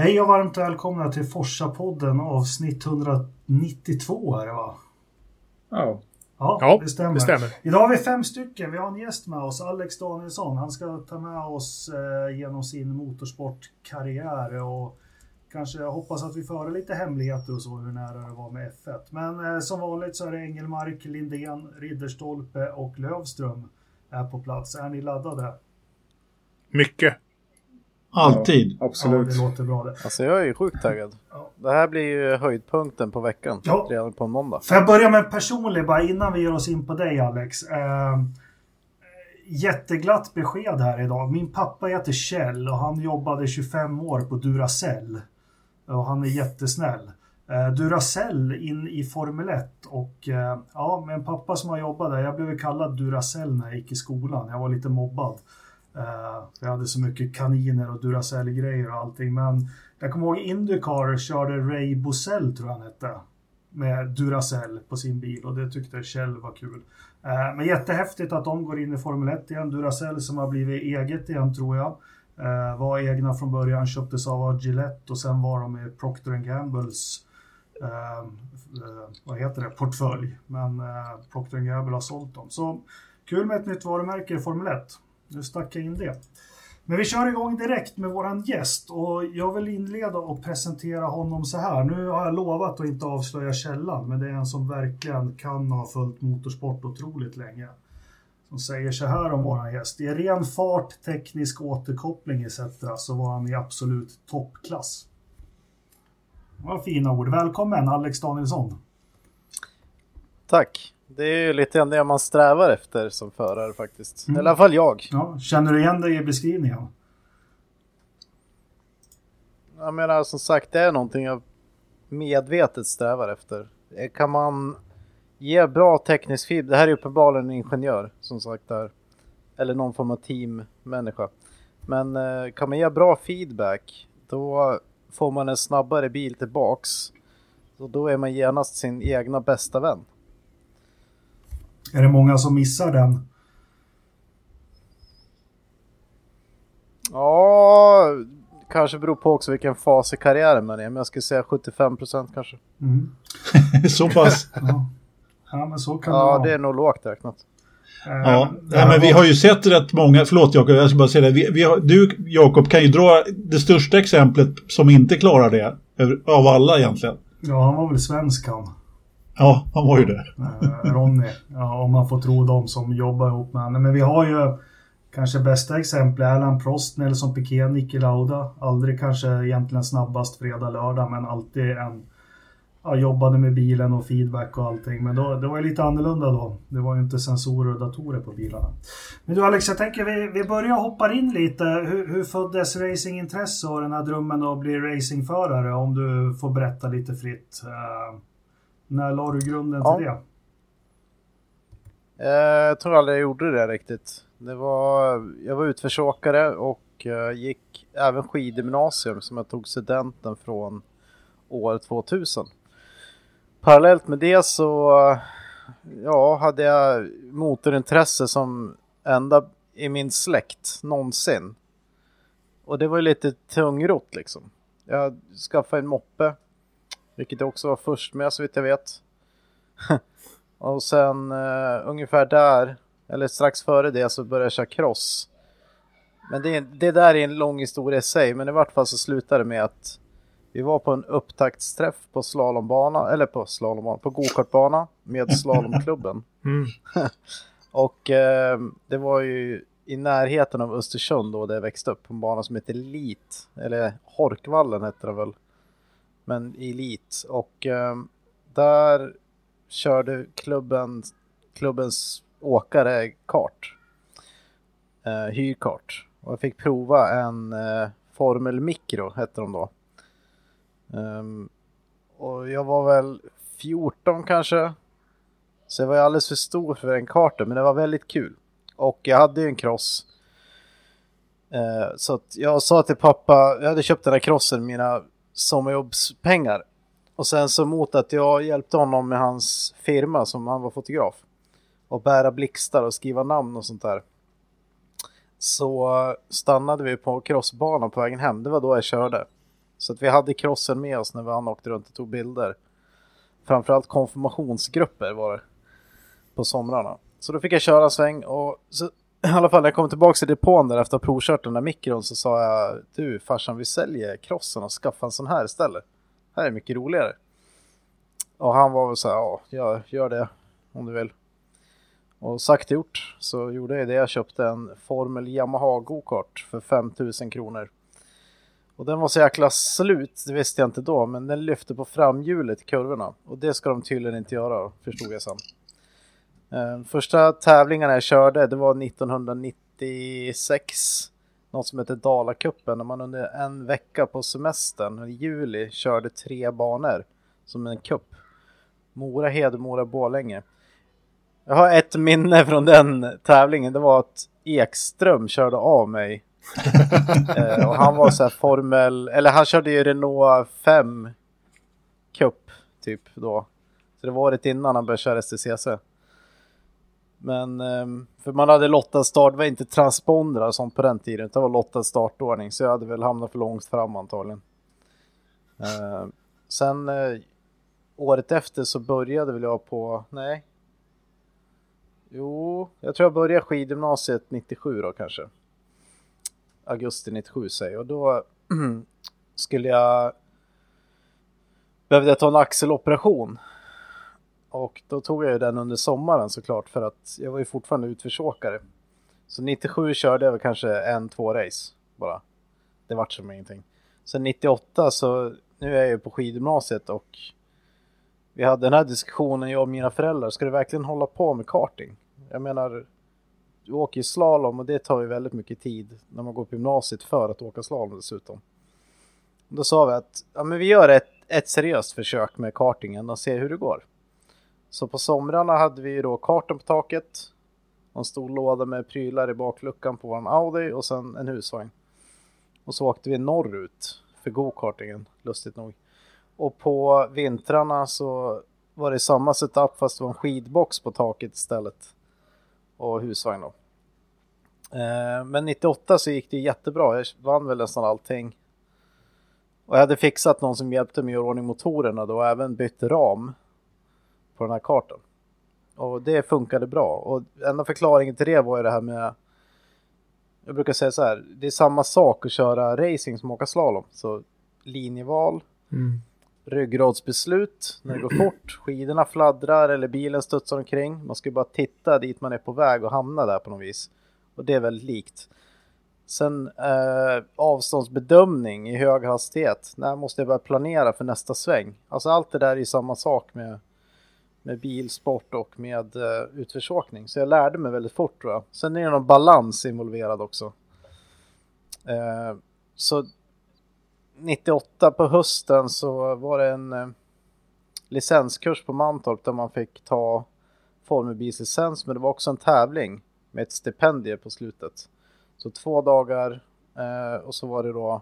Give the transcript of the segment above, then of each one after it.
Hej och varmt välkomna till Forsa-podden avsnitt 192 är det va? Ja, det stämmer. Idag har vi 5 stycken. Vi har en gäst med oss, Alex Danielsson. Han ska ta med oss genom sin motorsportkarriär och kanske hoppas att vi får lite hemligheter och så hur nära det var med F1. Men som vanligt så är det Engelmark, Lindén, Ridderstolpe och Lövström är på plats. Är ni laddade? Mycket. Alltid. Ja, absolut. Ja, det låter bra det. Alltså jag är ju sjukt taggad. Ja. Det här blir ju höjdpunkten på veckan. Ja. Redan på en måndag. Får jag börja med en personlig bara innan vi ger oss in på dig Alex. Jätteglatt besked här idag. Min pappa heter Kjell och han jobbade 25 år på Duracell. Och han är jättesnäll. Duracell in i Formel 1 och ja, med en pappa som har jobbat där. Jag blev kallad Duracell när jag gick i skolan. Jag var lite mobbad. Jag hade så mycket kaniner och Duracell-grejer och allting. Men jag kommer ihåg IndyCar körde Ray Bosell tror jag han hette. Med Duracell på sin bil och det tyckte Kjell var kul. Men jättehäftigt att de går in i Formel 1 igen. Duracell som har blivit eget igen tror jag. Var egna från början, köptes av Gillette och sen var de i Procter & Gamble's vad heter det, portfölj. Men Procter & Gamble har sålt dem. Så kul med ett nytt varumärke i Formel 1. Nu stack jag in det. Men vi kör igång direkt med våran gäst och jag vill inleda och presentera honom så här. Nu har jag lovat att inte avslöja källan, men det är en som verkligen kan ha följt motorsport otroligt länge. Som säger så här om våran gäst. I ren fart, teknisk återkoppling etc. så var han i absolut toppklass. Vad fina ord. Välkommen Alex Danielsson. Tack. Det är ju lite grann det man strävar efter som förare faktiskt. I alla fall jag. Ja, känner du igen dig i beskrivningen? Jag menar som sagt, det är någonting jag medvetet strävar efter. Kan man ge bra teknisk feedback? Det här är uppenbarligen en ingenjör som sagt där. Eller någon form av teammänniska. Men kan man ge bra feedback då får man en snabbare bil tillbaks. Så då är man genast sin egna bästa vän. Är det många som missar den? Ja, kanske beror på också vilken fas i karriären man är. Men jag skulle säga 75% kanske. Så pass? Ja, men så kan det är nog lågt räknat. Ja, men vi har ju sett rätt många, förlåt Jakob, jag ska bara säga det. Du Jakob kan ju dra det största exemplet som inte klarar det av alla egentligen. Ja, han var väl svensk han. Ja, han var ju det. Ronny, ja, om man får tro dem som jobbar ihop med henne. Men vi har ju kanske bästa exempel Alain Prost, Nelson Piquet, Niki Lauda. Aldrig kanske egentligen snabbast fredag, lördag, men alltid jobbade med bilen och feedback och allting. Men det var ju lite annorlunda då. Det var ju inte sensorer och datorer på bilarna. Men du Alex, jag tänker vi börjar hoppa in lite. Hur föddes racingintresse och den här drömmen att bli racingförare? Om du får berätta lite fritt. När la du grunden till det? Jag tror aldrig jag gjorde det riktigt. Jag var utförsåkare och gick även skidgymnasium som jag tog studenten från år 2000. Parallellt med det så hade jag motorintresse som enda i min släkt någonsin. Och det var ju lite tungrot liksom. Jag skaffade en moppe. Vilket också var först med så vitt jag vet. Och sen ungefär där, eller strax före det så började jag köra cross. Men det där är en lång historia i sig. Men i vart fall så slutade det med att vi var på en upptaktsträff på på go-kartbana med slalomklubben. Och det var ju i närheten av Östersund då där jag växte upp på en bana som heter Lit. Eller Horkvallen heter det väl. Men Elit. Och där körde klubbens åkare kart. Hyrkart. Och jag fick prova en Formel Micro hette de då. Och jag var väl 14 kanske. Så jag var alldeles för stor för en karta. Men det var väldigt kul. Och jag hade ju en cross. Så att jag sa till pappa. Jag hade köpt den här crossen mina sommarjobbspengar. Och sen så mot att jag hjälpte honom med hans firma som han var fotograf. Och bära blixtar och skriva namn och sånt där. Så stannade vi på crossbanan på vägen hem. Det var då jag körde. Så att vi hade crossen med oss när han åkte runt och tog bilder. Framförallt konfirmationsgrupper var det på somrarna. Så då fick jag köra en sväng och så, i alla fall när jag kom tillbaka till depån där efter att ha provkört den där mikron så sa jag, du farsan, vi säljer crossen och skaffa en sån här istället. Det här är mycket roligare. Och han var väl så här, ja, gör det om du vill. Och sagt och gjort så gjorde jag det. Jag köpte en Formel Yamaha go-kart för 5000 kronor. Och den var så jäkla slut, det visste jag inte då. Men den lyfte på framhjulet i kurvorna. Och det ska de tydligen inte göra, förstod jag sen. Första tävlingarna jag körde, det var 1996. Något som heter Dalacupen. När man under en vecka på semestern i juli körde 3 banor som en cup. Mora, Hedemora, Borlänge. Jag har ett minne från den tävlingen. Det var att Ekström körde av mig. Och han var så här han körde ju Renault 5 Cup typ då. Så det var året innan han började köra STCC. Men för man hade lottad start, det var inte transpondrar som på den tiden, det var lottad startordning, så jag hade väl hamnat för långt fram antagligen. Sen året efter så började väl jag på, jag tror jag började skidgymnasiet 97 då kanske. Augusti 97 säger. Och då behövde jag ta en axeloperation. Och då tog jag ju den under sommaren såklart, för att jag var ju fortfarande utförsåkare. Så 97 körde jag väl kanske 1-2 race bara. Det vart som ingenting. Sen 98 så, nu är jag ju på skidgymnasiet och vi hade den här diskussionen, jag och mina föräldrar. Ska du verkligen hålla på med karting? Jag menar, du åker ju slalom och det tar ju väldigt mycket tid när man går på gymnasiet för att åka slalom dessutom. Då sa vi att men vi gör ett seriöst försök med kartingen och ser hur det går. Så på somrarna hade vi ju då kartan på taket. En stor låda med prylar i bakluckan på vår Audi och sen en husvagn. Och så åkte vi norrut för go-kartingen, lustigt nog. Och på vintrarna så var det samma setup fast det var en skidbox på taket istället. Och husvagn då. Men 98 så gick det jättebra. Jag vann väl nästan allting. Och jag hade fixat någon som hjälpte mig att göra ordning motorerna då och även bytt ram på den här kartan. Och det funkade bra. Och enda förklaringen till det var ju det här med, jag brukar säga så här, det är samma sak att köra racing som åka slalom. Så linjeval, ryggradsbeslut när det går fort, skidorna fladdrar eller bilen studsar omkring. Man ska ju bara titta dit man är på väg och hamna där på något vis. Och det är väldigt likt. Sen avståndsbedömning i hög hastighet. När måste jag börja planera för nästa sväng? Alltså allt det där är ju samma sak med bilsport och med utförsåkning. Så jag lärde mig väldigt fort, tror jag. Sen är det någon balans involverad också. Så 98 på hösten så var det en licenskurs på Mantorp där man fick ta formelbilslicens, men det var också en tävling med ett stipendium på slutet. Så 2 dagar och så var det då,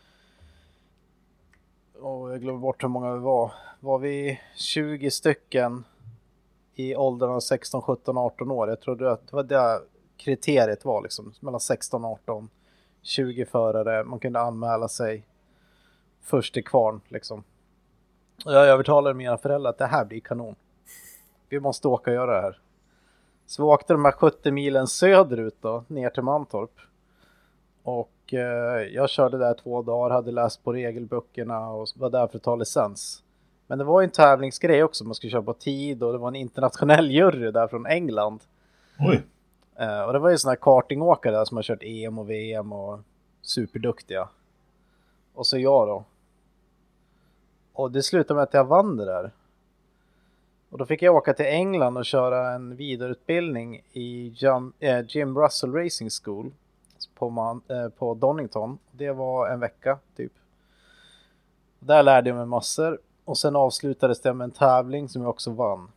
och jag glömmer bort hur många vi var. Var vi 20 stycken i åldrarna 16, 17, 18 år. Jag trodde att det var det kriteriet var liksom, mellan 16 och 18. 20 förare, man kunde anmäla sig först i kvarn liksom. Och jag övertalade mina föräldrar att det här blir kanon. Vi måste åka och göra det här. Så vi åkte de här 70 milen söderut då, ner till Mantorp. Och jag körde där 2 dagar, hade läst på regelböckerna och var där för att ta licens. Men det var ju en tävlingsgrej också, man skulle köra på tid och det var en internationell jury där från England. Oj. Och det var ju såna här kartingåkare där som har kört EM och VM och superduktiga. Och så jag då. Och det slutade med att jag vann det där. Och då fick jag åka till England och köra en vidareutbildning i Jim Russell Racing School på Donington. Det var en vecka typ. Där lärde jag mig massor. Och sen avslutades det med en tävling som jag också vann.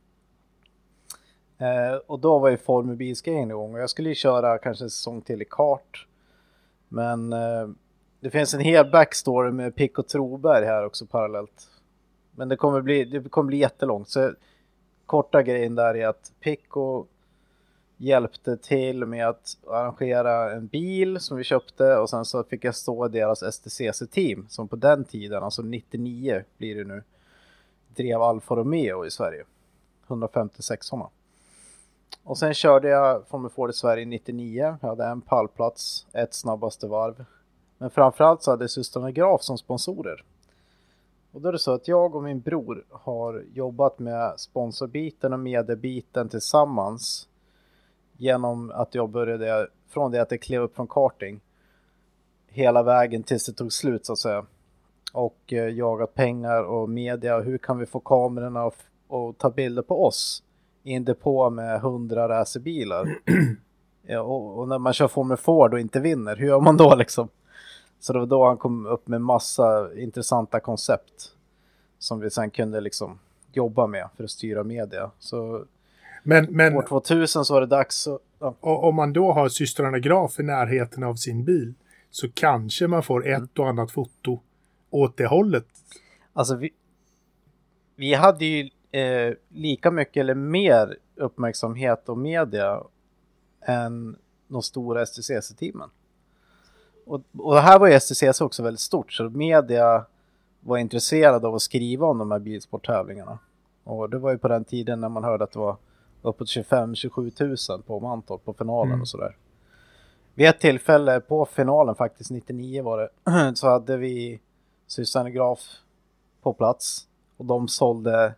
Och då var ju formelbilsgrejen igång. Och jag skulle ju köra kanske en säsong till i kart. Men det finns en hel backstory med Pick och Troberg här också parallellt. Men det kommer bli jättelångt. Så korta grejen där är att Pico hjälpte till med att arrangera en bil som vi köpte, och sen så fick jag stå i deras STCC-team som på den tiden, alltså 99 blir det nu, drev Alfa Romeo i Sverige. 156orna. Och sen körde jag Formel Ford i Sverige 99. Jag hade en pallplats, ett snabbaste varv. Men framförallt så hade systrarna Graf som sponsorer. Och då är det så att jag och min bror har jobbat med sponsorbiten och mediebiten tillsammans. Genom att jag började från det att jag klev upp från karting hela vägen tills det tog slut så att säga. Och jagat pengar och media. Hur kan vi få kamerorna och ta bilder på oss i en depå med 100 racerbilar? Ja, och när man kör Formel Ford och inte vinner, hur gör man då liksom? Så det var då han kom upp med massa intressanta koncept som vi sen kunde liksom jobba med för att styra media. Så men år 2000 så var det dags. Ja. Om man då har systrarna Graf i närheten av sin bil, så kanske man får ett och annat foto åt det hållet. Alltså vi hade ju lika mycket eller mer uppmärksamhet och media än de stora STCC-teamen. Och det här var ju STCC också väldigt stort, så media var intresserade av att skriva om de här bilsporttävlingarna. Och det var ju på den tiden när man hörde att det var uppåt 25-27 000 på Mantorp på finalen och sådär. Vid ett tillfälle på finalen faktiskt, 99 var det, så hade vi systrarna Graf på plats. Och de sålde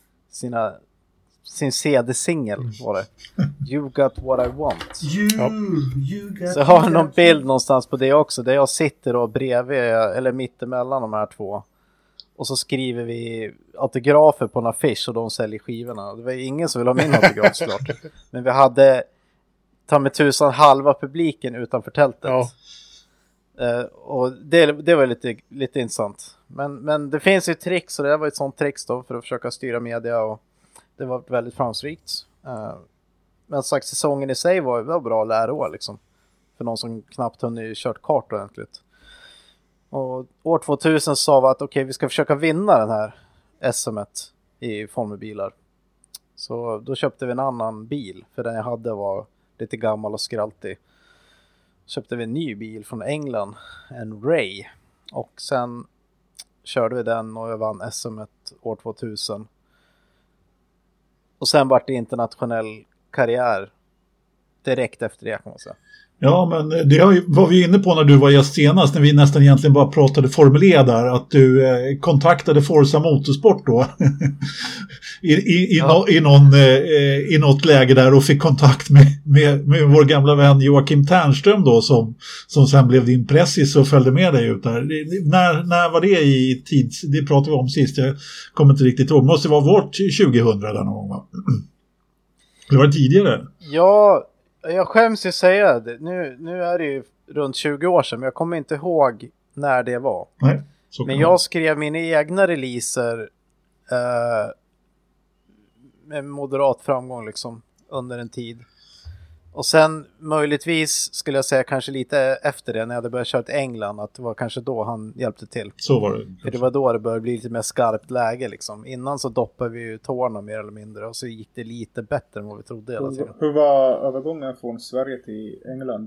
sin CD-singel var det. You got what I want. You got så jag har någon bild någonstans på det också, där jag sitter och bredvid, eller mittemellan de här två. Och så skriver vi autografer på en affisch och de säljer skivorna. Det var ingen som ville ha min autograf såklart. Men vi hade ta med tusan halva publiken utanför tältet. Ja. Och det var lite intressant. Men det finns ju tricks, och det var ett sånt tricks då för att försöka styra media, och det var väldigt framgångsrikt. Men sagt, säsongen i sig var bra läroår liksom. För någon som knappt hunnit kört kart ordentligt. Och år 2000 sa vi att okej, vi ska försöka vinna den här SM-et i formelbilar. Så då köpte vi en annan bil, för den jag hade var lite gammal och skraltig. Köpte vi en ny bil från England, en Ray. Och sen körde vi den och jag vann SM-et år 2000. Och sen var det internationell karriär direkt efter det kan man säga. Ja, men det var vi inne på när du var gäst senast, när vi nästan egentligen bara pratade Formel E där, att du kontaktade Forza Motorsport då i något läge där och fick kontakt med vår gamla vän Joakim Ternström då, som sen blev din pressis och följde med dig ut där. När var det i tids? Det pratade vi om sist, jag kommer inte riktigt ihåg. Måste vara vårt 2000 där någon gång, va? Eller var det tidigare? Ja, jag skäms ju säga det. Nu är det ju runt 20 år sedan, men jag kommer inte ihåg när det var. Nej, men jag skrev mina egna releaser med moderat framgång liksom under en tid. Och sen möjligtvis skulle jag säga kanske lite efter det, när jag hade börjat köra till England, att det var kanske då han hjälpte till. Så var det. För det var då det började bli lite mer skarpt läge liksom. Innan så doppade vi ju tårna mer eller mindre, och så gick det lite bättre än vad vi trodde hela tiden. Hur var övergången från Sverige till England?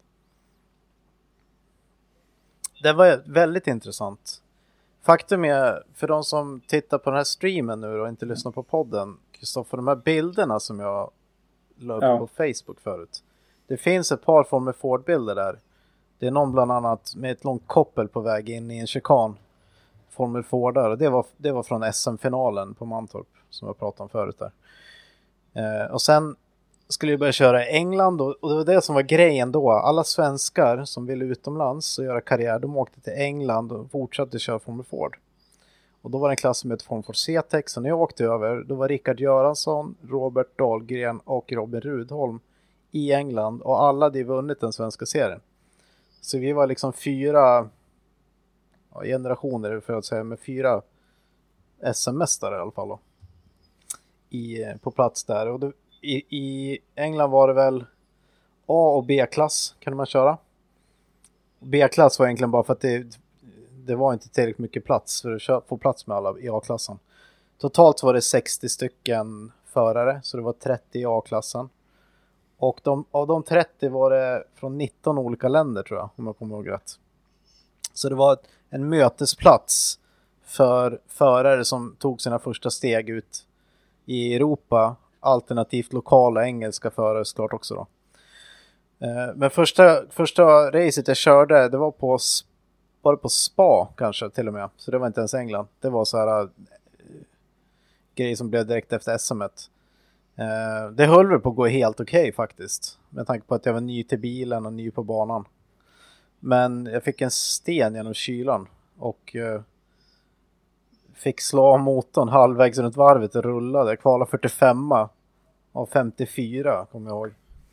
Det var väldigt intressant. Faktum är, för de som tittar på den här streamen nu och inte lyssnar på podden, Kristoffer, de här bilderna som jag la upp på Facebook förut. Det finns ett par Formel Ford-bilder där. Det är någon bland annat med ett långt koppel på väg in i en chikan. Formel Ford där. Och det var från SM-finalen på Mantorp som jag pratade om förut där. Och sen skulle jag börja köra i England, och det var det som var grejen då. Alla svenskar som ville utomlands och göra karriär, de åkte till England och fortsatte köra Formel Ford. Och då var det en klass som hette Formel Ford C-Tex, och när jag åkte över, då var Rickard Göransson, Robert Dahlgren och Robin Rudholm i England, och alla hade vunnit den svenska serien. Så vi var liksom 4 generationer, för att säga, med 4 SM-mästare i alla fall då. På plats där. Och i England var det väl A- och B-klass kunde man köra. B-klass var egentligen bara för att det var inte tillräckligt mycket plats för att få plats med alla i A-klassen. Totalt var det 60 stycken förare, så det var 30 i A-klassen. Och av de 30 var det från 19 olika länder tror jag, om jag kommer ihåg rätt. Så det var en mötesplats för förare som tog sina första steg ut i Europa, alternativt lokala engelska förare såklart också då. Men första racet jag körde, det var på Spa kanske till och med, så det var inte ens England. Det var så här grejer som blev direkt efter SM-et. Det höll väl på att gå helt okej faktiskt, med tanke på att jag var ny till bilen och ny på banan. Men jag fick en sten genom kylan och fick slå av motorn halvvägs runt varvet och rullade. Jag kvalade 45 av 54, kommer jag ihåg.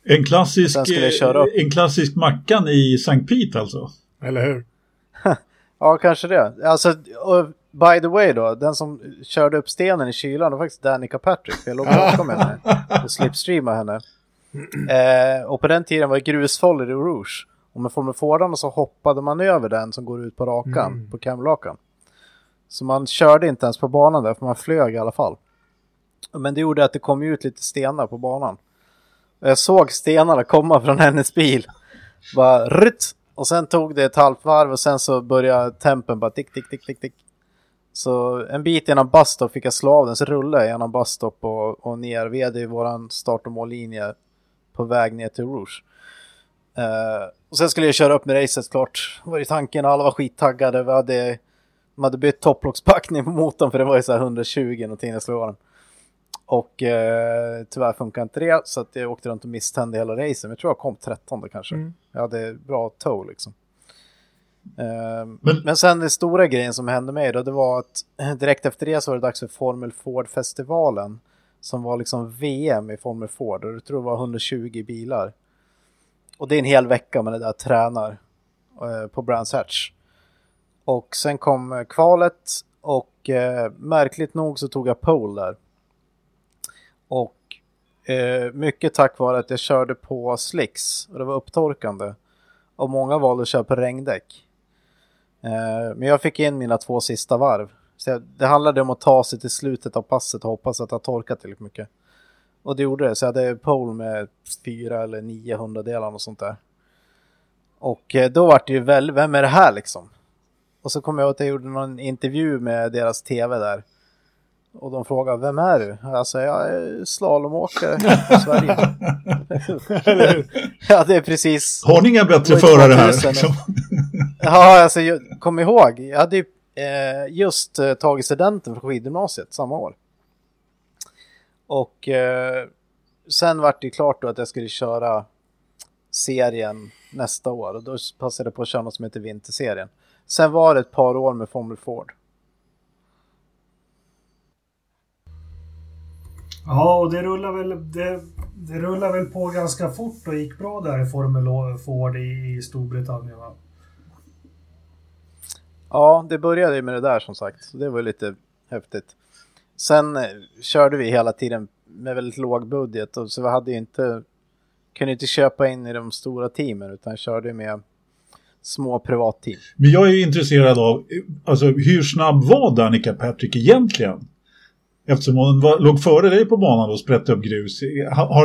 En klassisk Mackan i St. Pete alltså. Eller hur? Ja, kanske det. Alltså, by the way då, den som körde upp stenen i kylan var faktiskt Danica Patrick. Jag låg bakom henne och slipstreamade henne. Och på den tiden var det grusfållor i Rouge. Och med Formel Fordan så hoppade man över den som går ut på rakan, på kamrakan. Så man körde inte ens på banan där, för man flög i alla fall. Men det gjorde att det kom ut lite stenar på banan. Och jag såg stenarna komma från hennes bil. Bara rutt. Och sen tog det ett halvt varv och sen så började tempen bara tick, tick, tick, tick, tick. Så en bit genom busstop fick jag slå av den, så rullade jag genom busstop och ner. Vi hade ju våran start- och mållinje på väg ner till Rouge. Och sen skulle jag köra upp med racet klart. Var i tanken, alla var skittaggade. De hade bytt topplockspackning på motorn, för det var ju så här 120 någonting jag slog av den. Och tyvärr funkar inte det, så att jag åkte runt och misstände hela racen. Jag tror jag kom 13 kanske. Jag hade bra tow liksom. Men sen den stora grejen som hände mig då, det var att direkt efter det så var det dags för Formel Ford-festivalen, som var liksom VM i Formel Ford, och jag tror det var 120 bilar. Och det är en hel vecka med det där tränar på Brands Hatch. Och sen kom kvalet och märkligt nog så tog jag pole där. Och mycket tack vare att jag körde på slicks och det var upptorkande. Och många valde att köra på regndäck. Men jag fick in mina 2 sista varv. Så det handlade om att ta sig till slutet av passet och hoppas att det har torkat tillräckligt mycket. Och det gjorde det. Så jag hade pole med 4 eller 900 delar och sånt där. Och då var det ju väl, vem är det här liksom? Och så kom jag att jag gjorde någon intervju med deras tv där. Och de frågade, vem är du? Alltså, jag är slalomåkare från Sverige. Ja, det är precis. Har ni inga bättre förare här? Liksom? Ja, alltså, kom ihåg. Jag hade ju just tagit studenten från skidgymnasiet samma år. Och sen var det klart då att jag skulle köra serien nästa år. Och då passade jag på att köra något som heter vinterserien. Sen var det ett par år med Formel Ford. Ja, och det rullar väl på ganska fort och gick bra där i Formel Ford i Storbritannien, va? Ja, det började ju med det där som sagt. Så det var lite häftigt. Sen körde vi hela tiden med väldigt låg budget. Och så vi hade kunde inte köpa in i de stora teamen, utan körde med små privatteam. Men jag är ju intresserad av, alltså, hur snabb var Danica Patrick egentligen? Eftersom hon låg före dig på banan och sprätte upp grus. Har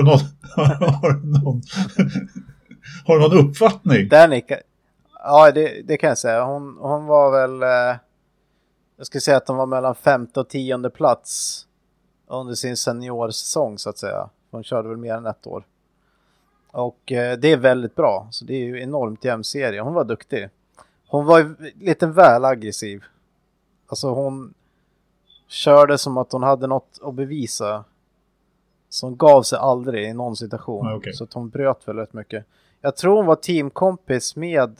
du någon uppfattning? Danica, ja det kan jag säga. Hon var väl, jag skulle säga att hon var mellan 5:e och 10:e plats under sin seniorsäsong så att säga. Hon körde väl mer än 1 år. Och det är väldigt bra. Så det är ju enormt jämn serie. Hon var duktig. Hon var lite väl aggressiv. Alltså hon körde som att hon hade något att bevisa. Så hon gav sig aldrig i någon situation. Okay. Så att hon bröt väldigt mycket. Jag tror hon var teamkompis med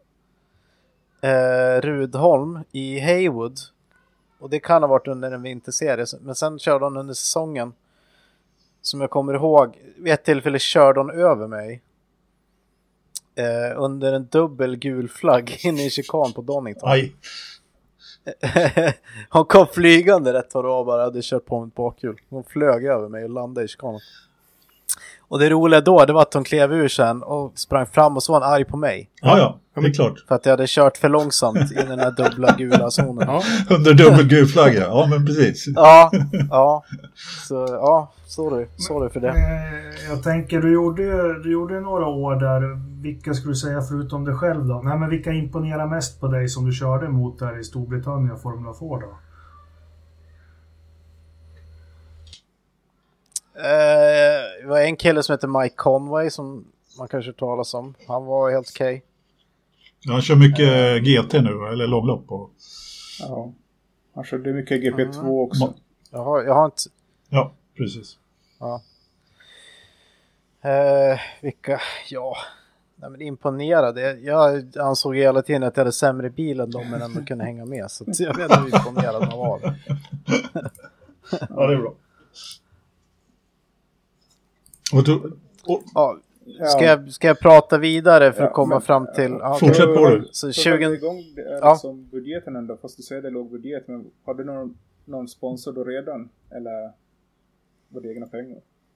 Rudholm i Haywood. Och det kan ha varit under en vinterserie. Men sen körde hon under säsongen. Som jag kommer ihåg. Vid ett tillfälle körde hon över mig. Under en dubbel gul flagg inne i chikan på Donington. Aj. Hon kom flygande rätt vad det var, bara hade kört på mitt bakhjul. Hon flög över mig och landade i chikanen. Och det roliga då, det var att de klev ur sen och sprang fram och så var han arg på mig. Ja, det är klart. För att jag hade kört för långsamt i den här dubbla gula zonen. Ja. Under dubbelgul flagga, ja men precis. Ja. Så, ja, sorry för det. Jag tänker, du gjorde några år där. Vilka skulle du säga förutom dig själv då? Nej, men vilka imponerar mest på dig som du körde mot där i Storbritannien, Formula 4 då? Det var en kille som heter Mike Conway som man kanske talas om. Han var helt okej. Ja, han kör mycket GT nu, eller långlopp. Ja, han körde mycket GP2 också. Jag har inte... Ja, precis. Ja. Vilka... Ja... Nej, men imponerad. Jag ansåg hela tiden att jag hade sämre bil än dem men ändå kunde hänga med. Så jag vet inte hur imponerad man var. Ja, det är bra. Ska jag prata vidare för att komma fram till... Fortsätt på det. Så 20... igång liksom budgeten ändå, fast du säger det låg budget. Men har du någon sponsor då redan? Eller var det egna pengar?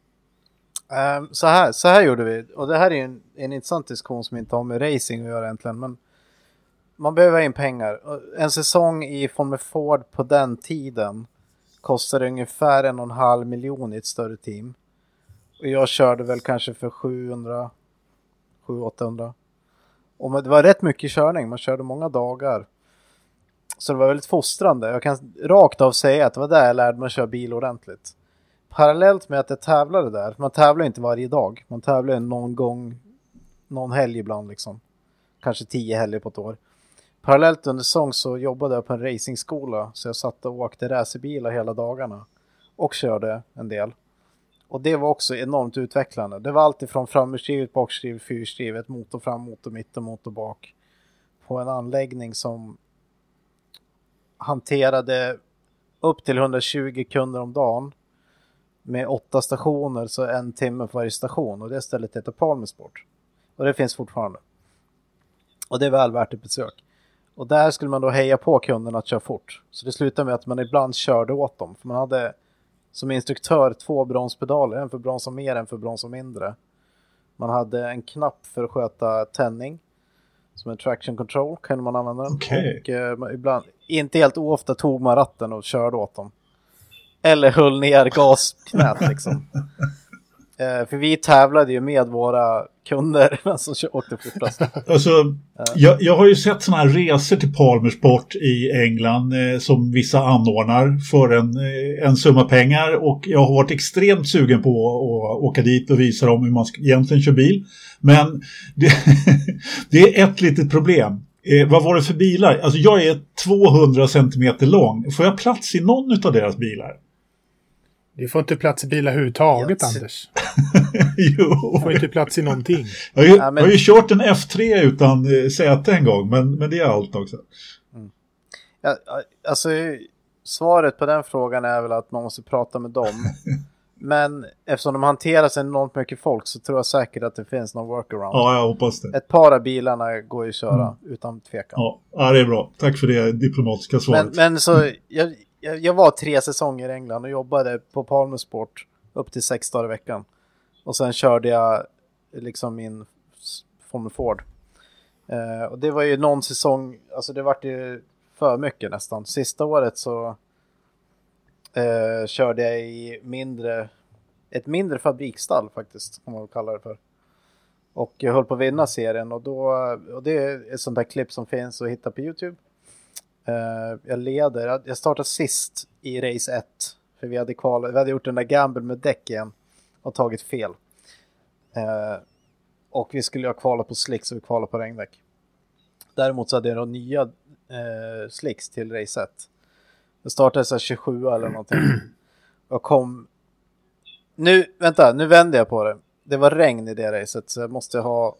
Så här gjorde vi. Och det här är en intressant diskussion som inte har med racing att göra egentligen. Men man behöver in pengar. En säsong i Formel Ford på den tiden kostade ungefär 1,5 miljon i ett större team. Och jag körde väl kanske för 700-800. Och det var rätt mycket körning. Man körde många dagar. Så det var väldigt fostrande. Jag kan rakt av säga att det var där jag lärde mig att köra bil ordentligt. Parallellt med att jag tävlade där. Man tävlar inte varje dag. Man tävlar någon gång, någon helg ibland liksom. Kanske 10 helger på ett år. Parallellt under säsong så jobbade jag på en racingskola. Så jag satt och åkte racerbilar hela dagarna. Och körde en del. Och det var också enormt utvecklande. Det var alltid från framhjulsdrivet, bakhjulsdrivet, fyrhjulsdrivet, motor fram, motor mitt och motor bak. På en anläggning som hanterade upp till 120 kunder om dagen. Med 8 stationer, så 1 timme på varje station. Och det stället heter Palmersport. Och det finns fortfarande. Och det är väl värt ett besök. Och där skulle man då heja på kunderna att köra fort. Så det slutade med att man ibland körde åt dem. För man hade som instruktör 2 bromspedaler. En för bromsa mer, en för bromsa mindre. Man hade en knapp för att sköta tändning. Som en traction control kunde man använda den. Okay. Och ibland, inte helt oofta tog man ratten och körde åt dem. Eller höll ner gasknät liksom. För vi tävlade ju med våra kunder som åkte fortast. Alltså, jag har ju sett såna här resor till Palmersport i England som vissa anordnar för en summa pengar. Och jag har varit extremt sugen på att åka dit och visa dem hur man egentligen kör bil. Men det är ett litet problem. Vad var det för bilar? Alltså jag är 200 centimeter lång. Får jag plats i någon av deras bilar? Du får inte plats i bilar överhuvudtaget, Anders. Jo. Du får inte plats i någonting. Jag har ju kört en F3 utan säte en gång, men det är allt också. Mm. Ja, alltså, svaret på den frågan är väl att man måste prata med dem. Men eftersom de hanterar så enormt mycket folk så tror jag säkert att det finns någon workaround. Ja, jag hoppas det. Ett par av bilarna går ju att köra utan tvekan. Ja, det är bra. Tack för det diplomatiska svaret. Men så... Jag var 3 säsonger i England och jobbade på Palmersport upp till 6 dagar i veckan. Och sen körde jag liksom min Formel Ford. Och det var ju någon säsong, alltså det var ju för mycket nästan. Sista året så körde jag i ett mindre fabriksstall faktiskt, om man vill kalla det för. Och jag höll på att vinna serien och det är ett sånt där klipp som finns att hitta på YouTube. Jag startade sist i race 1 för vi hade gjort den där gamble med däck igen och tagit fel. Och vi skulle ha kvalat på slicks och vi kvalade på regndäck. Däremot så hade jag nya slicks till race 1. Jag startade så 27 eller någonting. Och kom... Nu vände jag på det. Det var regn i det racet så jag måste ha...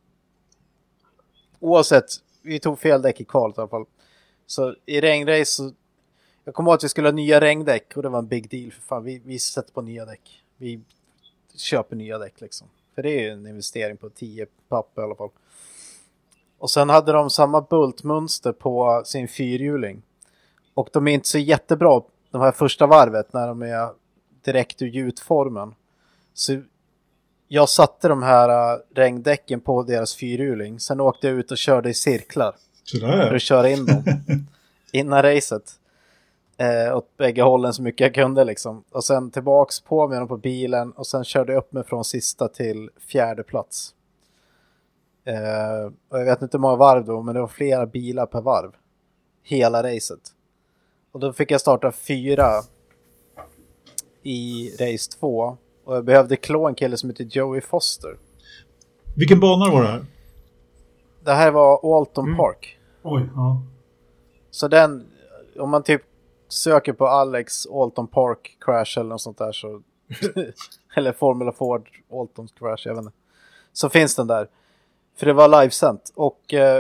Oavsett, vi tog fel däck i kvalet i alla fall. Så i regnrace så... Jag kommer ihåg att vi skulle ha nya regndäck och det var en big deal för fan. Vi sätter på nya däck. Vi köper nya däck liksom. För det är ju en investering på 10 papp i alla fall. Och sen hade de samma bultmönster på sin fyrhjuling. Och de är inte så jättebra de här första varvet när de är direkt ur gjutformen. Så jag satte de här regndäcken på deras fyrhjuling. Sen åkte jag ut och körde i cirklar. Sådär. För att köra in dem. Innan racet. Åt bägge hållen så mycket jag kunde liksom. Och sen tillbaks på med dem på bilen. Och sen körde jag upp mig från sista till 4:e plats. Och jag vet inte hur många varv då. Men det var flera bilar per varv. Hela racet. Och då fick jag starta 4 i race 2. Och jag behövde klå en kille som heter Joey Foster. Vilken bana var det här? Det här var Alton Park. Oj, ja. Så den, om man typ söker på Alex Alton Park Crash eller något sånt där så eller Formula Ford Alton Crash, jag vet inte. Så finns den där. För det var livesänt. Och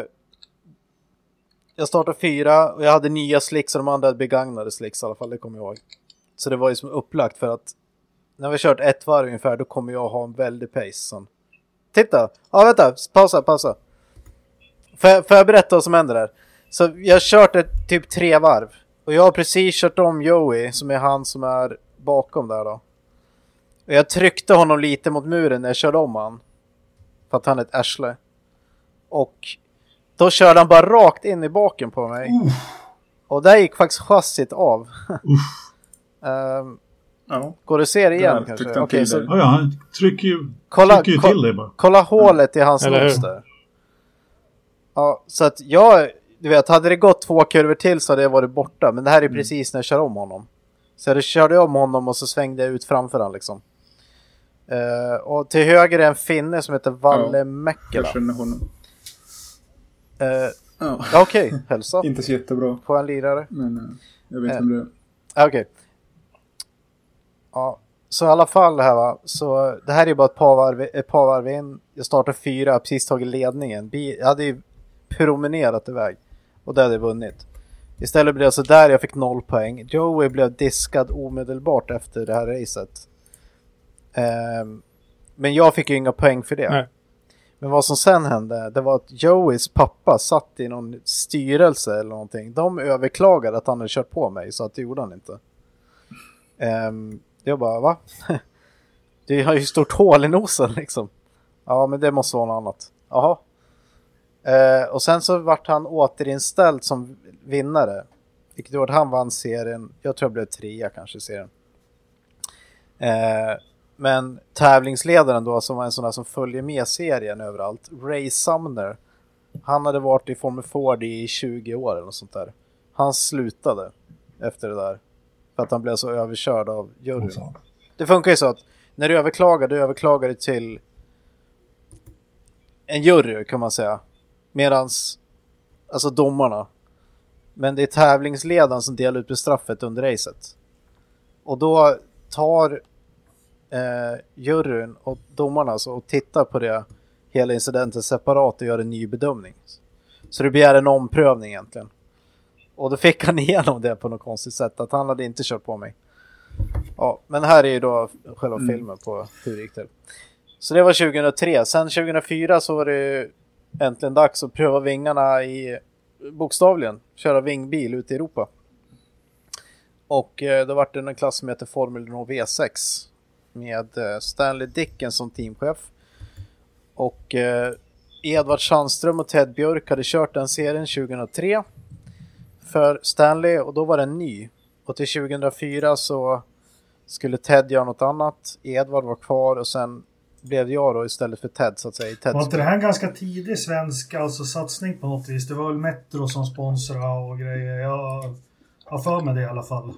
jag startade 4 och jag hade nya slicks och de andra begagnade slicks i alla fall, det kommer jag ihåg. Så det var ju som upplagt för att när vi kört 1 varv ungefär, då kommer jag ha en väldig pace. Sån. Titta! Ja, vänta! Pausa. Får jag berätta vad som händer där? Så jag har kört typ 3 varv. Och jag har precis kört om Joey, som är han som är bakom där då. Och jag tryckte honom lite mot muren när jag körde om han. För att han är ett arsle. Och då körde han bara rakt in i baken på mig. Och där gick faktiskt chassit av. Går du se det igen kanske? Okay, så... Ja, han trycker ju till dig bara. Kolla hålet i hans nos där. Ja, så att du vet, hade det gått 2 kurvor till så hade jag varit borta. Men det här är precis när jag kör om honom. Så jag körde om honom och så svängde jag ut framför han liksom. Och till höger är en finne som heter Valle Mäckela. Jag känner honom. Okej, hälsa. Inte så jättebra. På en lirare. Men jag vet om det. Okej. Ja, så i alla fall det här va. Så det här är bara ett par varv in. Jag startade 4, precis tagit ledningen. Jag hade ju promenerat iväg. Och det hade jag vunnit. Istället blev det så där jag fick 0 poäng. Joey blev diskad omedelbart efter det här racet. Men jag fick ju inga poäng för det. Nej. Men vad som sen hände, det var att Joeys pappa satt i någon styrelse eller någonting. De överklagade att han hade kört på mig, så att det gjorde han inte. Jag bara, va? Det har ju stort hål i nosen liksom. Ja, men det måste vara något annat. Jaha. Och sen så vart han återinställd som vinnare. Vilket gjorde att han vann serien. Jag tror jag blev 3 kanske i serien. Men tävlingsledaren då, som var en sån där som följer med serien överallt, Ray Sumner, han hade varit i Formel Ford i 20 år eller något sånt där. Han slutade efter det där för att han blev så överkörd av juryn. Det funkar ju så att när du överklagar till en jury kan man säga, medans alltså domarna, men det är tävlingsledaren som delar ut bestraffet under racet. Och då tar juryn och domarna så, och tittar på det hela incidenten separat och gör en ny bedömning. Så du begär en omprövning egentligen. Och då fick han igenom det på något konstigt sätt, att han hade inte kört på mig. Ja, men här är ju då själva filmen på hur det gick till. Så det var 2003. Sen 2004 så var det äntligen dags att pröva vingarna i, bokstavligen, köra vingbil ut i Europa. Och då var det en klass som heter Formel V6 med Stanley Dickens som teamchef. Och Edvard Sandström och Ted Björk hade kört den serien 2003 för Stanley, och då var den ny. Och till 2004 så skulle Ted göra något annat. Edvard var kvar och sen blev jag då istället för Ted, så att säga. Var inte det här en ganska tidig svensk alltså satsning på något vis? Det var väl Metro som sponsrade och grejer. Jag har för mig det i alla fall.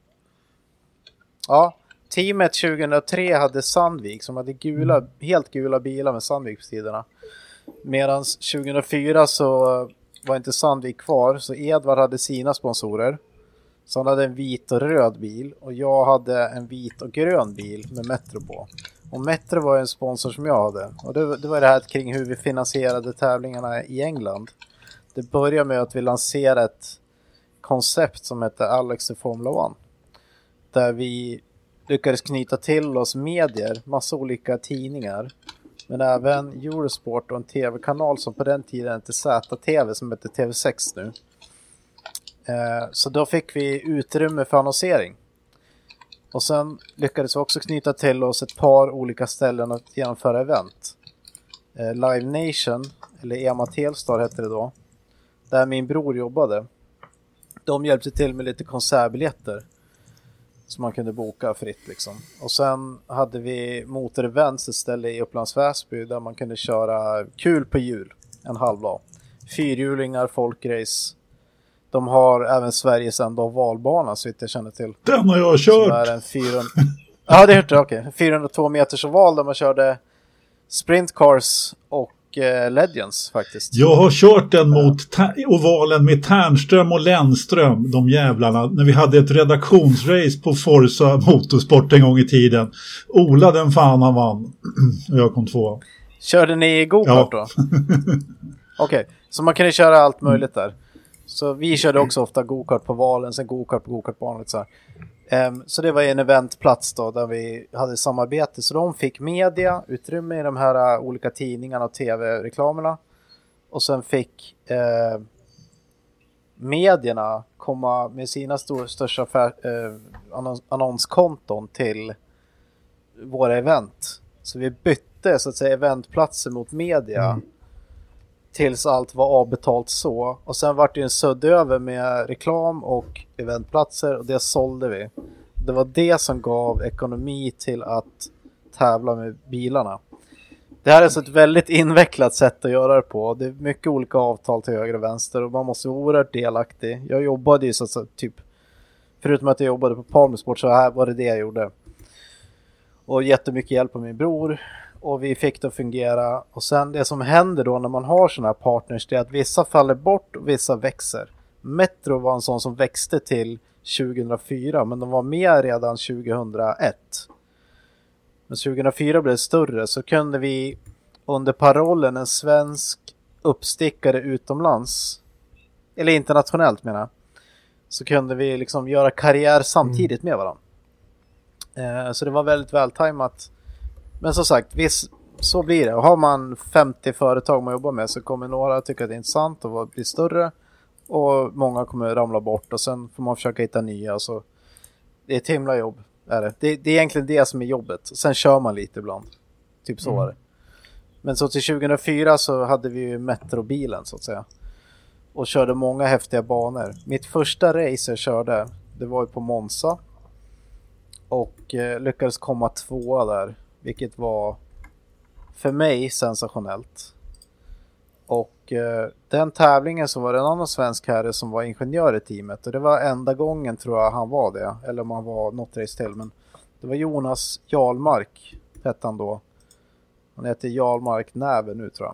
Ja, teamet 2003 hade Sandvik som hade helt gula bilar med Sandvik på sidorna. Medan 2004 så var inte Sandvik kvar, så Edvard hade sina sponsorer. Så han hade en vit och röd bil och jag hade en vit och grön bil med Metro på. Och Metro var en sponsor som jag hade. Och det var det här kring hur vi finansierade tävlingarna i England. Det började med att vi lanserade ett koncept som heter Alex the Formula 1. Där vi lyckades knyta till oss medier, massa olika tidningar. Men även Eurosport och en tv-kanal som på den tiden hette ZTV, som heter TV6 nu. Så då fick vi utrymme för annonsering. Och sen lyckades vi också knyta till oss ett par olika ställen att genomföra event. Live Nation, eller EMA Telstar hette det då, där min bror jobbade. De hjälpte till med lite konsertbiljetter som man kunde boka fritt liksom. Och sen hade vi motorevents ett ställe i Upplands Väsby där man kunde köra kul på hjul en halvdag. Fyrhjulingar, folkrace. De har även Sveriges enda valbana så vitt jag känner till. Den har jag kört! Som är en 400... Ja, det hörde jag, okej. 402 meters oval där man körde sprint cars och Legends faktiskt. Jag har kört den mot ovalen med Tärnström och Lennström, de jävlarna, när vi hade ett redaktionsrace på Forza Motorsport en gång i tiden. Ola den fan han vann. Och jag kom två. Körde ni go-kart då? Okej, så man kan ju köra allt möjligt där. Så vi körde också ofta go-kart på valen, sen go-kart på go-kartbanan lite så här. Så det var en eventplats då där vi hade samarbete. Så de fick media, utrymme i de här olika tidningarna och tv-reklamerna. Och sen fick medierna komma med sina största annonskonton till våra event. Så vi bytte så att säga eventplatser mot media. Tills allt var avbetalt så. Och sen var det en sudd över med reklam och eventplatser. Och det sålde vi. Det var det som gav ekonomi till att tävla med bilarna. Det här är så ett väldigt invecklat sätt att göra det på. Det är mycket olika avtal till höger och vänster. Och man måste vara oerhört delaktig. Jag jobbade ju så typ. Förutom att jag jobbade på Palmersport så här var det jag gjorde. Och jättemycket hjälp av min bror. Och vi fick det att fungera. Och sen det som händer då när man har sådana här partners, det är att vissa faller bort och vissa växer. Metro var en sån som växte till 2004, men de var med redan 2001. Men 2004 blev det större, så kunde vi under parollen en svensk uppstickare utomlands, eller internationellt menar jag, så kunde vi liksom göra karriär samtidigt med varandra. Så det var väldigt vältajmat. Men som sagt, så blir det. Och har man 50 företag man jobbar med så kommer några tycka att det är intressant och bli större. Och många kommer ramla bort och sen får man försöka hitta nya. Så det är ett himla jobb. Är det. Det är egentligen det som är jobbet. Sen kör man lite ibland. Typ så var det. Men så till 2004 så hade vi ju Metrobilen så att säga. Och körde många häftiga banor. Mitt första race jag körde, det var ju på Monza. Och lyckades komma tvåa där. Vilket var för mig sensationellt. Och den tävlingen så var det en annan svensk herre som var ingenjör i teamet. Och det var enda gången tror jag han var det. Eller om han var något race till. Men det var Jonas Jarlmark hette han då. Han heter Jarlmark Näve nu tror jag.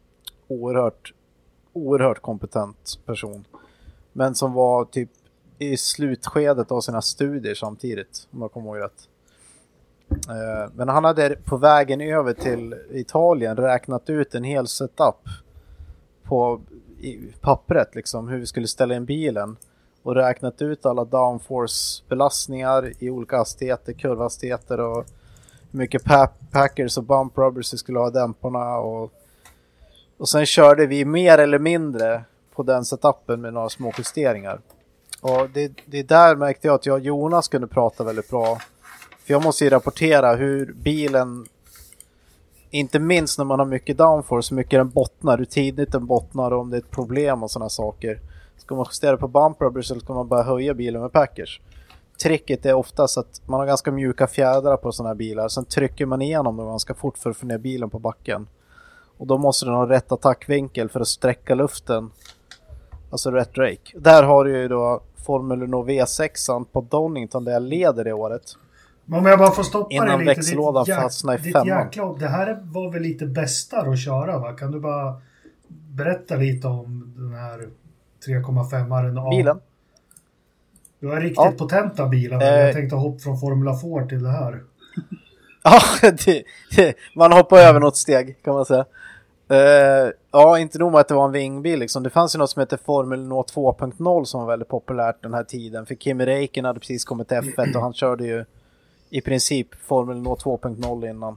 Oerhört kompetent person. Men som var typ i slutskedet av sina studier samtidigt. Om jag kommer ihåg rätt. Men han hade på vägen över till Italien räknat ut en hel setup på pappret liksom, hur vi skulle ställa in bilen och räknat ut alla downforce belastningar i olika hastigheter, kurvhastigheter och hur mycket packers och bump rubbers vi skulle ha dämparna och sen körde vi mer eller mindre på den setupen med några små justeringar. Och det där märkte jag att jag och Jonas kunde prata väldigt bra. För jag måste ju rapportera hur bilen, inte minst när man har mycket downforce, hur mycket den bottnar, hur tidigt den bottnar och om det är ett problem och sådana saker. Ska man justera på bump rubbers eller ska man bara höja bilen med packers? Tricket är oftast att man har ganska mjuka fjädrar på sådana här bilar. Sen trycker man igenom dem ganska fort för att få ner bilen på backen. Och då måste den ha rätt attackvinkel för att sträcka luften. Alltså rätt rake. Där har du ju då Formel 1 V6 på Donington där jag leder det året. Men om jag bara får stoppa innan dig lite. växellådan fastnar i femman. Det här var väl lite bästar att köra va? Kan du bara berätta lite om den här 3,5-aren? Bilen? Du har riktigt potenta bilar. Jag tänkte hoppa från Formula 4 till det här. Ja, man hoppar över något steg kan man säga. Ja, inte nog med att det var en vingbil liksom. Det fanns ju något som heter Formel 1 2.0 som var väldigt populärt den här tiden. För Kimi Räikkönen hade precis kommit till F1 och han körde ju i princip Formel 1 2.0 innan.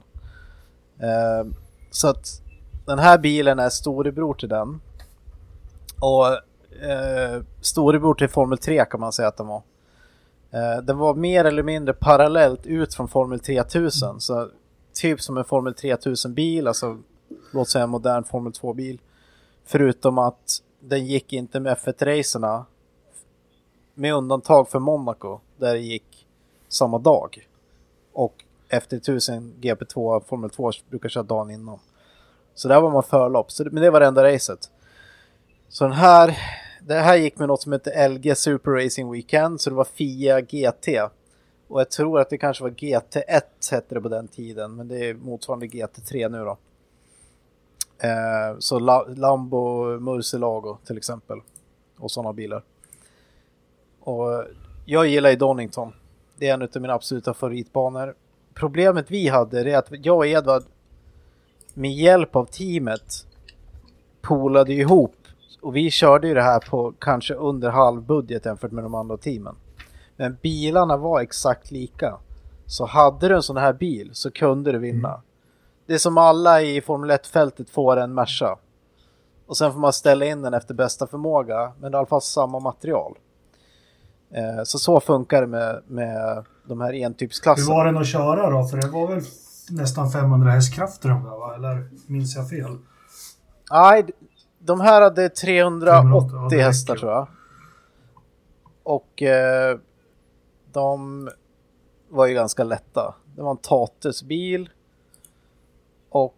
Så att den här bilen är storebror till den. Och storebror till Formel 3 kan man säga att den var. Den var mer eller mindre parallellt ut från Formel 3000. Så typ som en Formel 3000-bil, alltså låt säga en modern Formel 2-bil. Förutom att den gick inte med F1-racerna med undantag för Monaco, där det gick samma dag. Och efter 1000 GP2 Formel 2 brukar köra dagen innan. Så där var man förlopp. Men det var det enda racet. Så det här gick med något som heter LG Super Racing Weekend. Så det var FIA GT. Och jag tror att det kanske var GT1 hette det på den tiden. Men det är motsvarande GT3 nu då. Så Lambo Murcielago till exempel. Och sådana bilar. Och jag gillar ju Donington. Det är en av mina absoluta favoritbanor. Problemet vi hade är att jag och Edvard med hjälp av teamet poolade ihop. Och vi körde ju det här på kanske under halv budget jämfört med de andra teamen. Men bilarna var exakt lika. Så hade du en sån här bil så kunde du vinna. Det är som alla i Formel 1-fältet får en Merca. Och sen får man ställa in den efter bästa förmåga. Men det är i alla fall samma material. Så funkar det med de här entypsklasserna. Hur var den att köra då? För det var väl nästan 500 hästkrafter va? Eller minns jag fel? Nej, de här hade 380 hästar tror jag. Och de var ju ganska lätta. Det var en Tatusbil. Och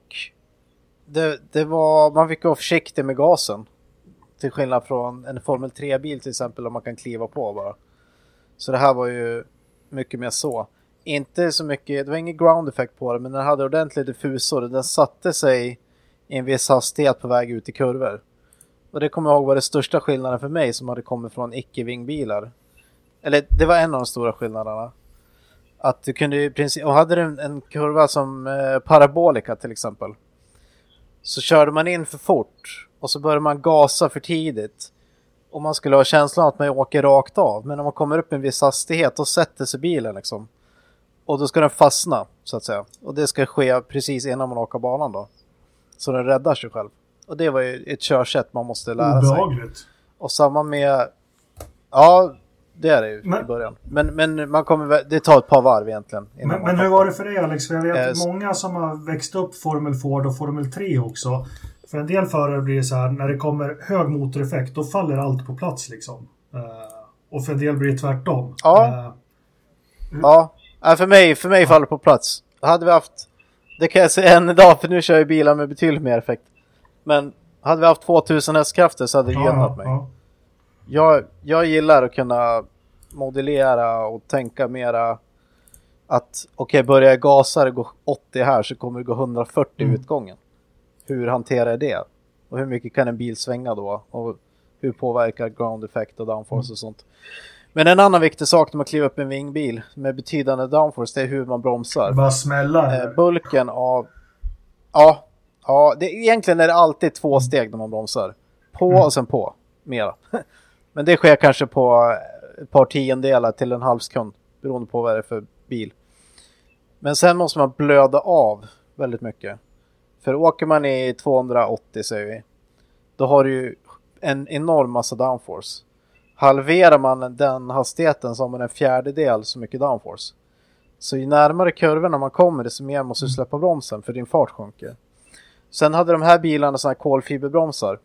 det var, man fick vara försiktig med gasen. Till skillnad från en Formel 3-bil till exempel, där man kan kliva på bara. Så det här var ju mycket mer så. Inte så mycket, det var ingen ground effect på det, men den hade ordentligt diffusor. Den satte sig i en viss hastighet på väg ut i kurvor. Och det kommer jag ihåg var det största skillnaden för mig som hade kommit från icke-vingbilar. Eller det var en av de stora skillnaderna. Att du kunde i princip, och hade du en kurva som parabolika till exempel. Så körde man in för fort och så började man gasa för tidigt. Och man skulle ha känslan att man åker rakt av. Men när man kommer upp i en viss hastighet då sätter sig bilen liksom. Och då ska den fastna så att säga. Och det ska ske precis innan man åker banan då. Så den räddar sig själv. Och det var ju ett körsätt man måste lära sig. Obehagligt. Och samma med... Ja, det är det ju i början. Men man kommer, det tar ett par varv egentligen. Men hur var det för dig Alex? För jag vet många som har växt upp Formel Ford och Formel 3 också. För en del förare blir det så här, när det kommer hög motoreffekt då faller allt på plats liksom. Och för en del blir det tvärtom. Ja. För mig faller det på plats. Hade vi haft, det kan jag säga än idag för nu kör jag bilar med betydligt mer effekt. Men hade vi haft 2000 hästkrafter så hade det gynnat mig. Jag gillar att kunna modellera och tänka mera att börjar jag gasa det går 80 här så kommer det gå 140 utgången. Hur hanterar jag det? Och hur mycket kan en bil svänga då? Och hur påverkar ground effect och downforce och sånt? Men en annan viktig sak när man kliver upp en vingbil med betydande downforce det är hur man bromsar. Bara smälla. Bulken av... Ja, egentligen är det alltid 2 steg när man bromsar. På och sen på. Mera. Men det sker kanske på ett par tiondelar till en halv sekund. Beroende på vad det är för bil. Men sen måste man blöda av väldigt mycket. För åker man i 280 säger vi. Då har du ju en enorm massa downforce. Halverar man den hastigheten så har man en fjärdedel så mycket downforce. Så ju närmare kurvorna man kommer desto mer måste du släppa bromsen för din fart sjunker. Sen hade de här bilarna såna här kolfiberbromsar.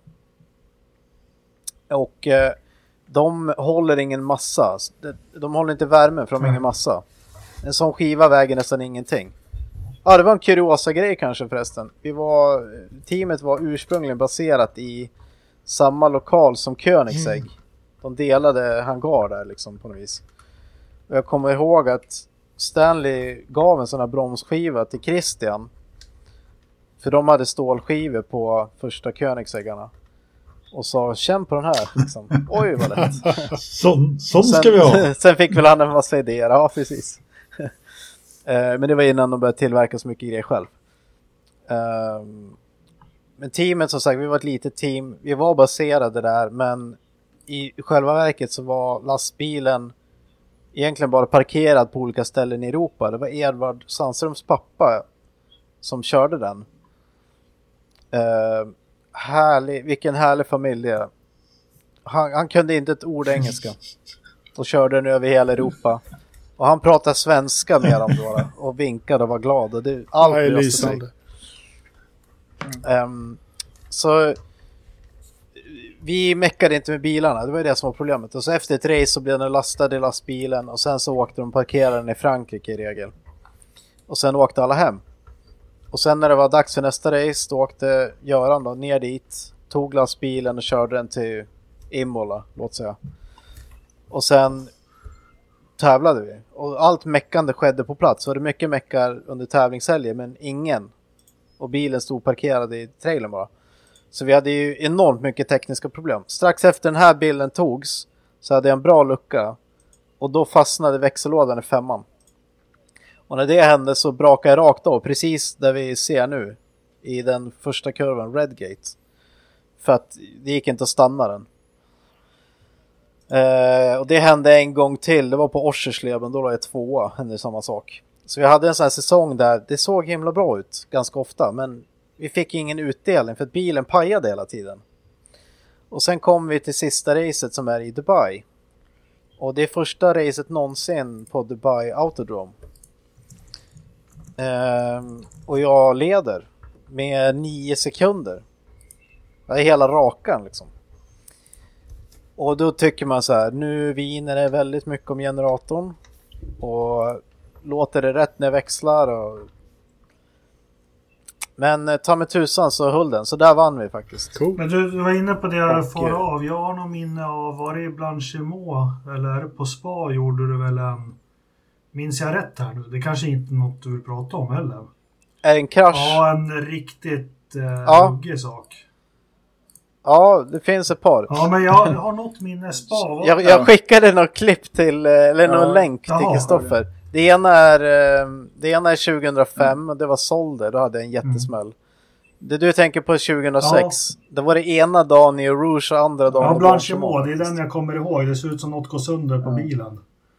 Och de håller ingen massa. De håller inte värmen för de har ingen massa. En sån skiva väger nästan ingenting. Ja, det var en kuriosa grej kanske förresten. Teamet var ursprungligen baserat i samma lokal som Koenigsegg. De delade hangar där liksom på något vis. Och jag kommer ihåg att Stanley gav en sån här bromsskiva till Christian. För de hade stålskivor på första Koenigseggarna. Och sa, känn på den här. Liksom. Oj, vad lätt. Sån ska vi ha. Sen fick väl han en massa idéer. Ja, precis. Men det var innan de började tillverka så mycket grejer själv. Men teamet som sagt, vi var ett litet team. Vi var baserade där, men i själva verket så var lastbilen egentligen bara parkerad på olika ställen i Europa. Det var Edvard Sandströms pappa som körde den. Vilken härlig familj det är. Han kunde inte ett ord engelska. och körde den över hela Europa. Och han pratade svenska med dem då och vinkade och var glad. Och det, allt är löste sig. lysande. Så vi meckade inte med bilarna. Det var det som var problemet. Och så efter ett race så blev den lastad i lastbilen. Och sen så åkte de parkerade den i Frankrike i regel. Och sen åkte alla hem. Och sen när det var dags för nästa race, då åkte Göran då ner dit. Tog lastbilen och körde den till Imola, låt säga. Och sen tävlade vi. Och allt meckande skedde på plats. Så det var mycket meckar under tävlingshelger, men ingen. Och bilen stod parkerad i trailern bara. Så vi hade ju enormt mycket tekniska problem. Strax efter den här bilden togs så hade jag en bra lucka. Och då fastnade växellådan i 5:an. Och när det hände så brakade jag rakt av. Precis där vi ser nu. I den första kurvan, Redgate. För att det gick inte att stanna den. Och det hände en gång till. Det var på Oschersleben. Då var jag 2:a. Hände samma sak. Så vi hade en sån här säsong där det såg himla bra ut. Ganska ofta. Men vi fick ingen utdelning. För att bilen pajade hela tiden. Och sen kom vi till sista racet som är i Dubai. Och det är första racet någonsin på Dubai Autodrome. Och jag leder med 9 sekunder. Jag är hela rakan liksom. Och då tycker man så här, nu viner det väldigt mycket om generatorn. Och låter det rätt när jag växlar. Men ta med tusan så höll den. Så där vann vi faktiskt. Cool. Men du var inne på det förra av. Jag har nog minne av, var det i Blanchimont eller på Spa gjorde du väl en... Minns jag rätt här nu? Det kanske inte är något du vill prata om heller. Är det en krasch? Ja, en riktigt ruggig sak. Ja, det finns ett par. Ja, men jag har något minne Spa. Jag skickade något klipp till, eller någon länk till Kristoffer. Det ena är 2005 och det var Solder. Då hade jag en jättesmäll. Det du tänker på 2006. Det var det ena dagen i Rouge och andra dagen. Ja, Blanchimont. Det är den jag kommer ihåg. Det ser ut som något går sönder på bilen.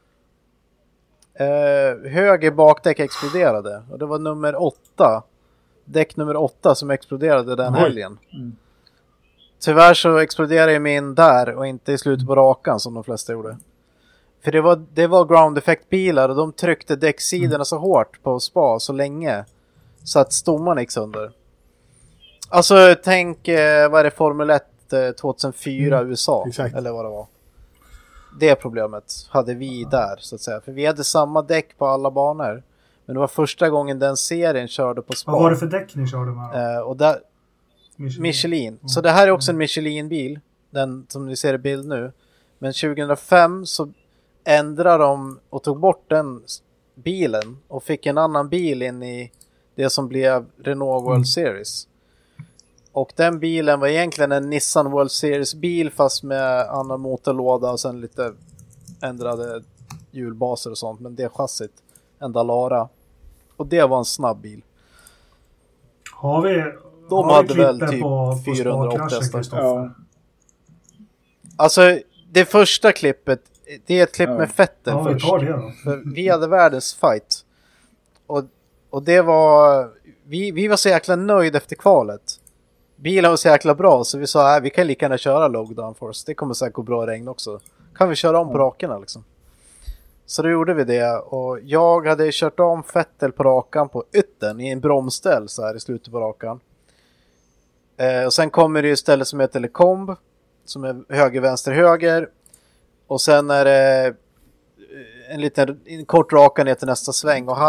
Höger bakdäck exploderade. Och det var nummer 8. Däck nummer 8 som exploderade den helgen. Tyvärr så exploderade min där och inte i slutet på rakan som de flesta gjorde. För det var ground effect bilar och de tryckte däcksidorna så hårt på Spa så länge så att stomman gick sönder. Alltså tänk vad är det Formel 1 2004 USA exakt. Eller vad det var. Det problemet hade vi där så att säga. För vi hade samma däck på alla banor. Men det var första gången den serien körde på Spa. Vad var det för däck ni körde med? Och där Michelin. Så det här är också en Michelin-bil. Den som ni ser i bild nu. Men 2005 så ändrade de och tog bort den bilen. Och fick en annan bil in i det som blev Renault World Series. Och den bilen var egentligen en Nissan World Series-bil fast med annan motorlåda och sen lite ändrade hjulbaser och sånt. Men det chassit, en Dallara. Och det var en snabb bil. Har vi... De hade väl typ 480 hästar. Ja. Alltså, det första klippet, det är ett klipp med Vettel vi först. tar det då. För vi hade världens fight. Och det var... Vi var så jäkla nöjd efter kvalet. Bilen var så jäkla bra så vi sa vi kan lika gärna köra Lockdown Force. Det kommer säkert gå bra i regn också. Kan vi köra om på rakerna liksom. Så då gjorde vi det. Och jag hade kört om Vettel på rakan på ytten i en bromsställ så här i slutet på rakan. Och sen kommer det ju stället som heter Lecombe. Som är höger, vänster, höger. Och sen är det en kort raka ner till nästa sväng. Och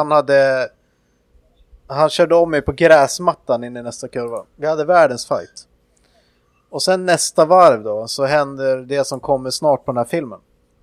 han körde om mig på gräsmattan in i nästa kurva. Vi hade världens fight. Och sen nästa varv då så händer det som kommer snart på den här filmen.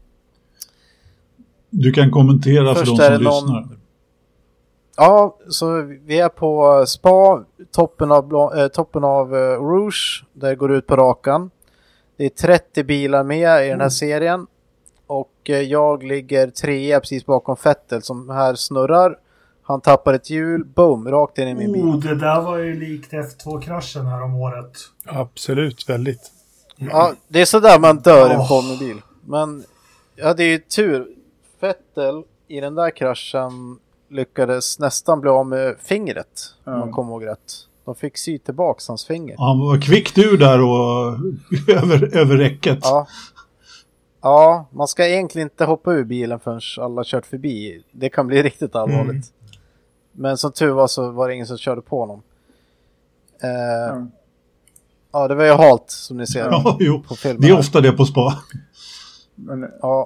Du kan kommentera först för de som lyssnar. Ja, så vi är på Spa, toppen av Rouge. Där går ut på rakan. Det är 30 bilar med i den här serien. Och jag ligger 3 precis bakom Vettel som här snurrar. Han tappar ett hjul, boom, rakt in i min bil. Det där var ju likt F2-kraschen här om året. Absolut, väldigt. Ja, det är sådär man dör i en Formel-bil. Men jag hade ju tur. Vettel i den där kraschen lyckades nästan bli av med fingret. Om man kommer ihåg rätt. De fick sy tillbaka hans finger. Han var kvickt ur där och över räcket. Ja. Ja, man ska egentligen inte hoppa ur bilen förrän alla kört förbi. Det kan bli riktigt allvarligt. Men som tur var så var det ingen som körde på honom. Ja, det var ju halt som ni ser på filmen. Det är ofta det på spa. Ja.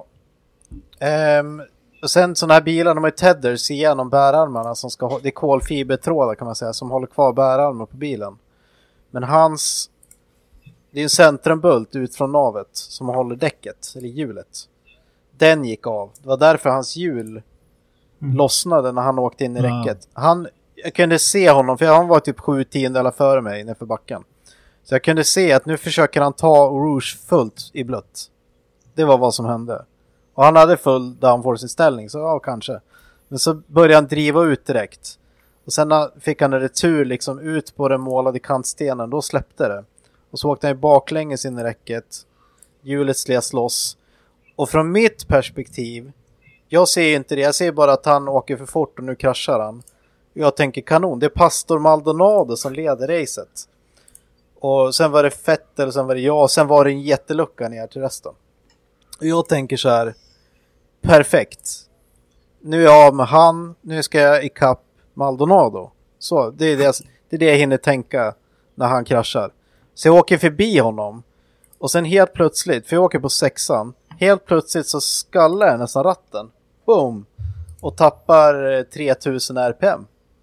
Och sen sådana här bilar, de har ju tedders igenom bärarmarna som ska det är kolfibertrådar kan man säga som håller kvar bärarmar på bilen. Men det är en centrumbult ut från navet som håller däcket eller hjulet. Den gick av. Det var därför hans hjul lossnade när han åkte in i räcket. Jag kunde se honom för han var typ 7/10 före mig nerför backen. Så jag kunde se att nu försöker han ta Rouge fullt i blött. Det var vad som hände. Och han hade full downforce-inställning, så ja, kanske. Men så började han driva ut direkt. Och sen fick han en retur liksom ut på den målade kantstenen. Då släppte det. Och så åkte han baklänges in i räcket. Hjulet släs loss. Och från mitt perspektiv, jag ser inte det. Jag ser bara att han åker för fort och nu kraschar han. Jag tänker kanon, det är Pastor Maldonado som leder racet. Och sen var det Vettel, sen var det jag. Sen var det en jättelucka ner till resten. Och jag tänker så här, perfekt. Nu är jag av med han, nu ska jag ikapp Maldonado. Så, det är det jag hinner tänka när han kraschar. Så jag åker förbi honom. Och sen helt plötsligt, för jag åker på 6:an, helt plötsligt så skallar jag nästan ratten. Boom! Och tappar 3000 RPM.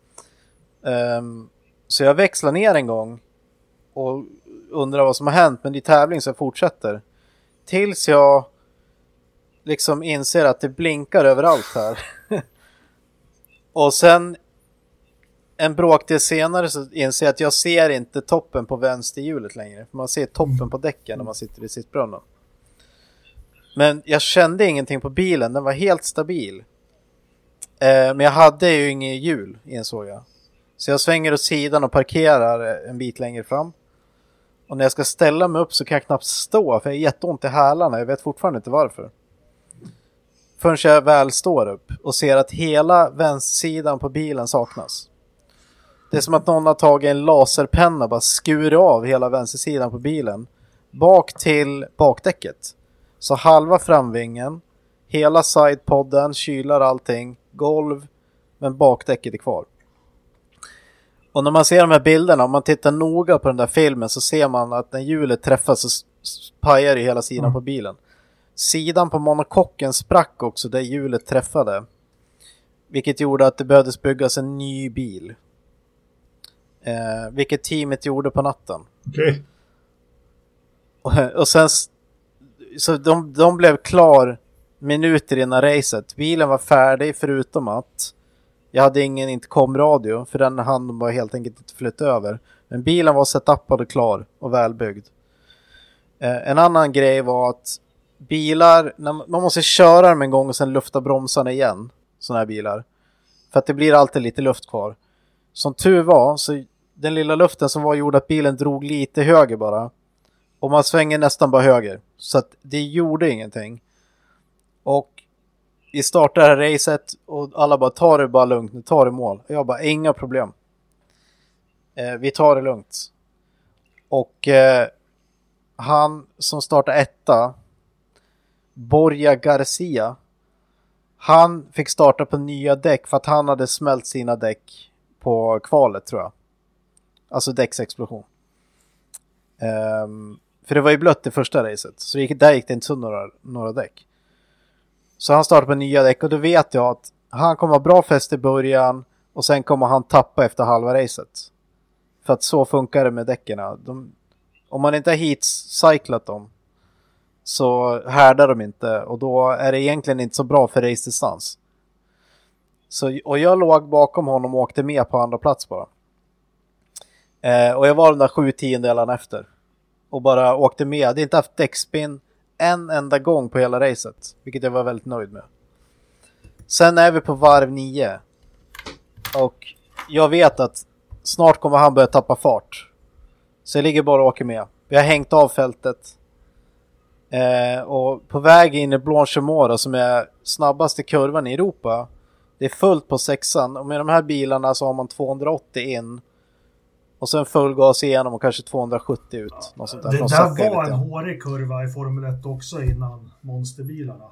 Så jag växlar ner en gång och undrar vad som har hänt, men det är tävling så jag fortsätter. Tills jag liksom inser att det blinkar överallt här. Och sen en bråkdel senare så inser jag att jag ser inte toppen på vänsterhjulet längre. För man ser toppen på däcken när man sitter i sittbrunnen. Men jag kände ingenting på bilen, den var helt stabil. Men jag hade ju inget hjul, insåg jag. Så jag svänger åt sidan och parkerar en bit längre fram. Och när jag ska ställa mig upp så kan jag knappt stå, för jag är jätteont i hälarna. Jag vet fortfarande inte varför. Förrän jag väl står upp och ser att hela vänstersidan på bilen saknas. Det är som att någon har tagit en laserpenna och bara skurit av hela vänstersidan på bilen. Bak till bakdäcket. Så halva framvingen, hela sidepodden, kylar allting, golv, men bakdäcket är kvar. Och när man ser de här bilderna, om man tittar noga på den där filmen så ser man att när hjulet träffas så pajar i hela sidan på bilen. Sidan på monokocken sprack också där hjulet träffade. Vilket gjorde att det behövdes byggas en ny bil. Vilket teamet gjorde på natten. Okej. Och sen så de blev klar minuter innan racet. Bilen var färdig förutom att jag hade ingen intercomradio för den hann bara helt enkelt inte flytta över. Men bilen var setupad och klar och välbyggd. En annan grej var att bilar, man måste köra dem en gång och sen lufta bromsarna igen. Såna här bilar. För att det blir alltid lite luft kvar. Som tur var så den lilla luften som var gjorde att bilen drog lite höger bara. Och man svänger nästan bara höger. Så att det gjorde ingenting. Och vi startar det här racet och alla bara tar det bara lugnt. Nu tar det mål. Och jag bara, inga problem. Vi tar det lugnt. Och han som startar etta, Borja Garcia, han fick starta på nya däck för att han hade smält sina däck på kvalet tror jag. Alltså däcksexplosion. För det var ju blött i första racet. Så där gick det inte så några däck. Så han startade på nya däck och då vet jag att han kommer ha bra fäst i början och sen kommer han tappa efter halva racet. För att så funkar det med däcken. Om man inte har heat-cyclat dem så härdar de inte och då är det egentligen inte så bra för racedistans. Och jag låg bakom honom och åkte med på andra plats bara. Och jag var den där 7/10 efter. Och bara åkte med. Jag hade inte haft däckspin en enda gång på hela racet. Vilket jag var väldigt nöjd med. Sen är vi på varv 9. Och jag vet att snart kommer han börja tappa fart. Så jag ligger bara och åker med. Vi har hängt av fältet. Och på väg in i Blanchemora som är snabbaste kurvan i Europa. Det är fullt på 6:an. Och med de här bilarna så har man 280 in. Och sen full gas igenom och kanske 270 ut. Något sånt där. Det där var en hårig kurva i Formel 1 också innan monsterbilarna.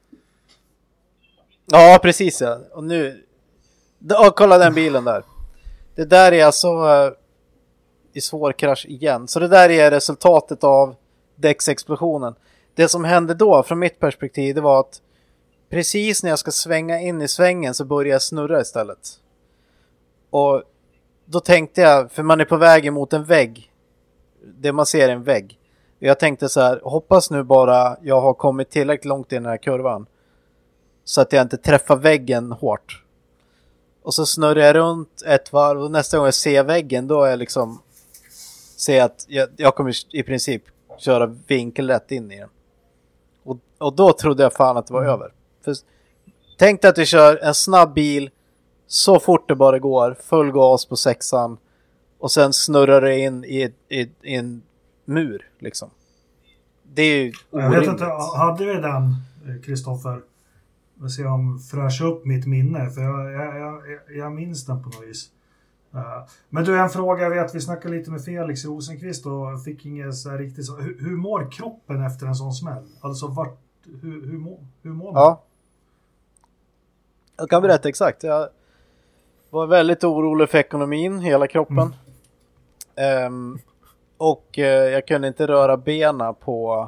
Ja, precis. Ja. Och nu... kolla den bilen där. Det där är alltså i svår krasch igen. Så det där är resultatet av däcksexplosionen. Det som hände då, från mitt perspektiv, det var att precis när jag ska svänga in i svängen så börjar jag snurra istället. Och då tänkte jag, för man är på väg emot en vägg. Det man ser är en vägg. Jag tänkte så här, hoppas nu bara jag har kommit tillräckligt långt i den här kurvan. Så att jag inte träffar väggen hårt. Och så snurrar jag runt ett varv och nästa gång jag ser väggen då är jag liksom... Ser att jag kommer i princip köra vinkelrätt in i den. Och då trodde jag fan att det var över. För tänk dig att du kör en snabb bil så fort det bara går, full gas på 6an och sen snurrar det in i en mur liksom. Det är ju orimligt. Jag vet inte, hade vi den, Kristoffer? Jag ser om fräscha upp mitt minne, för jag minns den på något vis. Men du, en fråga, jag vet vi snackade lite med Felix Rosenqvist och fick inget så här riktigt så. Hur mår kroppen efter en sån smäll? Alltså hur mår man? Ja. Jag kan berätta exakt. Jag var väldigt orolig för ekonomin, hela kroppen. Och jag kunde inte röra benen på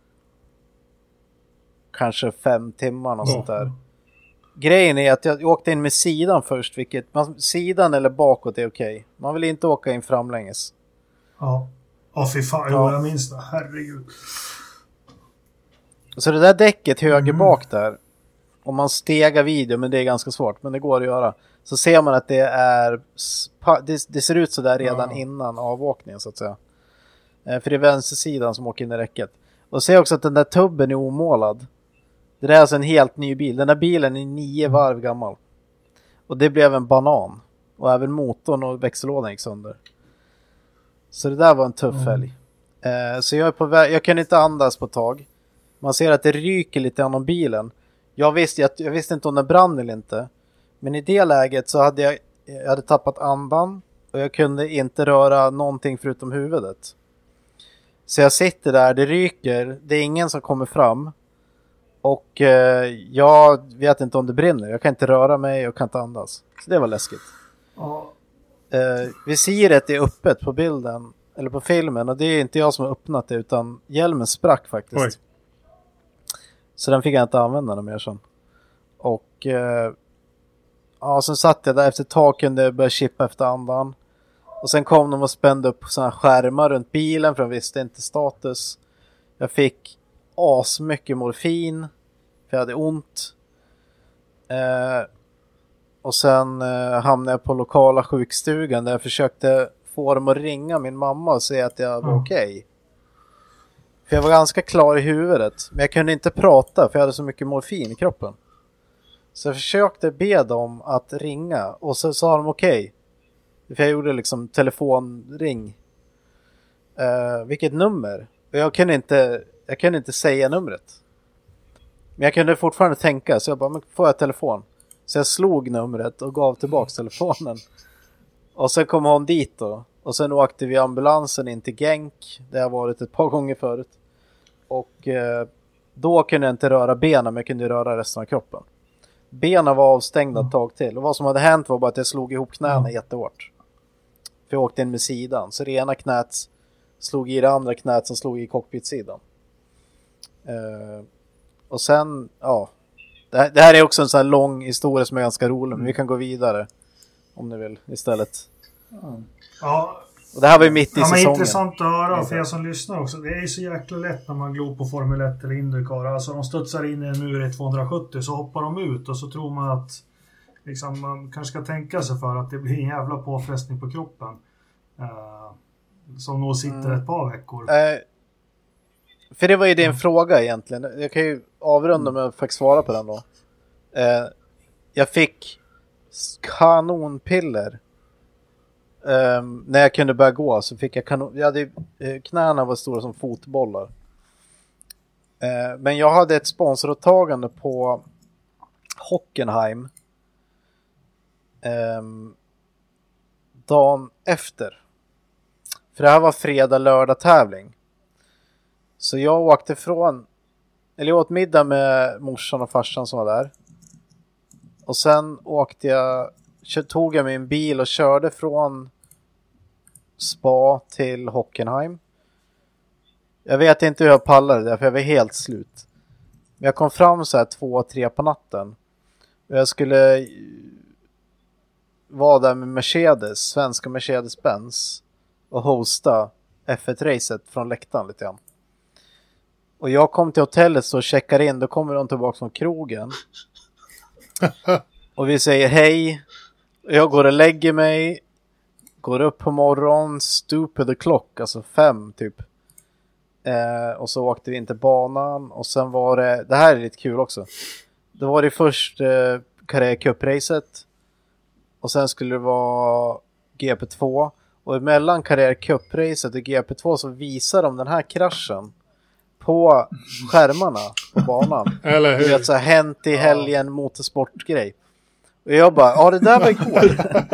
kanske 5 timmar och sånt där. Grejen är att jag åkte in med sidan först, vilket sidan eller bakåt är okej. Man vill inte åka in framlänges. Ja. Fy fan, ja. Jag minns det. Herregud. Så det där däcket höger bak där, om man stegar video, men det är ganska svårt, men det går att göra. Så ser man att det ser ut så där redan innan avåkningen så att säga. För det är vänstersidan som åker in i räcket. Och ser också att den där tubben är omålad. Det där är alltså en helt ny bil. Den där bilen är 9 varv gammal. Och det blev en banan. Och även motorn och växellådan gick sönder. Så det där var en tuff helg. Så jag är på väg. Jag kan inte andas på ett tag. Man ser att det ryker lite om bilen. Jag visste inte om den brann eller inte. Men i det läget så hade jag hade tappat andan. Och jag kunde inte röra någonting förutom huvudet. Så jag sitter där, det ryker. Det är ingen som kommer fram. Och jag vet inte om det brinner. Jag kan inte röra mig och kan inte andas. Så det var läskigt. Visiret är öppet på bilden. Eller på filmen. Och det är inte jag som har öppnat det. Utan hjälmen sprack faktiskt. Oj. Så den fick jag inte använda någon mer sen. Och sen satt jag där. Efter ett tag kunde jag börja chippa efter andan. Och sen kom de och spände upp såna skärmar runt bilen. För de visste inte status. Jag fick mycket morfin. För jag hade ont. Och sen hamnade jag på lokala sjukstugan. Där jag försökte få dem att ringa min mamma och säga att jag var okej. För jag var ganska klar i huvudet. Men jag kunde inte prata för jag hade så mycket morfin i kroppen. Så jag försökte be dem att ringa. Och så sa de okej. För jag gjorde liksom telefonring. Vilket nummer? Och jag kunde inte säga numret. Men jag kunde fortfarande tänka. Så jag bara, men får jag telefon? Så jag slog numret och gav tillbaka telefonen. Och sen kom hon dit då. Och sen åkte vi ambulansen in till Genk. Där jag varit ett par gånger förut. Och då kunde jag inte röra benen. Men jag kunde röra resten av kroppen. Benen var avstängda ett tag till. Och vad som hade hänt var bara att jag slog ihop knäna jättehårt. För jag åkte in med sidan. Så det ena knät slog i det andra knät som slog i cockpitsidan. Och sen, det här är också en sån här lång historia som är ganska rolig. Men vi kan gå vidare om ni vill istället. Ja. Och det här var ju mitt i säsongen. Men intressant att höra för er som lyssnar också. Det är så jäkla lätt när man glor på Formel 1 eller Indycar. Alltså de studsar in i en mur i 270 så hoppar de ut och så tror man att liksom, man kanske ska tänka sig för att det blir en jävla påfrestning på kroppen. Som nog sitter ett par veckor. För det var ju din fråga egentligen. Jag kan ju avrunda med att faktiskt svara på den då. Jag fick kanonpiller. När jag kunde börja gå så fick jag knäna var stora som fotbollar. Men jag hade ett sponsoråtagande på Hockenheim dagen efter. För det här var fredag-lördag tävling. Så jag åkte jag åt middag med morsan och farsan som var där. Och sen tog jag min bil och körde från Spa till Hockenheim. Jag vet inte hur jag pallade det, för jag var helt slut. Men jag kom fram så här 2-3 på natten. Och jag skulle vara där med Mercedes, svenska Mercedes-Benz, och hosta F1-racet från läktaren lite grann. Och jag kom till hotellet och checkar in. Då kommer de tillbaka från krogen. Och vi säger hej. Jag går och lägger mig. Går upp på morgon. Stupid the clock. Alltså 5 typ. Och så åkte vi in till banan. Och sen var det här är lite kul också. Det var det först Carrera Cup-racet. Och sen skulle det vara GP2. Och emellan Carrera Cup-racet och GP2 så visar de den här kraschen på skärmarna på banan. Eller hur? Du vet, så här, hänt i helgen motorsportgrej. Och jag bara, ja det där var cool.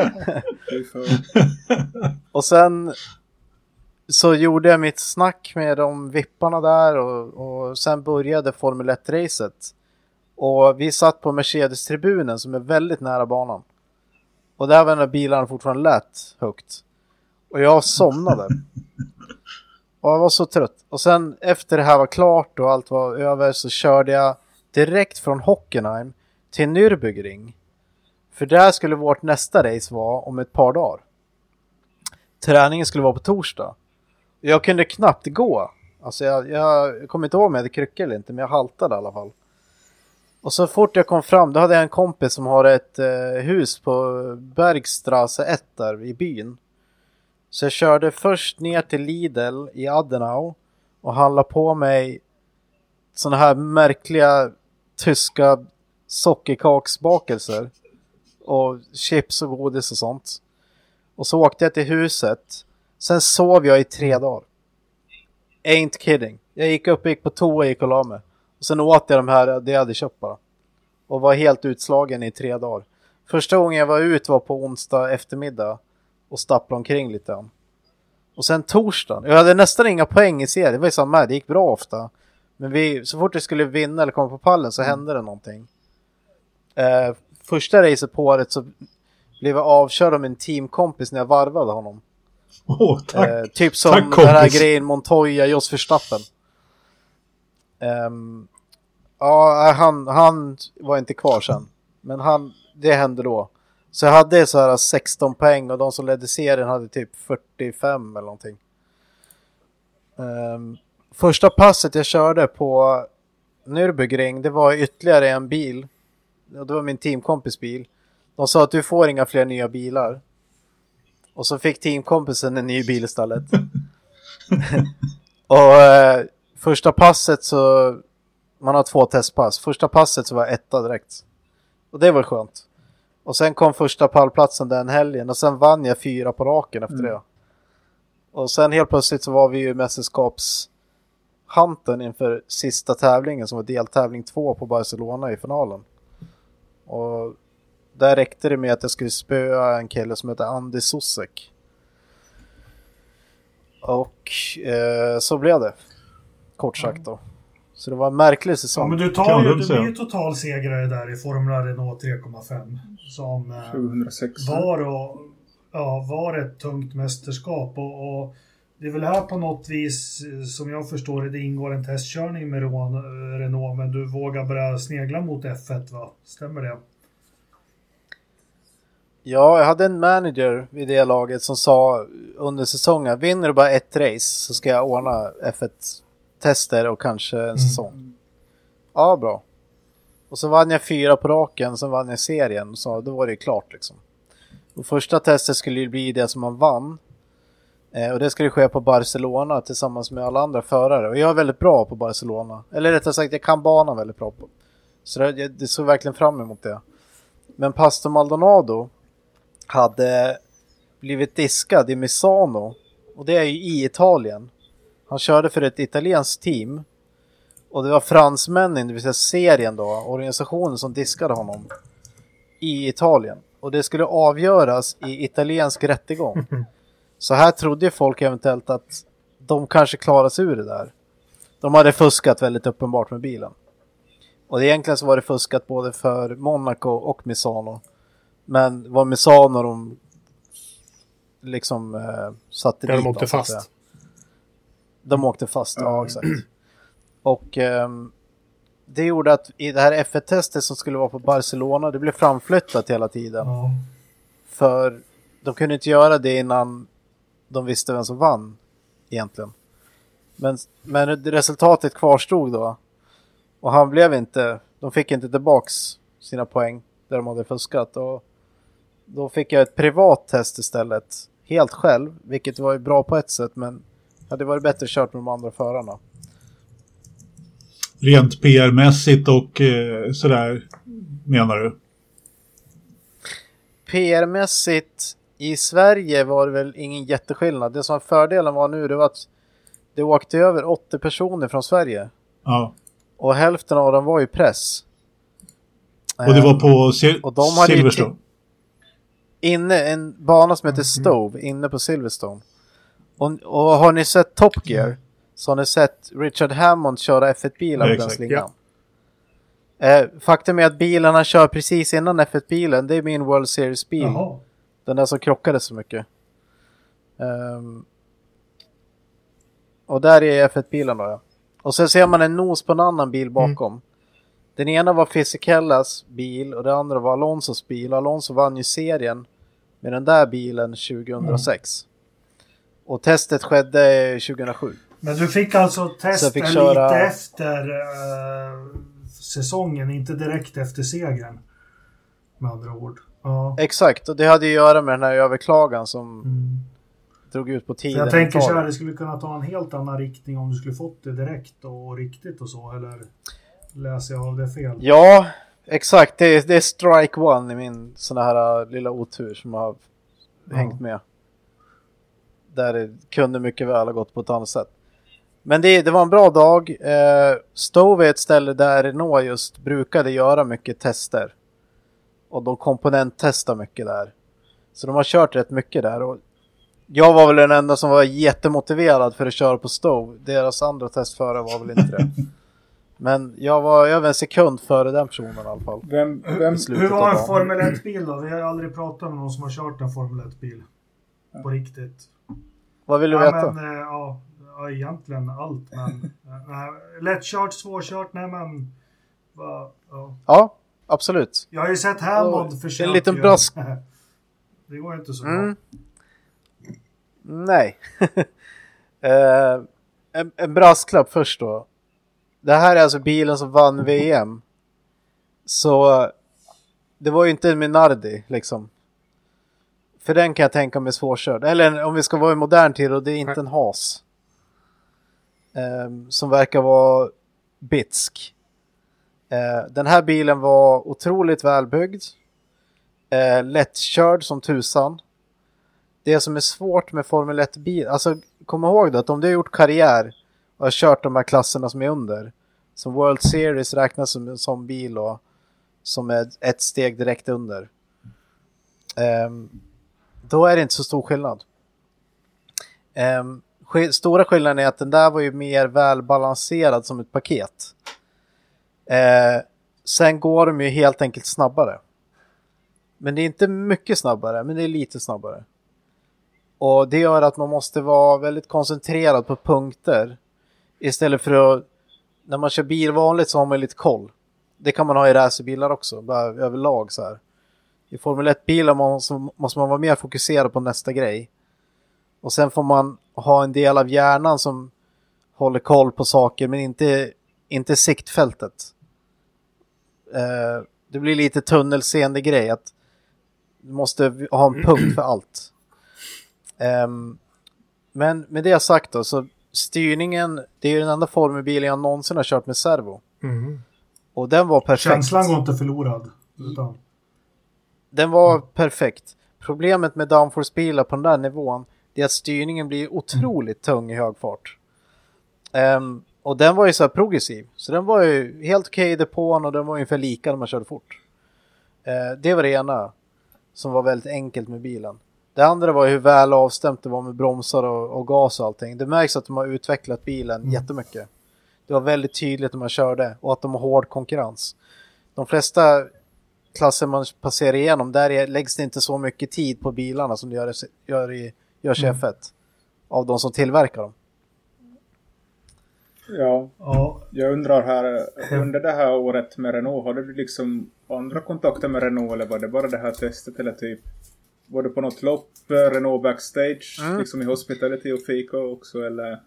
Och sen så gjorde jag mitt snack med de vipparna där och sen började Formel 1-racet. Och vi satt på Mercedes-tribunen som är väldigt nära banan. Och där var den bilarna fortfarande lät högt. Och jag somnade. Och jag var så trött. Och sen efter det här var klart och allt var över så körde jag direkt från Hockenheim till Nürburgring. För där skulle vårt nästa race vara om ett par dagar. Träningen skulle vara på torsdag. Jag kunde knappt gå. Alltså jag kommer inte ihåg om jag hade kryckor eller inte, men jag haltade i alla fall. Och så fort jag kom fram, då hade jag en kompis som har ett hus på Bergstrasse 1 där i byn. Så jag körde först ner till Lidl i Adenau och handlade på mig såna här märkliga tyska sockerkaksbakelser och chips och godis och sånt. Och så åkte jag till huset. Sen sov jag i 3 dagar. Ain't kidding. Jag gick på toa och gick och la mig. Och sen åt jag de här, det jag hade köpt bara. Och var helt utslagen i 3 dagar. Första gången jag var ut var på onsdag eftermiddag. Och stapplade omkring lite grann. Och sen torsdagen. Jag hade nästan inga poäng i serien. Det var ju samma, det gick bra ofta. Men så fort vi skulle vinna eller komma på pallen så hände det någonting. Första racet på året så blev jag avkörd av en teamkompis när jag varvade honom. Tack. Typ som tack, den här grejen Montoya, Jos Verstappen. Ja, han var inte kvar sen. Men det hände då. Så jag hade så här 16 poäng och de som ledde serien hade typ 45 eller någonting. Första passet jag körde på Nürburgring, det var ytterligare en bil. Det var min teamkompis bil. De sa att du får inga fler nya bilar. Och så fick teamkompisen en ny bil istället. Och första passet så... Man har 2 testpass. Första passet så var 1 direkt. Och det var skönt. Och sen kom första pallplatsen den helgen. Och sen vann jag 4 på raken efter det. Och sen helt plötsligt så var vi ju mästerskapshanten inför sista tävlingen som var deltävling 2 på Barcelona i finalen. Och där räckte det med att jag skulle spöa en kille som heter Andy Sosek. Och så blev det. Kort sagt då. Så det var en märklig säsong. Ja, men du blir ju totalsegrare där i Formula Renault 3,5 som 706. var ett tungt mästerskap och det är väl här på något vis som jag förstår det ingår en testkörning med Renault, men du vågar börja snegla mot F1, va? Stämmer det? Ja, jag hade en manager vid det laget som sa under säsongen, vinner du bara ett race så ska jag ordna F1-tester och kanske en säsong. Ja, bra. Och så vann jag 4 på raken, sen vann jag serien, så då var det klart liksom. Och första testet skulle ju bli det som man vann. Och det skulle ske på Barcelona tillsammans med alla andra förare. Och jag är väldigt bra på Barcelona. Eller rättare sagt, jag kan banan väldigt bra på. Så det såg verkligen fram emot det. Men Pastor Maldonado hade blivit diskad i Misano. Och det är ju i Italien. Han körde för ett italienskt team. Och det var fransmännen, det vill säga serien då, organisationen som diskade honom i Italien. Och det skulle avgöras i italiensk rättegång. Så här trodde ju folk eventuellt att de kanske klarar sig ur det där. De hade fuskat väldigt uppenbart med bilen. Och egentligen så var det fuskat både för Monaco och Misano. Men det var Misano de liksom satte dit. De åkte fast. De åkte fast, ja exakt. Och det gjorde att i det här F1-testet som skulle vara på Barcelona, det blev framflyttat hela tiden. För de kunde inte göra det innan de visste vem som vann egentligen. Men resultatet kvarstod då. Och de fick inte tillbaks sina poäng där de hade fuskat. Och då fick jag ett privat test istället. Helt själv, vilket var ju bra på ett sätt, men hade varit bättre kört med de andra förarna. Rent PR-mässigt och sådär, menar du? PR-mässigt i Sverige var det väl ingen jätteskillnad. Det som fördelen var nu, det var att det åkte över 80 personer från Sverige. Ja. Och hälften av dem var ju press. Och det var på Silverstone? En bana som heter Stove, inne på Silverstone. Och har ni sett Top Gear, så har ni sett Richard Hammond köra F1-bilar på den slingan. Ja. Faktum är att bilarna kör precis innan F1-bilen. Det är min World Series-bil. Jaha. Den där som krockade så mycket. Och där är F1-bilen då, ja. Och sen ser man en nos på en annan bil bakom. Den ena var Fisichelas bil och den andra var Alonsos bil. Alonso vann ju serien med den där bilen 2006. Och testet skedde 2007. Men du fick alltså testa lite efter säsongen, inte direkt efter segern. Med andra ord. Ja. Exakt, och det hade ju att göra med den här överklagan som drog ut på tiden. Så jag tänker så här, det skulle kunna ta en helt annan riktning om du skulle fått det direkt och riktigt och så, eller läser jag av det fel? Ja, exakt. Det är strike one i min sån här lilla otur som har hängt med. Där det kunde mycket väl ha gått på ett annat sätt. Men det var en bra dag. Stove är ett ställe där Renault just brukade göra mycket tester. Och de komponenttestar mycket där. Så de har kört rätt mycket där. Och jag var väl den enda som var jättemotiverad för att köra på Stove. Deras andra testförare var väl inte det. Men jag var över en sekund före den personen i alla fall. Hur var en Formel 1-bil då? Vi har aldrig pratat med någon som har kört en Formel 1-bil. På riktigt. Vad vill du veta? Men, ja, egentligen allt. Men, lättkört, svårkört, nej men... Ja, absolut. Jag har ju sett Hammond försöka. En liten brask. Det går inte så bra. Nej. en brasklapp först då. Det här är alltså bilen som vann VM. Så det var ju inte en Minardi liksom. För den kan jag tänka mig svårkörd. Eller om vi ska vara i modern tid, och det är inte en Haas. Som verkar vara bitsk. Den här bilen var otroligt välbyggd. Lättkörd som tusan. Det som är svårt med Formel 1-bil, alltså kom ihåg det, att om du har gjort karriär och har kört de här klasserna som är under, som World Series räknas som en sån bil och som är ett steg direkt under, då är det inte så stor skillnad. Stora skillnaden är att den där var ju mer välbalanserad som ett paket. Sen går de ju helt enkelt snabbare. Men det är inte mycket snabbare, men det är lite snabbare. Och det gör att man måste vara väldigt koncentrerad på punkter. Istället för att, när man kör bil vanligt så har man lite koll. Det kan man ha i racerbilar också, bara överlag så här. I Formel 1-bilar måste man vara mer fokuserad på nästa grej. Och sen får man ha en del av hjärnan som håller koll på saker, men inte siktfältet. Det blir lite tunnelseende grej att du måste ha en punkt för allt. Men med det sagt då, så styrningen, det är ju den enda formelbilen jag någonsin har kört med servo. Och den var perfekt. Känslan går inte förlorad. Utan... Den var perfekt. Problemet med downforce-bilar på den där nivån, det är att styrningen blir otroligt tung i hög fart. Och den var ju så här progressiv. Så den var ju helt okej i depån, och den var ungefär lika när man körde fort. Det var det ena som var väldigt enkelt med bilen. Det andra var hur väl avstämt det var med bromsar och gas och allting. Det märks att de har utvecklat bilen jättemycket. Det var väldigt tydligt när man körde och att de har hård konkurrens. De flesta klasser man passerar igenom, där läggs det inte så mycket tid på bilarna som det görs i F1 av de som tillverkar dem. Ja, jag undrar här, under det här året med Renault, hade du liksom andra kontakter med Renault eller var det bara det här testet eller typ? Var det på något lopp, Renault backstage, liksom i hospitality och fika också eller?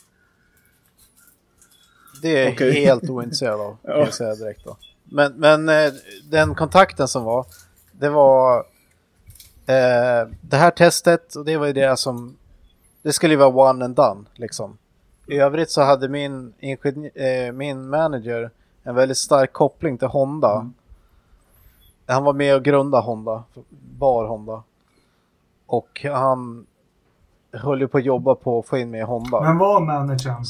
Det är helt ointresserad av, kan jag säga direkt då. Men den kontakten som var, det var det här testet, och det var ju det som, det skulle ju vara one and done liksom. I övrigt så hade min manager en väldigt stark koppling till Honda. Han var med och grundade Honda, bar Honda. Och han höll ju på att jobba på att få in med Honda. Men var managern?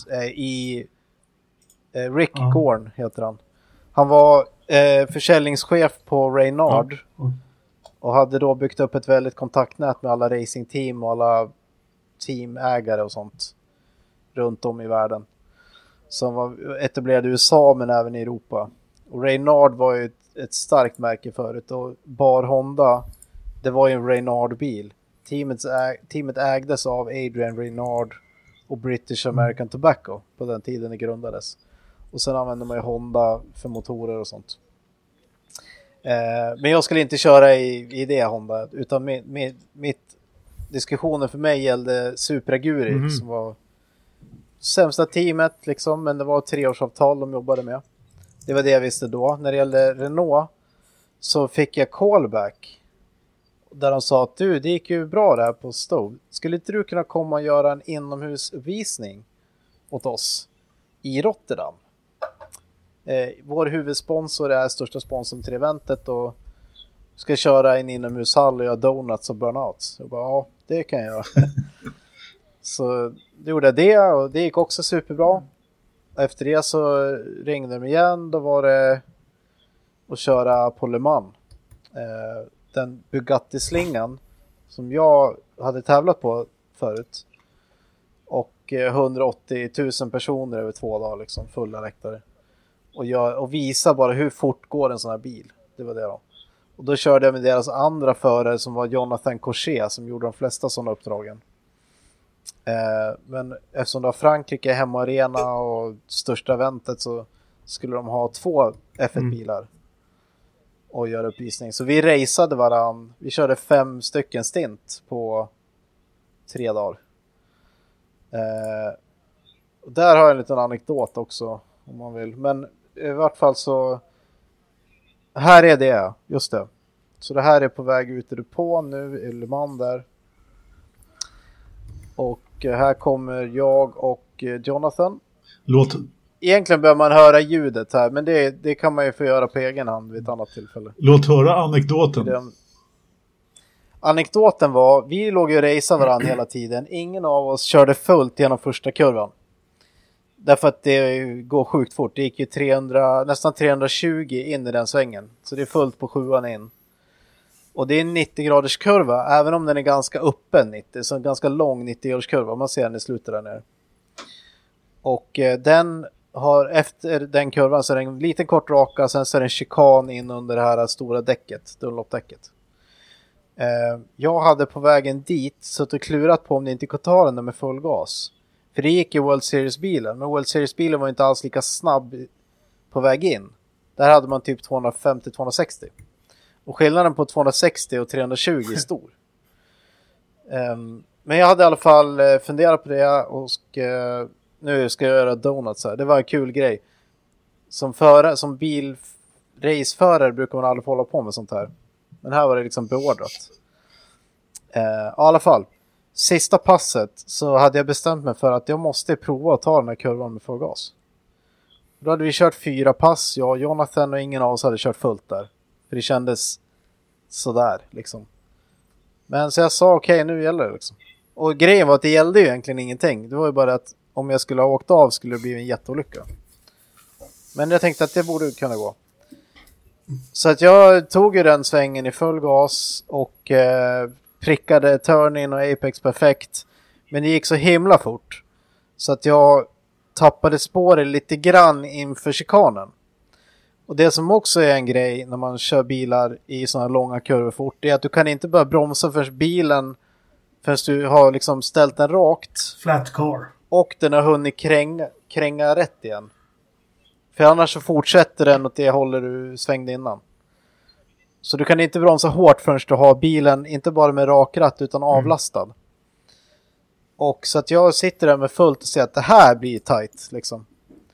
Rick Gorn heter han. Han var försäljningschef på Reynard. Och hade då byggt upp ett väldigt kontaktnät med alla racingteam och alla teamägare och sånt runt om i världen. Som var etablerade i USA men även i Europa. Och Reynard var ju ett starkt märke förut. Och bar Honda, det var ju en Reynard-bil. Teamet ägdes av Adrian Reynard och British American Tobacco på den tiden det grundades. Och sen använde man ju Honda för motorer och sånt. Men jag skulle inte köra i det Honda, utan mitt diskussionen för mig gällde Supra Aguri som var sämsta teamet liksom, men det var 3-årsavtal de jobbade med. Det var det jag visste då. När det gällde Renault så fick jag callback där de sa att det gick ju bra där på Stowe. Skulle inte du kunna komma och göra en inomhusvisning åt oss i Rotterdam? Vår huvudsponsor är största sponsorn till eventet och ska köra en inomhushall och göra donuts och burnouts. Jag bara, ja, det kan jag göra. Så gjorde jag det och det gick också superbra. Efter det så ringde de igen. Då var det att köra på Le Mans. Den Bugatti-slingan som jag hade tävlat på förut. Och 180 000 personer över 2 dagar liksom, fulla läktare. Och visa bara hur fort går en sån här bil. Det var det då. Och då körde jag med deras andra förare som var Jonathan Cochet som gjorde de flesta sådana uppdragen. Men eftersom det var Frankrike, hemmaarena och största eventet så skulle de ha 2 F1-bilar och göra uppvisning. Så vi raceade varann. Vi körde 5 stycken stint på 3 dagar. Och där har jag en liten anekdot också om man vill. Men i vart fall så här är det, just det. Så det här är på väg ut i depå nu i Le Mans där. Och här kommer jag och Jonathan. Egentligen bör man höra ljudet här, men det kan man ju få göra på egen hand vid ett annat tillfälle. Låt höra anekdoten. Anekdoten var, vi låg ju och raceade varandra hela tiden. Ingen av oss körde fullt genom första kurvan. Därför att det går sjukt fort. Det gick ju nästan 320 in i den svängen. Så det är fullt på 7an in. Och det är en 90-graders kurva, även om den är ganska öppen 90. Så en ganska lång 90-graders kurva. Man ser den i slutet där nere. Och den har efter den kurvan så är det en liten kort raka. Sen så är det en chikan in under det här stora däcket, Dunlop-däcket. Jag hade på vägen dit så att jag klurat på om det inte kunde ta den där med full gas. För det gick ju World Series-bilen. Men World Series-bilen var inte alls lika snabb på väg in. Där hade man typ 250-260. Och skillnaden på 260 och 320 är stor. Men jag hade i alla fall funderat på det. Och nu ska jag göra donuts här. Det var en kul grej. Som raceförare brukar man aldrig få hålla på med sånt här. Men här var det liksom beordrat. I alla fall. Sista passet så hade jag bestämt mig för att jag måste prova att ta den här kurvan med full gas. Då hade vi kört 4 pass. Jag, Jonathan och ingen av oss hade kört fullt där. För det kändes sådär liksom. Men så jag sa okej, nu gäller det liksom. Och grejen var att det gällde ju egentligen ingenting. Det var ju bara att om jag skulle ha åkt av skulle det bli en jätteolycka. Men jag tänkte att det borde kunna gå. Så att jag tog ju den svängen i full gas och prickade turn-in och apex perfekt. Men det gick så himla fort. Så att jag tappade spåret lite grann inför chikanen. Och det som också är en grej när man kör bilar i sådana långa kurvor fort, det är att du kan inte börja bromsa förrän bilen, förrän du har liksom ställt den rakt. Flat car. Och den har hunnit kränga rätt igen. För annars så fortsätter den åt det håller du svängde innan. Så du kan inte bromsa hårt förrän du har bilen inte bara med rak ratt utan avlastad. Och så att jag sitter där med fullt och ser att det här blir tight liksom.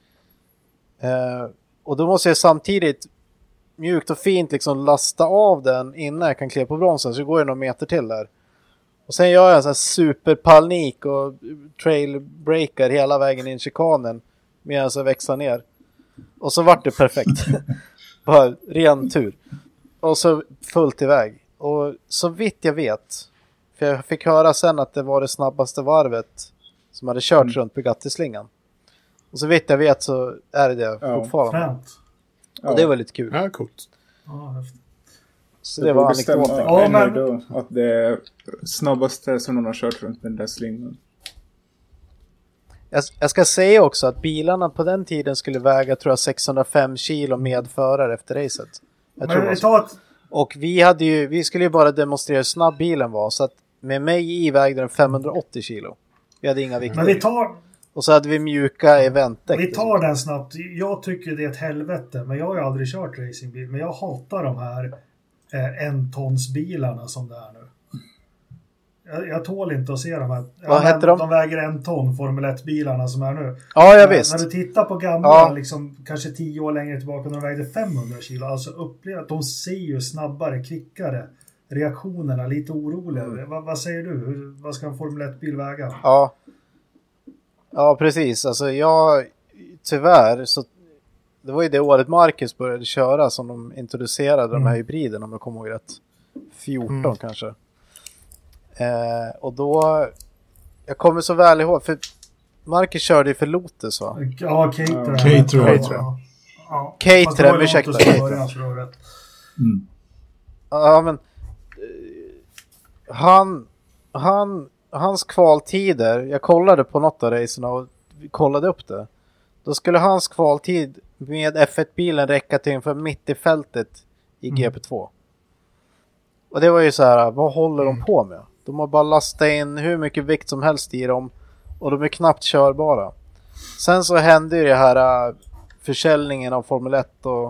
Och då måste jag samtidigt mjukt och fint liksom lasta av den innan jag kan kliva på bromsen. Så går jag några meter till där. Och sen gör jag en sån här superpanik och trailbreaker hela vägen in chikanen medan jag växlar ner. Och så vart det perfekt. Bara ren tur. Och så fullt iväg. Och så vitt jag vet, för jag fick höra sen att det var det snabbaste varvet som hade kört runt Bugatti-slingan. Och så vitt jag vet så är det fortfarande. Fränt. Och det var lite kul. Ja, coolt. Ja, häftigt. Så det var anekdoten. Ja, men då att det är snabbaste som någon har kört runt den där slingan. Jag ska säga också att bilarna på den tiden skulle väga, tror jag, 605 kilo med förare efter racet. Jag tror det var så. Och vi skulle ju bara demonstrera hur snabb bilen var. Så att med mig i vägde den 580 kilo. Vi hade inga vikter. Men och så hade vi mjuka eventdäck. Vi tar den snabbt. Jag tycker det är ett helvete. Men jag har ju aldrig kört racingbil. Men jag hatar de här entonsbilarna som det är nu. Jag tål inte att se de här. Vad heter de? De väger 1 ton Formel 1-bilarna som är nu. Ja, jag visst. När du tittar på gamla, liksom, kanske 10 år längre tillbaka när de vägde 500 kilo. Alltså uppleva att de ser ju snabbare, kvickare. Reaktionerna lite oroligare. Vad säger du? Vad ska en Formel 1-bil väga? Ja, precis. Alltså tyvärr så det var ju det året Marcus började köra som de introducerade de här hybriderna, om jag kommer ihåg rätt. 14 kanske. Och då jag kommer så väl ihåg, för Marcus körde ju för Lotus, va? Ja, Caterham. Caterham, ursäkta. Ja, men hans kvaltider, jag kollade på något av racerna och kollade upp det. Då skulle hans kvaltid med F1-bilen räcka till för mitt i fältet i GP2. Och det var ju så här, vad håller de på med? De har bara lastat in hur mycket vikt som helst i dem och de är knappt körbara. Sen så hände ju det här försäljningen av Formel 1 och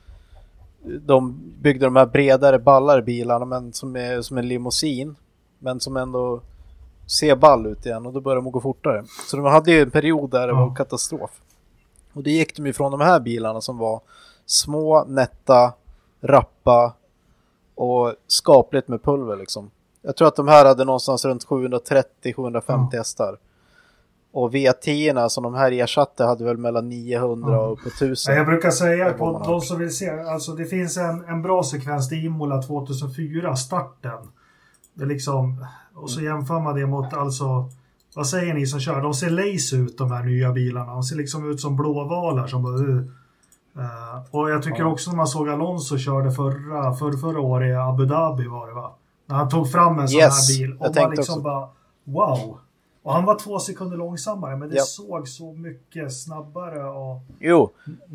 de byggde de här bredare, ballare bilarna, men som är som en limousin, men som ändå ser ball ut igen, och då började de gå fortare. Så de hade ju en period där det var katastrof. Och det gick de ifrån de här bilarna som var små, nätta, rappa och skapligt med pulver liksom. Jag tror att de här hade någonstans runt 730-750 hästar. Och V10-erna som de här ersatte hade väl mellan 900 och på 1000. Jag brukar säga på de som vill se, alltså det finns en bra sekvens i Imola 2004, starten. Det är liksom, och så jämför man det mot, alltså, vad säger ni som kör? De ser lace ut, de här nya bilarna. De ser liksom ut som blåvalar som bara... och jag tycker också när man såg Alonso körde förra året i Abu Dhabi var det, va? När han tog fram en sån här bil. Och man liksom också bara, wow. Och han var 2 sekunder långsammare, men det såg så mycket snabbare. Och jo,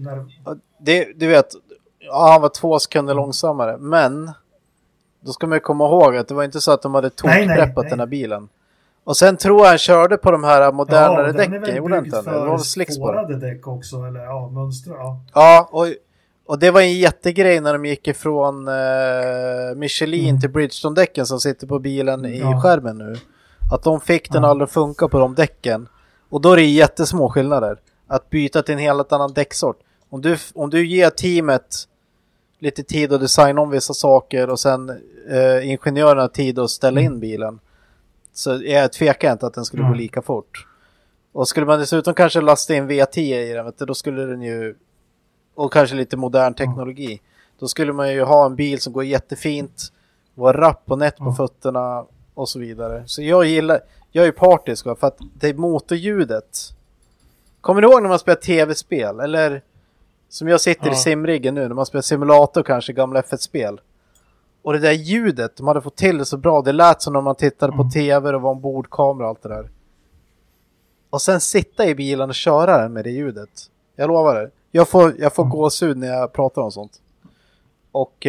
du vet, han var 2 sekunder långsammare, men då ska man ju komma ihåg att det var inte så att de hade tokpreppat den här bilen. Och sen tror jag han körde på de här modernare däcken. Den är väl byggd för spårade däck också, eller mönster. Ja, och det var en jättegrej när de gick ifrån Michelin till Bridgestone-däcken som sitter på bilen i skärmen nu. Att de fick den aldrig funka på de däcken. Och då är det jättesmå skillnader. Att byta till en helt annan däcksort. Om du ger teamet lite tid att designa om vissa saker och sen ingenjörerna tid att ställa in bilen, så jag tvekar inte att den skulle gå lika fort. Och skulle man dessutom kanske lasta in V10 i den, då skulle den ju, och kanske lite modern teknologi, då skulle man ju ha en bil som går jättefint, vara rapp och nätt på fötterna och så vidare. Så jag är ju partisk, för att det är motorljudet. Kommer ni ihåg när man spelar tv-spel? Eller som jag sitter i simriggen nu, när man spelar simulator, kanske gamla F1-spel. Och det där ljudet, de hade fått till det så bra. Det lät som när man tittade på tv och var en bordkamera och allt det där. Och sen sitta i bilen och köra den med det ljudet. Jag lovar det. Jag får gåshud när jag pratar om sånt. Och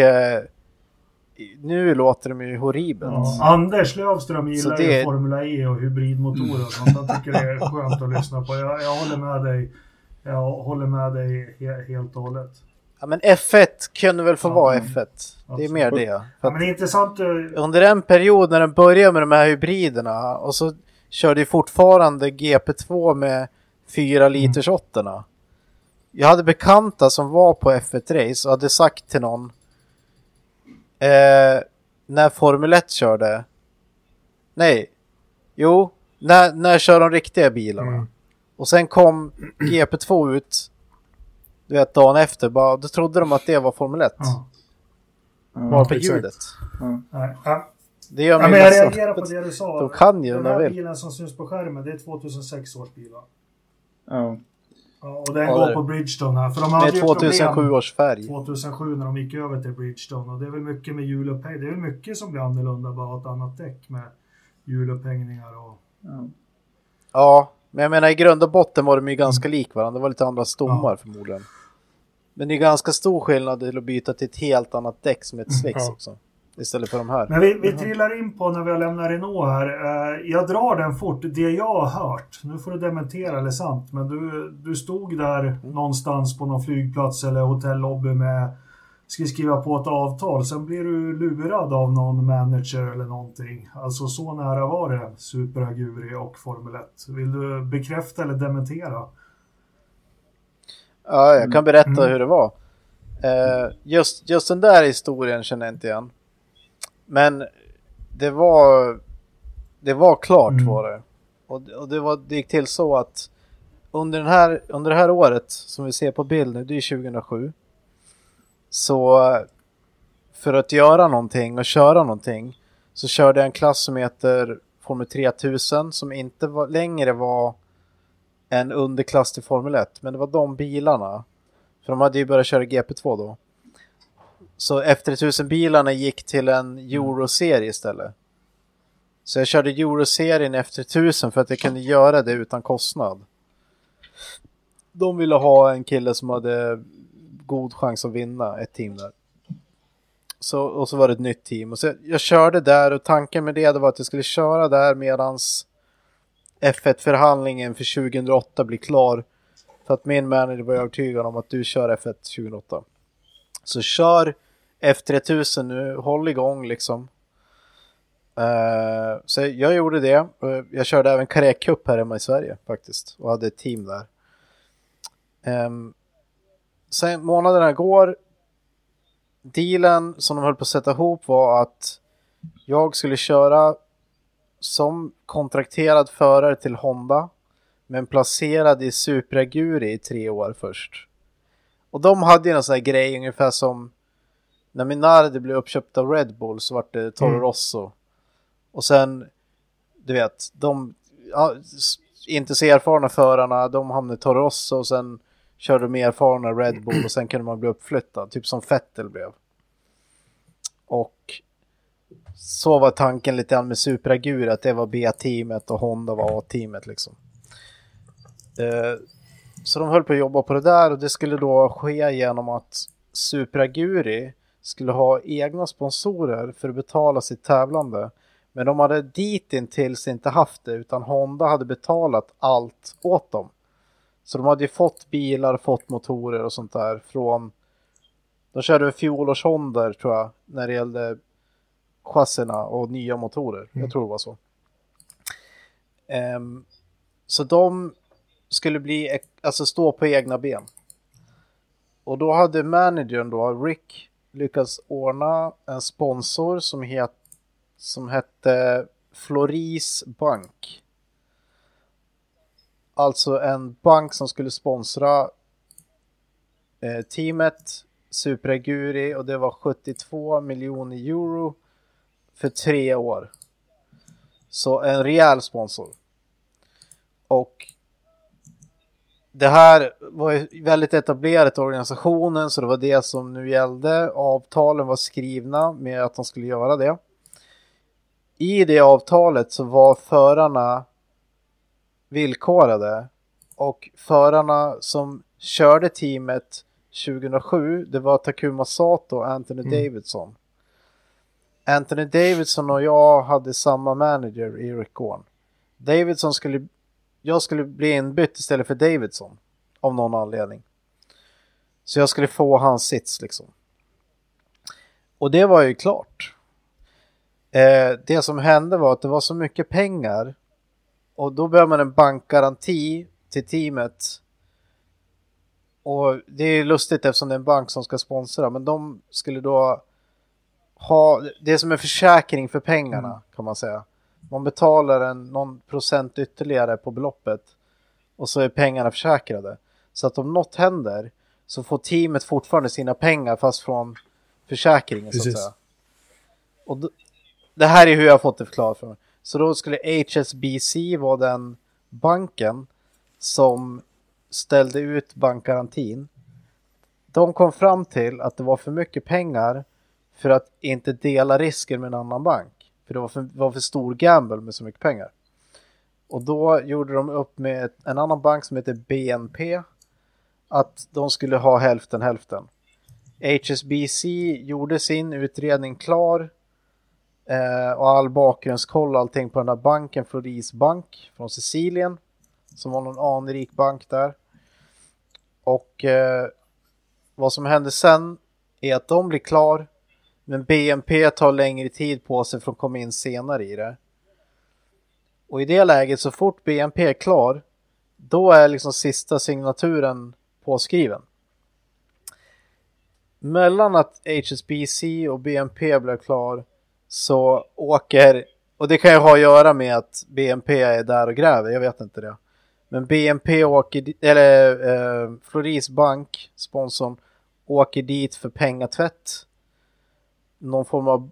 nu låter de ju horribelt. Ja, Anders Lövström gillar ju Formula E och hybridmotorer och sånt. Han tycker det är skönt att lyssna på. Jag håller med dig. Jag håller med dig helt och hållet. Ja, men F1 kunde väl få vara F1. Det är mer det. Ja, men det är intressant. Under en period när den började med de här hybriderna och så körde ju fortfarande GP2 med 4 liters 8:orna. Jag hade bekanta som var på F1-race och hade sagt till någon när Formel 1 körde. Nej. Jo, när kör de riktiga bilarna. Och sen kom GP2 ut, du vet, dagen efter. Bara, då trodde de att det var Formel 1. Bara på ljudet. Det gör mig men jag reagerar på det du sa. De kan ju den här bilen som syns på skärmen, det är 2006 års bil. Ja, och den går på Bridgestone här. För de hade med 2007 års färg. 2007 när de gick över till Bridgestone. Och det är väl mycket med hjulupphängning. Det är väl mycket som blir annorlunda, bara ett annat däck med hjulupphängningar och... Ja, men jag menar i grund och botten var de ju ganska lik varandra. Det var lite andra stommar förmodligen. Men det är ganska stor skillnad till att byta till ett helt annat däck som ett slicks också. Istället för de här. Men vi trillar in på när vi har lämnat Renault här. Jag drar den fort. Det jag har hört, nu får du dementera eller sant, men du stod där någonstans på någon flygplats eller hotellobby med ska skriva på ett avtal. Sen blir du lurad av någon manager eller någonting. Alltså så nära var det Super Aguri och Formel 1. Vill du bekräfta eller dementera? Ja, jag kan berätta hur det var. Just den där historien känner jag inte igen. Men det var klart var det. Och det gick till så att under det här året som vi ser på bild nu, det är 2007. Så för att göra någonting och köra någonting så körde jag en klass som heter Formel 3000 som inte längre var en underklass till Formel 1. Men det var de bilarna. För de hade ju börjat köra GP2 då. Så F3000-bilarna gick till en Euro-serie istället. Så jag körde Euro-serien F3000 för att jag kunde göra det utan kostnad. De ville ha en kille som hade god chans att vinna ett team där. Och så var det ett nytt team. Och så jag körde där och tanken med det var att jag skulle köra där medans F1-förhandlingen för 2008 blir klar. För att min manager var övertygad om att du kör F1 2008. Så kör F3000 nu, håll igång liksom. Så jag gjorde det. Jag körde även Carré Cup här hemma i Sverige faktiskt. Och hade ett team där. Sen månaderna går. Dealen som de höll på att sätta ihop var att jag skulle köra som kontrakterad förare till Honda. Men placerad i Super Aguri i 3 år först. Och de hade ju en sån här grej ungefär som när Minardi blev uppköpt av Red Bull så var det Toro Rosso. Och sen, du vet, de inte så erfarna förarna, de hamnade i Toro Rosso och sen körde de erfarna Red Bull och sen kunde man bli uppflyttad, typ som Vettel blev. Och så var tanken lite grann med Super Aguri, att det var B-teamet och Honda var A-teamet liksom. Så de höll på att jobba på det där och det skulle då ske genom att Super Aguri skulle ha egna sponsorer för att betala sitt tävlande. Men de hade ditintills inte haft det utan Honda hade betalat allt åt dem. Så de hade ju fått bilar, fått motorer och sånt där från... De körde fjolårs Honda tror jag när det gällde chassierna och nya motorer. Jag tror det var så. Så de skulle stå på egna ben. Och då hade managern då, Rick, lyckats ordna en sponsor som hette Floris Bank. Alltså en bank som skulle sponsra teamet Super Aguri och det var 72 miljoner euro för 3 år. Så en rejäl sponsor. Och det här var ju väldigt etablerat i organisationen, så det var det som nu gällde. Avtalen var skrivna med att de skulle göra det. I det avtalet så var förarna villkorade, och förarna som körde teamet 2007, det var Takuma Sato och Anthony Davidson. Anthony Davidson och jag hade samma manager i Rick Warren. Jag skulle bli inbytt istället för Davidson av någon anledning. Så jag skulle få hans sits liksom. Och det var ju klart. Det som hände var att det var så mycket pengar, och då behöver man en bankgaranti till teamet. Och det är lustigt eftersom det är en bank som ska sponsra, men de skulle då ha det som en försäkring för pengarna, kan man säga. Man betalar någon procent ytterligare på beloppet, och så är pengarna försäkrade. Så att om något händer så får teamet fortfarande sina pengar, fast från försäkringen. Precis. Så att säga. Och det här är hur jag har fått det förklarat för mig. Så då skulle HSBC vara den banken som ställde ut bankgarantin. De kom fram till att det var för mycket pengar för att inte dela risken med en annan bank. För det var för stor gamble med så mycket pengar. Och då gjorde de upp med en annan bank som heter BNP att de skulle ha hälften. HSBC gjorde sin utredning klar, och all bakgrundskoll och allting på den här banken, Floris Bank från Sicilien, som var någon anrik bank där. Och vad som hände sen är att de blir klar, men BNP tar längre tid på sig för att komma in senare i det. Och i det läget, så fort BNP är klar, då är liksom sista signaturen påskriven. Mellan att HSBC och BNP blev klar, så åker, och det kan ju ha att göra med att BNP är där och gräver, jag vet inte det. Men BNP åker, eller Floris Bank, sponsorn, åker dit för pengatvätt. Någon form av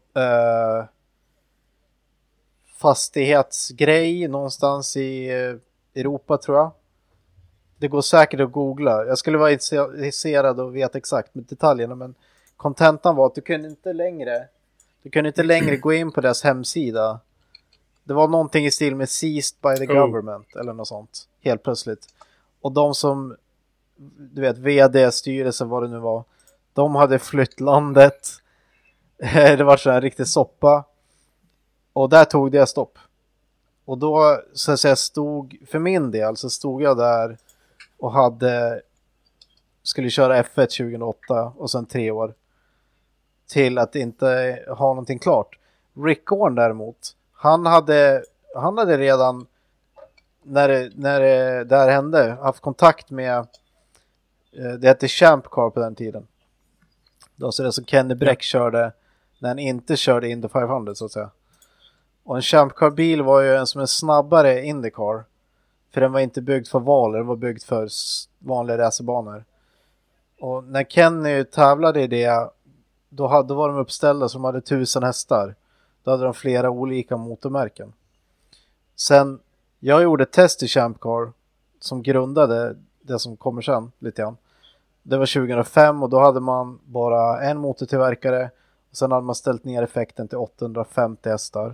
fastighetsgrej någonstans i Europa, tror jag. Det går säkert att googla. Jag skulle vara intresserad och veta exakt med detaljerna, men kontentan var att du kunde inte längre gå in på deras hemsida. Det var någonting i stil med seized by the government eller något sånt, helt plötsligt. Och de som, du vet, vd, styrelsen, vad det nu var, de hade flytt landet. Det var så en riktig soppa. Och där tog det stopp. Och då, så att säga, för min del så stod jag där och skulle köra F1 2008 och sen 3 år till att inte ha någonting klart. Rick Warren däremot, han hade redan när det där hände haft kontakt med det hette Champ Car på den tiden. Då så det som Kenny Bräck körde när han inte körde Indy 500, så att säga. Och en Champ Car-bil var ju som en snabbare IndyCar. För den var inte byggd för valer, den var byggd för vanliga racerbanor. Och när Kenny tävlade i det, då var de uppställda som hade 1000 hästar. Då hade de flera olika motormärken. Sen, jag gjorde ett test i Champ Car som grundade det som kommer sen lite grann. Det var 2005 och då hade man bara en motortillverkare. Och sen hade man ställt ner effekten till 850 hästar.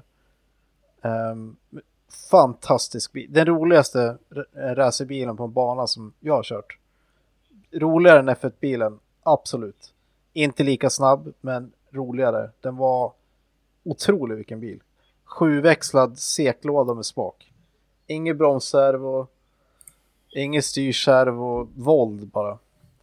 Fantastisk bil. Den roligaste racerbilen på en bana som jag har kört. Roligare än F1-bilen, absolut. Inte lika snabb, men roligare. Den var otrolig, vilken bil. 7-växlad seklåda med spak. Ingen bromsservo, ingen styrservo, våld bara.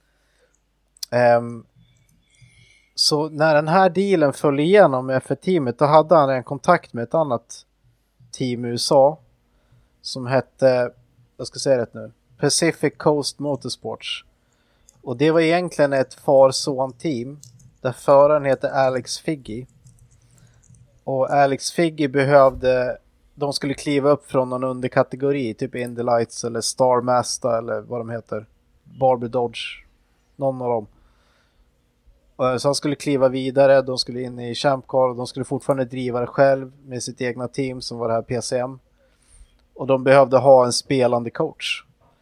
Så när den här dealen föll igenom med F1-teamet, då hade han en kontakt med ett annat team i USA som hette, jag ska säga rätt nu, Pacific Coast Motorsports. Och det var egentligen ett far-son-team där föraren heter Alex Figge. Och Alex Figge de skulle kliva upp från någon underkategori, typ Indy Lights eller Star Mazda eller vad de heter, Barbie Dodge, någon av dem. Så han skulle kliva vidare, de skulle in i Champ Car och de skulle fortfarande driva det själv med sitt egna team som var det här PCM. Och de behövde ha en spelande coach.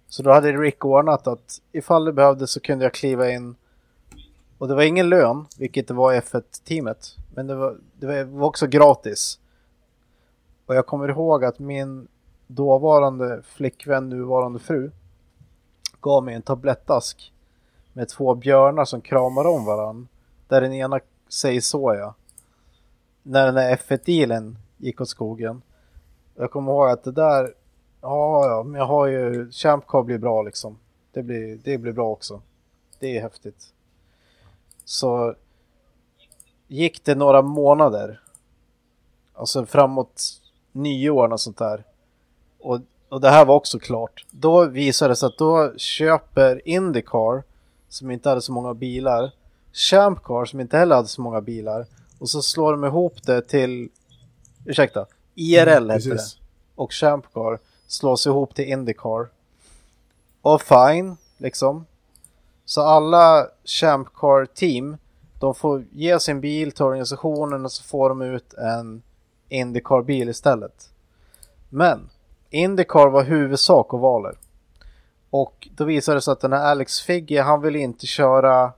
Så då hade Rick ordnat att ifall det behövdes så kunde jag kliva in. Och det var ingen lön, vilket det var i F1-teamet. Men det var också gratis. Och jag kommer ihåg att min dåvarande flickvän, nuvarande fru, gav mig en tablettask med 2 björnar som kramar om varann. Där den ena säger så, ja. När den här F1-dealen gick åt skogen. Jag kommer ihåg att det där, ja, men jag har ju, Champ Car blir bra liksom. Det blir bra också. Det är häftigt. Så gick det några månader, alltså framåt nyår och sånt där, och det här var också klart. Då visade det sig att då köper IndyCar, som inte hade så många bilar, Champ Car, som inte heller hade så många bilar, och så slår de ihop det till IRL heter det, och Champ Car slås ihop till IndyCar. Och fine liksom. Så alla Champ Car team, de får ge sin bil till organisationen och så får de ut en IndyCar-bil istället. Men IndyCar var huvudsak ovaler. Och då visade det sig att den här Alex Figge, han ville inte köra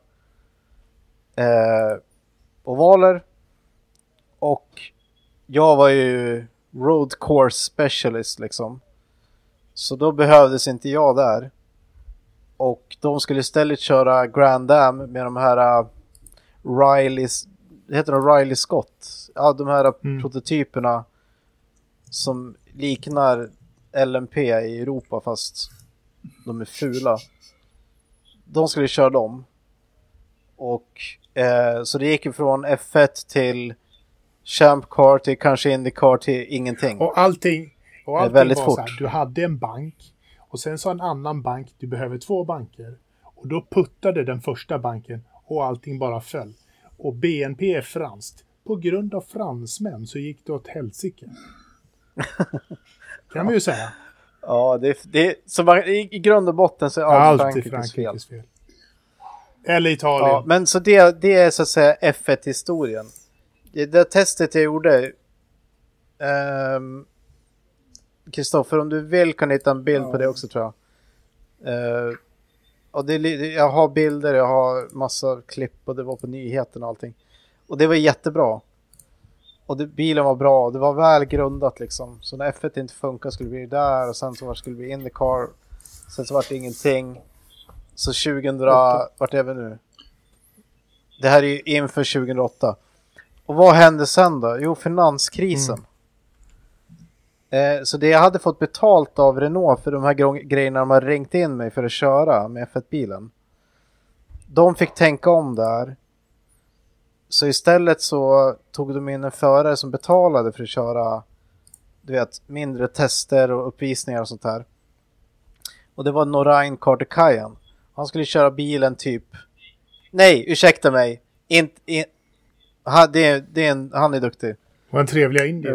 ovaler. Och jag var ju road course specialist liksom. Så då behövdes inte jag där. Och de skulle istället köra Grand Am med de här Riley Scott. Ja, de här prototyperna som liknar LMP i Europa fast de är fula. De skulle köra dem. Och så det gick ju från F1 till Champ Car till kanske IndyCar till ingenting. Och allting väldigt var fort. så här, du hade en bank och sen så en annan bank, du behöver 2 banker. Och då puttade den första banken och allting bara föll. Och BNP är franskt. På grund av fransmän så gick det åt helsike. Kan man ju säga. Ja, så i grund och botten så är alltid Frankrikes fel. Eller Italien. Ja, men så det är så att säga F1-historien. Det testet jag gjorde, Kristoffer, om du vill kan du hitta en bild på det också, tror jag. Och jag har bilder, jag har massa klipp och det var på nyheterna och allting. Och det var jättebra. Och bilen var bra, det var väl grundat liksom. Så när F1 inte funkar skulle det bli där, och sen så skulle det bli IndyCar. Sen så var det ingenting. Så 2000, vart är vi nu? Det här är ju inför 2008. Och vad hände sen då? Jo, finanskrisen. Så det jag hade fått betalt av Renault för de här grejerna de har ringt in mig för att köra med F1-bilen. De fick tänka om där. Så istället så tog de in en förare som betalade för att köra, du vet, mindre tester och uppvisningar och sånt här. Och det var Narain Kartikayan. Han skulle köra bilen typ... Nej, ursäkta mig. Han är duktig. Och en trevliga indier.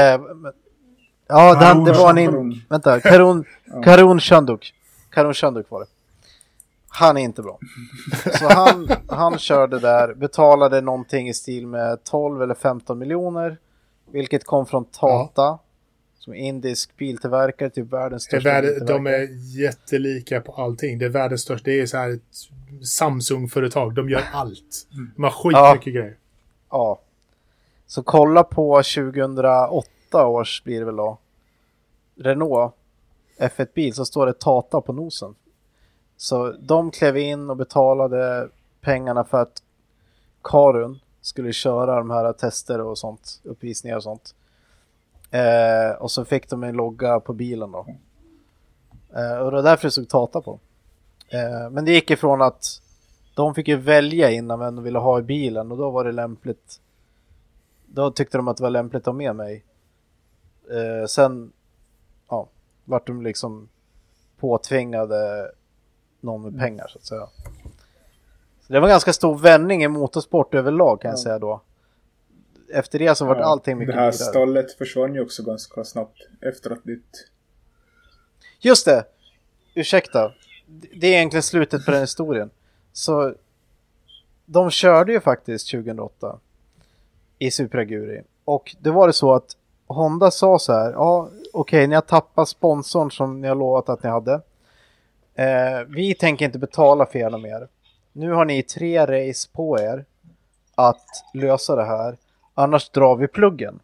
Det var en... Vänta, Karun Shanduk. Karun Shanduk var det. Han är inte bra. Så han körde där, betalade någonting i stil med 12 eller 15 miljoner. Vilket kom från Tata. Som indisk biltillverkare, typ världens största biltillverkare. De är jättelika på allting. Det är världens största. Det är så här ett Samsung-företag. De gör allt. De har skitmycket grejer. Ja. Så kolla på 2008 års blir det väl då. Renault F1-bil, så står det Tata på nosen. Så de klev in och betalade pengarna för att Karun skulle köra de här tester och sånt, uppvisningar och sånt. Och så fick de en logga på bilen då. Och det var därför det såg Tata på. Men det gick ifrån att de fick ju välja innan vem de ville ha i bilen, och då var det lämpligt. Då tyckte de att det var lämpligt att ha med mig. Sen vart de liksom påtvingade någon med pengar, så att säga. Så det var en ganska stor vändning i motorsport överlag, kan jag säga då. Efter det så var allting mycket det här vidare. stallet försvann ju också ganska snabbt efter att ditt... Just det! Ursäkta. Det är egentligen slutet på den historien. Så de körde ju faktiskt 2008 i Super Aguri. Och det var det så att Honda sa så här: okej, ni har tappat sponsorn som ni har lovat att ni hade. Vi tänker inte betala för er mer. Nu har ni 3 race på er att lösa det här. Annars drar vi pluggen.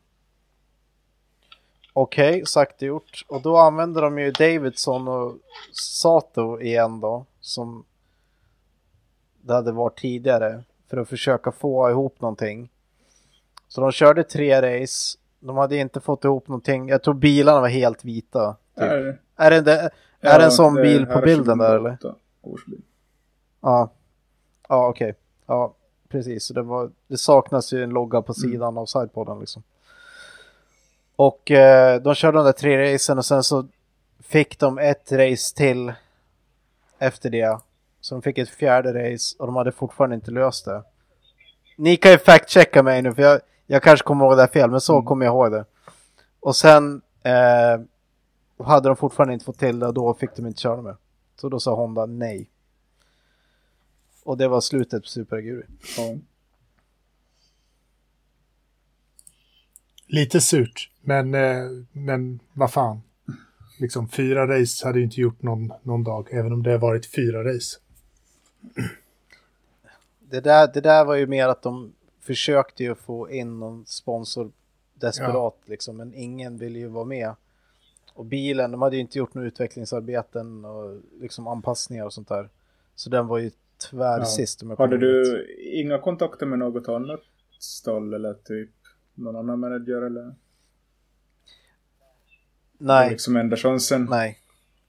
Okej, sagt och gjort. Och då använder de ju Davidson och Sato igen då. Som det hade varit tidigare. För att försöka få ihop någonting. Så de körde 3 race. De hade inte fått ihop någonting. Jag tror bilarna var helt vita. Typ. Är det en sån bil på bilden där eller? Ja. Ja, okej. Ja, precis. Så det saknas ju en logga på sidan av sidepodden liksom. Och de körde de där 3 racen och sen så fick de ett race till efter det. Så de fick ett 4:e race och de hade fortfarande inte löst det. Ni kan ju fact-checka mig nu för jag kanske kommer ihåg det här fel, men så kommer jag ihåg det. Och sen hade de fortfarande inte fått till det och då fick de inte köra med. Så då sa Honda nej. Och det var slutet på Super Aguri. Ja. Lite surt, men vad fan. Liksom 4 race hade ju inte gjort någon dag, även om det har varit 4 race. Det där var ju mer att de försökte ju få in någon sponsor desperat liksom, men ingen ville ju vara med. Och bilen, de hade ju inte gjort några utvecklingsarbeten och liksom anpassningar och sånt där. Så den var ju tvärsist. Hade du inga kontakter med något annat stall eller typ någon annan manager eller? Nej. Liksom enda chansen? Nej.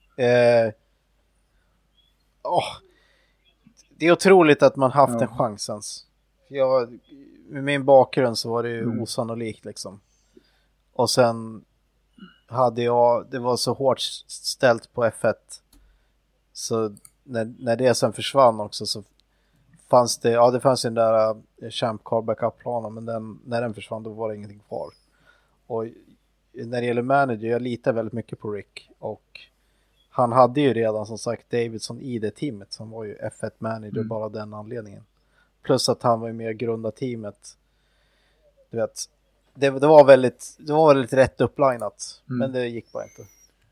Det är otroligt att man haft en chans ens. Med min bakgrund så var det ju osannolikt liksom. Och sen det var så hårt ställt på F1. Så när det sen försvann också så fanns det fanns den där Champ Car Backup-planen, men när den försvann då var det ingenting kvar. Och när det gäller manager, jag litar väldigt mycket på Rick, och han hade ju redan som sagt Davidson i det teamet som var ju F1-manager bara av den anledningen. Plus att han var ju med och grunda teamet. Du vet, det var väldigt rätt upplinat, men det gick bara inte.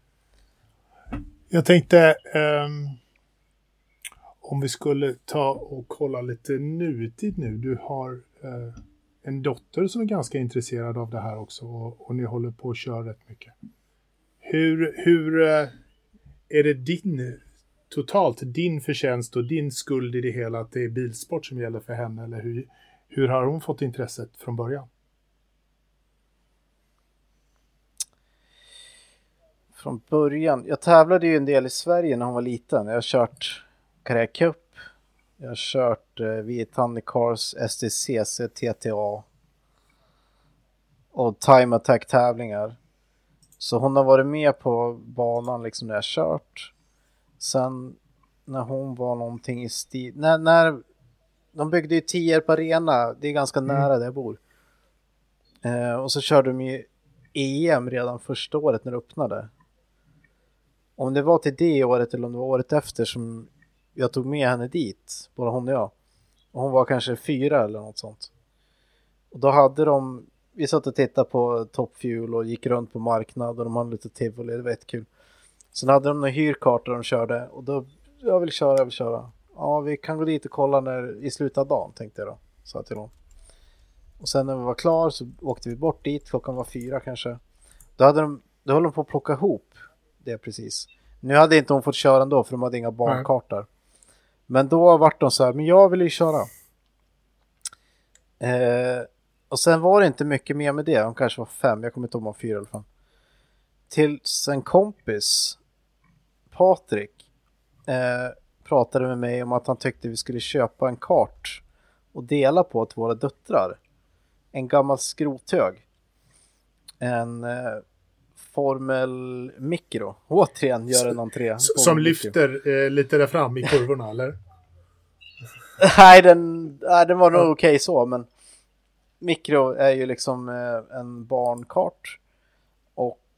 Jag tänkte om vi skulle ta och kolla lite nutid nu. Du har en dotter som är ganska intresserad av det här också, och ni håller på att köra rätt mycket. Hur är det din förtjänst och din skuld i det hela att det är bilsport som gäller för henne, eller hur har hon fått intresset från början? Från början, jag tävlade ju en del i Sverige när hon var liten. Jag har kört Carrera Cup, jag har kört Vietnam Cars, STCC, TTA och Time Attack tävlingar. Så hon har varit med på banan liksom när jag kört. Sen när hon var någonting i stil... När de byggde ju Tierp Arena, det är ganska nära där jag bor. Och så körde de ju EM redan första året när det öppnade. Om det var till det året eller om det var året efter som jag tog med henne dit, bara hon och jag. Och hon var kanske 4 eller något sånt. Och då hade vi satt och tittade på Top Fuel och gick runt på marknad och de hade lite tivoli, det var jättekul. Sen hade de några hyrkartor de körde och då, jag vill köra. Ja, vi kan gå dit och kolla i slutet av dagen, tänkte jag då, sa jag till dem. Och sen när vi var klar så åkte vi bort dit, klockan var 4 kanske. Då höll de på att plocka ihop det precis. Nu hade inte hon fått köra ändå för de hade inga bankartor. Men då var de så här, men jag vill ju köra. Och sen var det inte mycket mer med det. De kanske var 5, jag kommer inte ihåg om 4 eller 5. Tills en kompis, Patrik, pratade med mig om att han tyckte vi skulle köpa en kart och dela på till våra döttrar. En gammal skrothög. En Formel Micro. Återigen gör en entré. Som lyfter lite där fram i kurvorna, eller? Nej, den var nog okej så, men Micro är ju liksom en barnkart. Och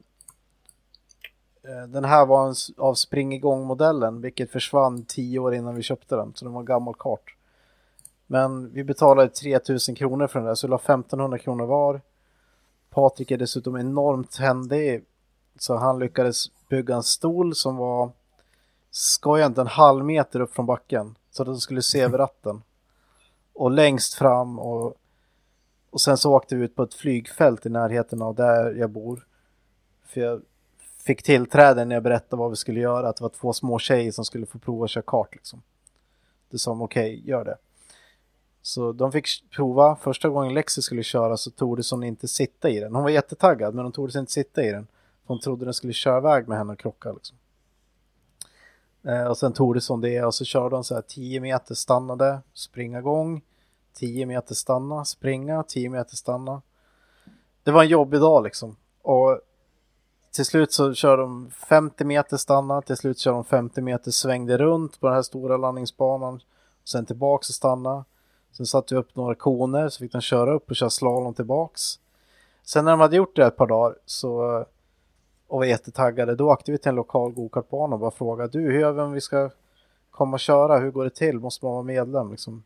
den här var av spring-igång-modellen, vilket försvann 10 år innan vi köpte den. Så den var en gammal kart. Men vi betalade 3000 kronor för den där, så det var 1500 kronor var. Patrik är dessutom enormt händig, så han lyckades bygga en stol som var skojade inte en halv meter upp från backen så att de skulle se över ratten. Och längst fram och sen så åkte vi ut på ett flygfält i närheten av där jag bor. För jag fick tillträde när jag berättade vad vi skulle göra. Att det var 2 små tjejer som skulle få prova att köra kart liksom. Det sa okej, gör det. Så de fick prova. Första gången Lexi skulle köra så tordes hon inte sitta i den. Hon var jättetaggad men hon tordes inte sitta i den. Hon trodde den skulle köra iväg med henne och krocka liksom. Och sen tordes hon det och så körde hon så här 10 meter stannade, springa igång. 10 meter stanna, springa, 10 meter stanna. Det var en jobbig dag liksom. Och till slut så kör de 50 meter stanna, till slut kör de 50 meter svängde runt på den här stora landningsbanan. Och sen tillbaks och stanna. Sen satte vi upp några koner så fick de köra upp och köra slalom tillbaks. Sen när de hade gjort det ett par dagar så, och var jättetaggade, då åkte vi till en lokal gokartbana och bara frågade, du, hur gör vi om vi ska komma och köra? Hur går det till? Måste man vara medlem liksom?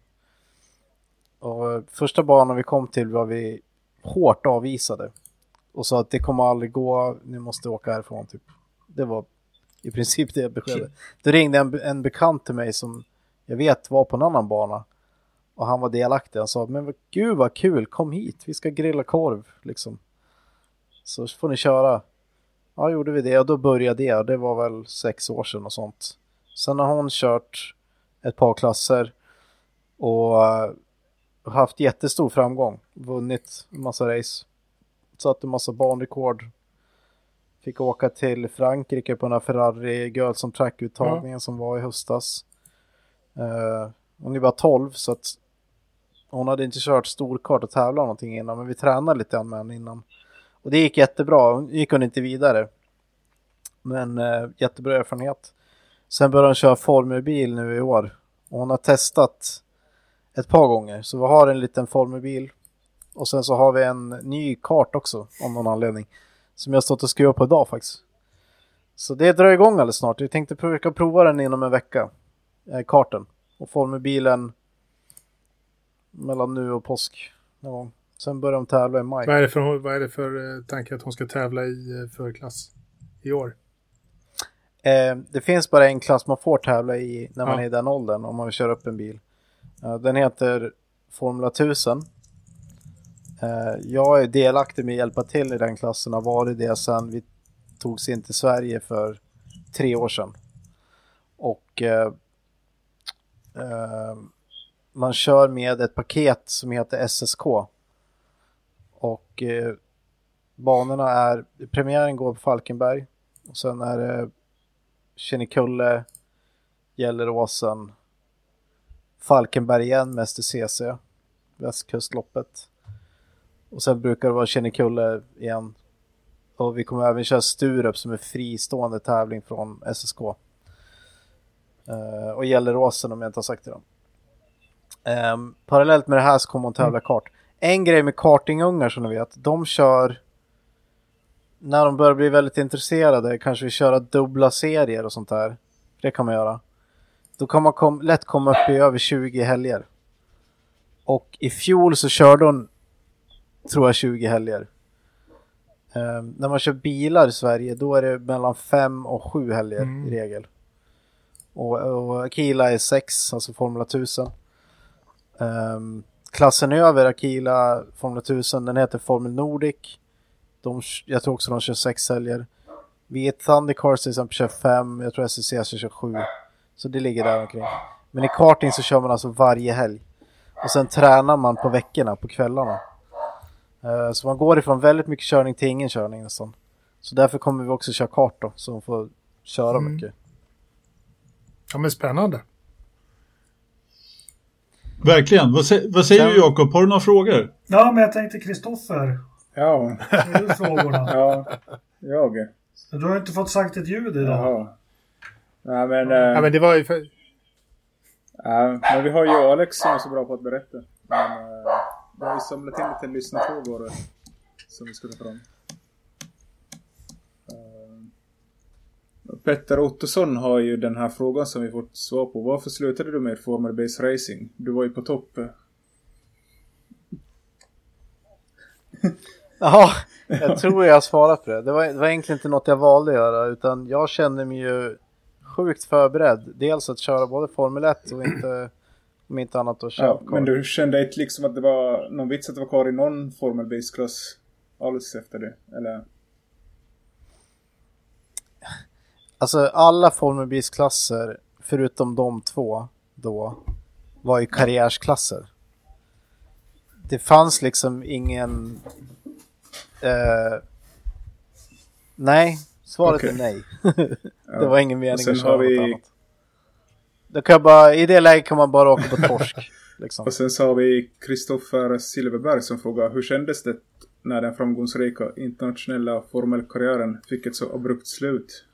Och första banan vi kom till var vi hårt avvisade. Och sa att det kommer aldrig gå, ni måste åka härifrån typ. Det var i princip det beskedet. Det ringde en bekant till mig som jag vet var på en annan bana. Och han var delaktig. Han sa, men gud vad kul, kom hit. Vi ska grilla korv liksom. Så får ni köra. Ja, gjorde vi det och då började det. Och det var väl 6 år sedan och sånt. Sen har hon kört ett par klasser. Och haft jättestor framgång. Vunnit en massa race. Satt en massa banrekord. Fick åka till Frankrike på den här Ferrari Girls on Track-uttagningen som var i höstas. Hon är bara 12 så att hon hade inte kört storkart och tävlat någonting innan. Men vi tränade lite med henne innan. Och det gick jättebra. Hon gick inte vidare. Men jättebra erfarenhet. Sen började hon köra formelbil nu i år. Och hon har testat ett par gånger. Så vi har en liten formelbil. Och sen så har vi en ny kart också. Om någon anledning. Som jag stått och skruvat på idag faktiskt. Så det drar igång alldeles snart. Vi tänkte försöka prova den inom en vecka. Karten. Och formelbilen mellan nu och påsk någon gång. Sen börjar de tävla i maj. Vad är det för tanke att hon ska tävla i för klass i år? Det finns bara en klass man får tävla i när man är i den åldern om man vill köra upp en bil. Den heter Formula 1000. Jag är delaktig med att hjälpa till i den klassen. Har varit det sedan vi togs in till Sverige för 3 år sedan. Och man kör med ett paket som heter SSK. Och banorna är, premiären går på Falkenberg. Och sen är det Kinnekulle, Gelleråsen, Falkenberg igen, Mäster CC, Västkustloppet. Och sen brukar det vara Kinnekulle igen. Och vi kommer även köra Sturup som är fristående tävling från SSK. Och Gelleråsen om jag inte har sagt det då. Parallellt med det här så kommer man tävla kart. En grej med kartingungar som ni vet, de kör när de börjar bli väldigt intresserade, kanske vi köra dubbla serier och sånt där. Det kan man göra. Då kan man lätt komma upp i över 20 helger. Och i fjol så körde hon, tror jag, 20 helger. När man kör bilar i Sverige, då är det mellan 5 och 7 helger i regel. Och Akila är 6, alltså Formula 1000. Klassen över Akila Formula 1000, den heter Formel Nordic. Jag tror också de kör 6 helger. Vi är Thundercars till exempel kör 5, jag tror SCC kör 7. Så det ligger där omkring. Men i karting så kör man alltså varje helg. Och sen tränar man på veckorna, på kvällarna. Så man går ifrån väldigt mycket körning till ingen körning nästan. Så därför kommer vi också köra kart då, så man får köra mycket. Ja, men spännande. Verkligen. Vad säger du, Jakob? Har du några frågor? Ja, men jag tänkte Kristoffer. Ja. Är du frågorna? Ja, jag. Du har inte fått sagt ett ljud idag. Jaha. Nej, men... Ja, men det var ju för... men vi har ju Alex som är så bra på att berätta. Men vi har ju samlat in lite lyssnarfrågor som vi skulle fram. Petter Ottosson har ju den här frågan som vi fått svar på. Varför slutade du med Formel Base Racing? Du var ju på topp. Ja, jag tror jag har svarat på det. Det var egentligen inte något jag valde att göra, utan jag kände mig ju sjukt förberedd. Dels att köra både Formel 1 och inte, om inte annat att köra. Ja, men du kände inte liksom att det var någon vits att vara kvar i någon Formel Base-klass alls efter det? Eller? Alltså alla Formel Base-klasser, förutom de 2 då, var ju karriärsklasser. Det fanns liksom ingen... nej, svaret är nej. Det var ingen mening att köra något annat. Då kan I det läget kan man bara åka på torsk. Liksom. Och sen så har vi Kristoffer Silverberg som frågar: hur kändes det när den framgångsrika internationella formelkarriären fick ett så abrupt slut?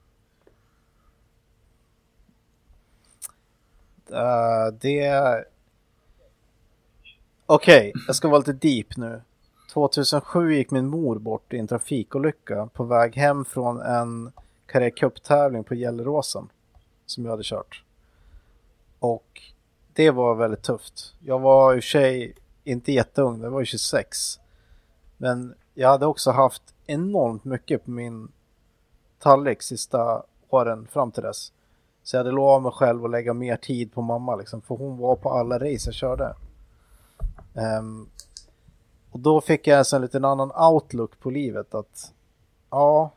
Okej, jag ska vara lite deep nu. 2007 gick min mor bort i en trafikolycka på väg hem från en karriärcuptävling på Gelleråsen som jag hade kört. Och det var väldigt tufft. Jag var i sig inte jätteung, jag var ju 26. Men jag hade också haft enormt mycket på min tallrik sista åren fram till dess. Så jag hade lovat mig själv att lägga mer tid på mamma liksom, för hon var på alla race jag körde. Och då fick jag en liten annan outlook på livet. Att ja,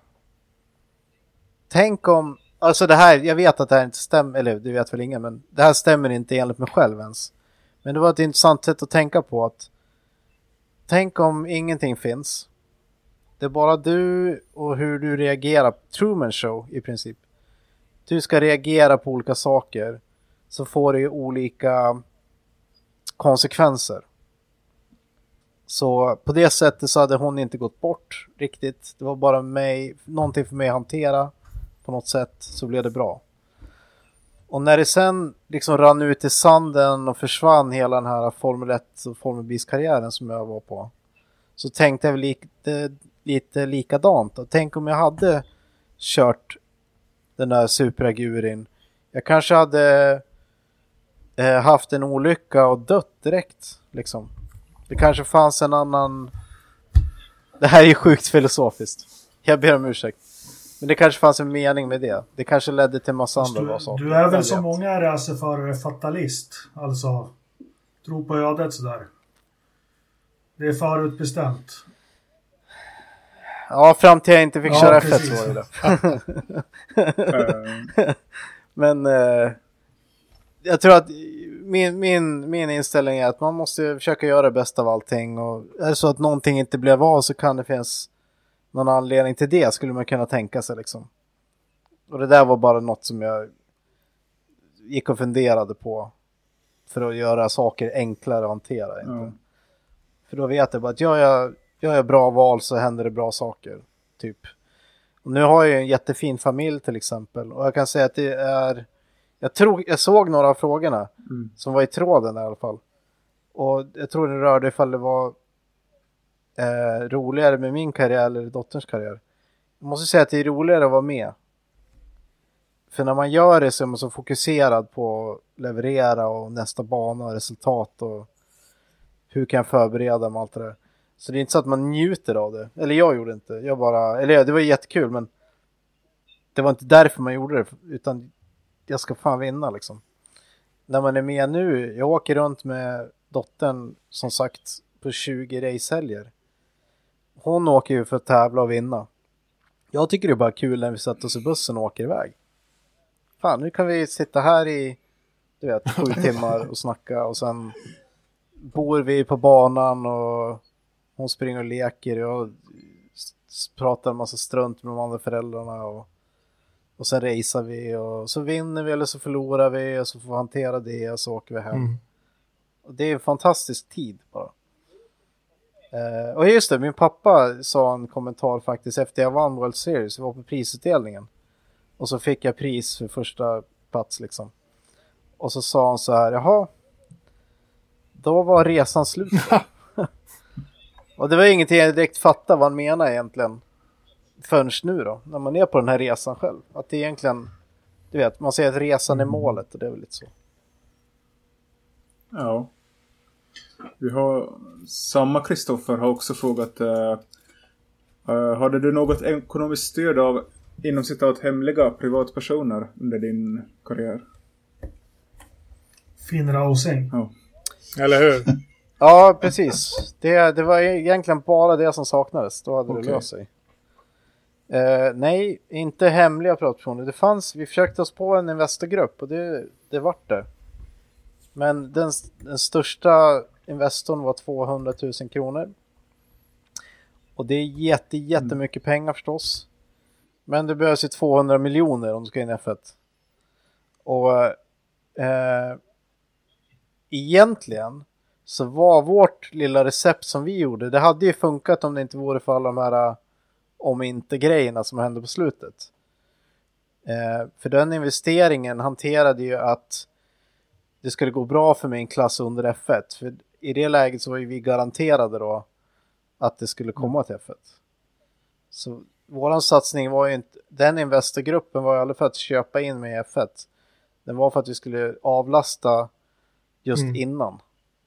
tänk om, alltså det här, jag vet att det här inte stämmer, eller det vet väl ingen, men det här stämmer inte enligt mig själv ens. Men det var ett intressant sätt att tänka på, att tänk om ingenting finns. Det är bara du och hur du reagerar. Truman Show i princip. Du ska reagera på olika saker, så får det ju olika konsekvenser. Så på det sättet så hade hon inte gått bort riktigt. Det var bara någonting för mig att hantera på något sätt, så blev det bra. Och när det sen liksom rann ut i sanden och försvann hela den här Formel 1 och Formel Base-karriären som jag var på, så tänkte jag väl lite likadant. Och tänk om jag hade kört den där superagurin. Jag kanske hade haft en olycka och dött direkt liksom. Det kanske fanns en annan... Det här är ju sjukt filosofiskt. Jag ber om ursäkt. Men det kanske fanns en mening med det. Det kanske ledde till en massa andra bra saker. Du är väl som många racerförare fatalist. Alltså, tro på ödet sådär. Det är förutbestämt. Ja, fram till jag inte fick köra F1 så var det. Men jag tror att min inställning är att man måste försöka göra det bästa av allting. Och är det så att någonting inte blev av, så kan det finnas någon anledning till det, skulle man kunna tänka sig liksom. Och det där var bara något som jag gick och funderade på för att göra saker enklare att hantera. För då vet jag bara att gör jag bra val så händer det bra saker. Typ. Och nu har jag en jättefin familj till exempel. Och jag kan säga att det är... Jag såg några av frågorna som var i tråden i alla fall. Och jag tror det rörde ifall det var roligare med min karriär eller dotterns karriär. Jag måste säga att det är roligare att vara med. För när man gör det så är man så fokuserad på att leverera och nästa bana och resultat och hur kan jag förbereda med allt det där. Så det är inte så att man njuter av det. Eller jag gjorde inte. Det var jättekul, men det var inte därför man gjorde det. Utan jag ska fan vinna liksom. När man är med nu, jag åker runt med dottern som sagt på 20 racehelger. Hon åker ju för att tävla och vinna. Jag tycker det är bara kul när vi sätter oss i bussen och åker iväg. Fan, nu kan vi sitta här i 7 timmar och snacka, och sen bor vi på banan och hon springer och leker och pratar en massa strunt med de andra föräldrarna och sen racear vi och så vinner vi eller så förlorar vi och så får vi hantera det och så åker vi hem. Och det är en fantastisk tid bara. Och just det, min pappa sa en kommentar faktiskt efter jag vann World Series. Vi var på prisutdelningen. Och så fick jag pris för första plats liksom. Och så sa han så här: jaha, då var resan slut. Och det var ingenting jag direkt fattade vad han menar egentligen. Förrän nu då, när man är på den här resan själv. Att det egentligen, du vet, man säger att resan är målet, och det är väl lite så. Ja. Vi har samma Kristoffer har också frågat hade du något ekonomiskt stöd av inom citat hemliga privatpersoner under din karriär? Fin rausing. Ja. Eller hur? Ja, precis. Det var egentligen bara det som saknades. Då hade det löst sig. Nej, inte hemliga privatpersoner. Vi försökte oss på en investorgrupp och det vart det. Men den största investorn var 200 000 kronor. Och det är jättemycket pengar förstås. Men det behövs ju 200 miljoner om du ska in i F1. Och egentligen så var vårt lilla recept som vi gjorde, det hade ju funkat om det inte vore för alla de här om inte grejerna som hände på slutet. För den investeringen hanterade ju att det skulle gå bra för min klass under F1. För i det läget så var ju vi garanterade då att det skulle komma till F1. Så våran satsning var ju inte, den investorgruppen var ju aldrig för att köpa in med F1. Den var för att vi skulle avlasta just innan.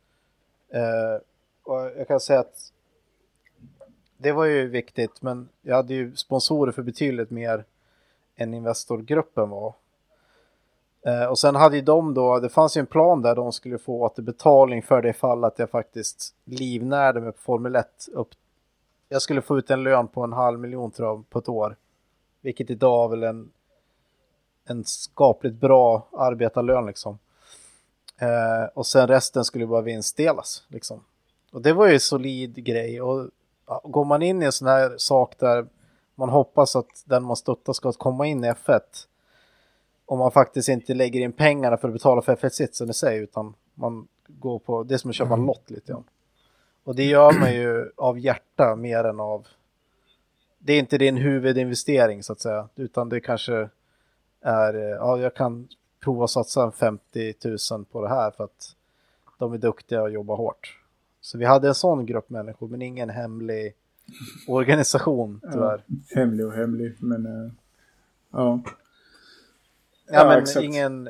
Och jag kan säga att det var ju viktigt, men jag hade ju sponsorer för betydligt mer än investorgruppen var. Och sen hade ju de då, det fanns ju en plan där de skulle få återbetalning för det fall att jag faktiskt livnärde mig på Formel 1 upp. Jag skulle få ut en lön på 500 000 tror jag, på ett år. Vilket idag är väl en skapligt bra arbetarlön liksom. Och sen resten skulle bara vinstdelas liksom. Och det var ju en solid grej. Och går man in i en sån här sak där man hoppas att den man stöttar ska komma in i F1, om man faktiskt inte lägger in pengarna för att betala för F1-sitsen i sig, utan man går på det som att köpa en lott lite grann. Och det gör man ju av hjärta mer än av, det är inte din huvudinvestering så att säga, utan det kanske är, ja, jag kan prova att satsa 50 000 på det här för att de är duktiga och jobbar hårt. Så vi hade en sån grupp människor, men ingen hemlig organisation tyvärr. Ja, hemlig, men ja. Ja, men exakt. ingen,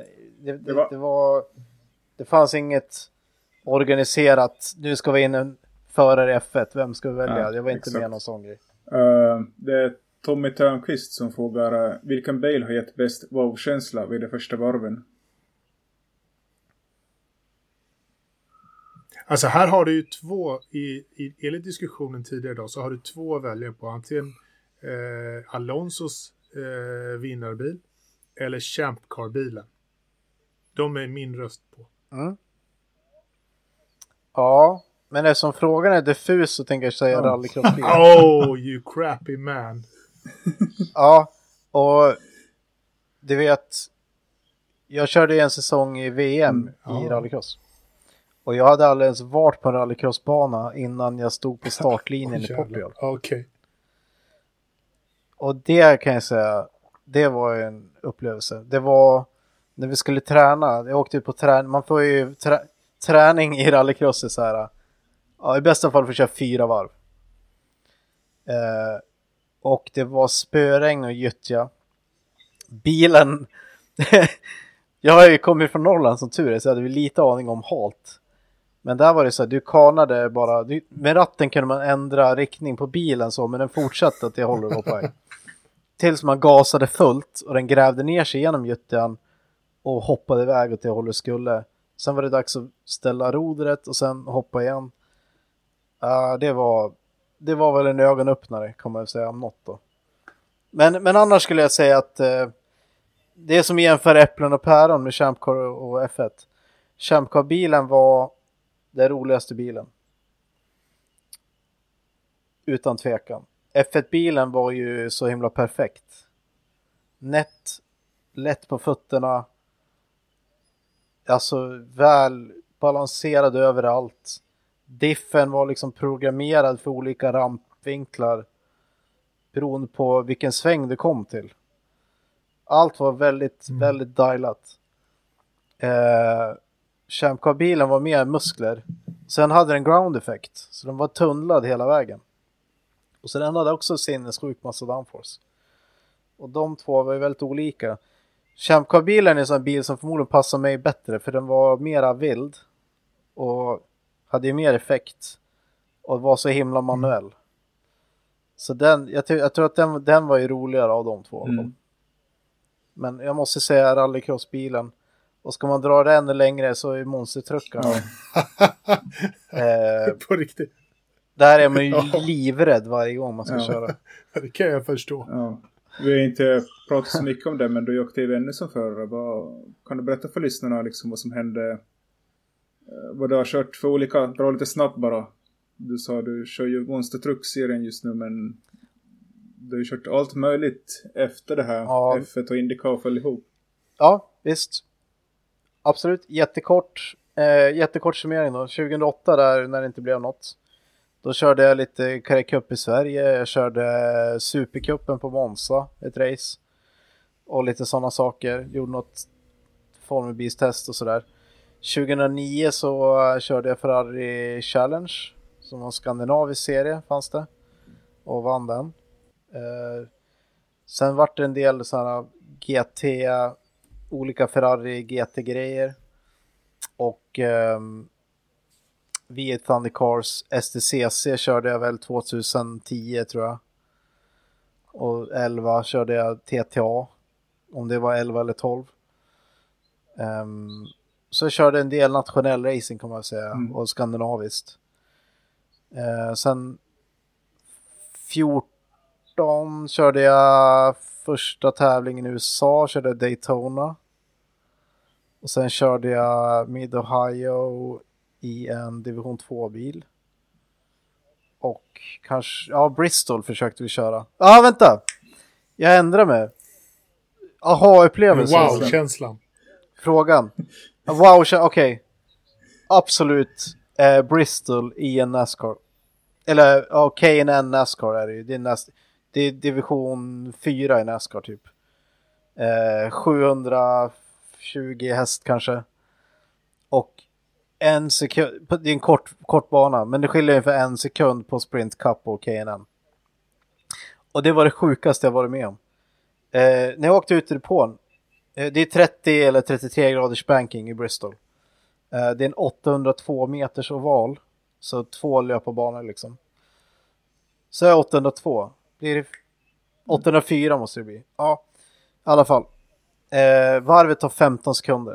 det fanns inget organiserat, nu ska vi in en förare i F1, vem ska vi välja? Ja, jag var inte exakt. med någon sån grej. Det är Tommy Törnqvist som frågar vilken bil har gett bäst wow-känsla vid de första varven? Alltså här har du ju två, enligt diskussionen tidigare idag så har du två att välja på. Antingen Alonsos vinnarbil eller Champ Car-bilen. De är min röst på. Mm. Ja, men eftersom frågan är diffus så tänker jag säga rallycrossbilen. Oh, you crappy man. Ja, och du vet, jag körde en säsong i VM i rallycross. Och jag hade aldrig ens varit på en rallycrossbana innan jag stod på startlinjen i Portugal. Okej. Och det kan jag säga, det var en upplevelse. Det var när vi skulle träna. Jag åkte ut på träning. Man får ju träning i rallycross så här. Ja, i bästa fall får jag köra 4 varv. Och det var spöregn och gyttja. Bilen. Jag har ju kommit från Norrland som tur är, så hade vi lite aning om halt. Men där var det så här, du kanade bara, med ratten kunde man ändra riktning på bilen så, men den fortsatte att det håller upp på. Tills man gasade fullt och den grävde ner sig genom gyttjan och hoppade iväg åt det hållet skulle. Sen var det dags att ställa rodret och sen hoppa igen. Det var väl en ögonöppnare, kan man säga, om något då. Men annars skulle jag säga att det är som jämför äpplen och päron med Champ Car och F1. Champ Car-bilen var den roligaste bilen. Utan tvekan. F1-bilen var ju så himla perfekt. Lätt på fötterna. Alltså väl balanserad överallt. Diffen var liksom programmerad för olika rampvinklar beroende på vilken sväng det kom till. Allt var väldigt dialat. Champ Car-bilen var mer muskler. Sen hade den ground effect, så den var tunnlad hela vägen. Och sen den hade också sinnessjuk massa downforce. Och de två var ju väldigt olika. Champ Car-bilen är en sån bil som förmodligen passar mig bättre, för den var mera vild och hade ju mer effekt och var så himla manuell. Så jag tror att den var ju roligare av de två. Men jag måste säga rallycrossbilen. Och ska man dra det ännu längre så är monstertruckarna. På riktigt. Där är man ju livrädd varje gång man ska köra. Det kan jag förstå. Ja. Vi har inte pratat så mycket om det, men du är ju aktiv ännu som förare. Kan du berätta för lyssnarna liksom vad som hände? Vad du har kört för olika, dra lite snabbt bara. Du sa du kör ju monstertruck-serien just nu, men du har ju kört allt möjligt efter det här. F1 och Indycar föll ihop. Ja, visst. Absolut, jättekort summering då. 2008 där när det inte blev något. Då körde jag lite Carré Cup i Sverige. Jag körde Supercupen på Monza, ett race. Och lite sådana saker. Gjorde något formelbilstest och sådär. 2009 så körde jag Ferrari Challenge. Som var en skandinavisk serie fanns det. Och vann den. Sen var det en del sådana GT, olika Ferrari GT-grejer. Och V8 Thundercars STCC körde jag väl 2010 tror jag. Och 11 körde jag TTA. Om det var 11 eller 12. Så jag körde en del nationell racing kan man säga. Och skandinaviskt. Sen 14 körde jag första tävlingen i USA. Körde Daytona. Och sen körde jag Mid Ohio i en division 2-bil. Och kanske, Bristol försökte vi köra. Vänta! Jag ändrar mig. Aha-upplevelse. Wow-känslan. Frågan. Okej. Absolut. Bristol i en NASCAR. Eller, K&N NASCAR är det ju. Det är division 4 i NASCAR typ. 720 häst kanske. Och en sekund, det är en kort bana, men det skiljer ungefär en sekund på Sprint Cup och K&N. Och det var det sjukaste jag varit med om. När jag åkte ut i depån, det är 30 eller 33 graders banking i Bristol. Det är en 802 meters oval, så 2 löparbanor liksom. Så är 802. Blir det 804 måste det bli. Ja, i alla fall. Varvet tar 15 sekunder.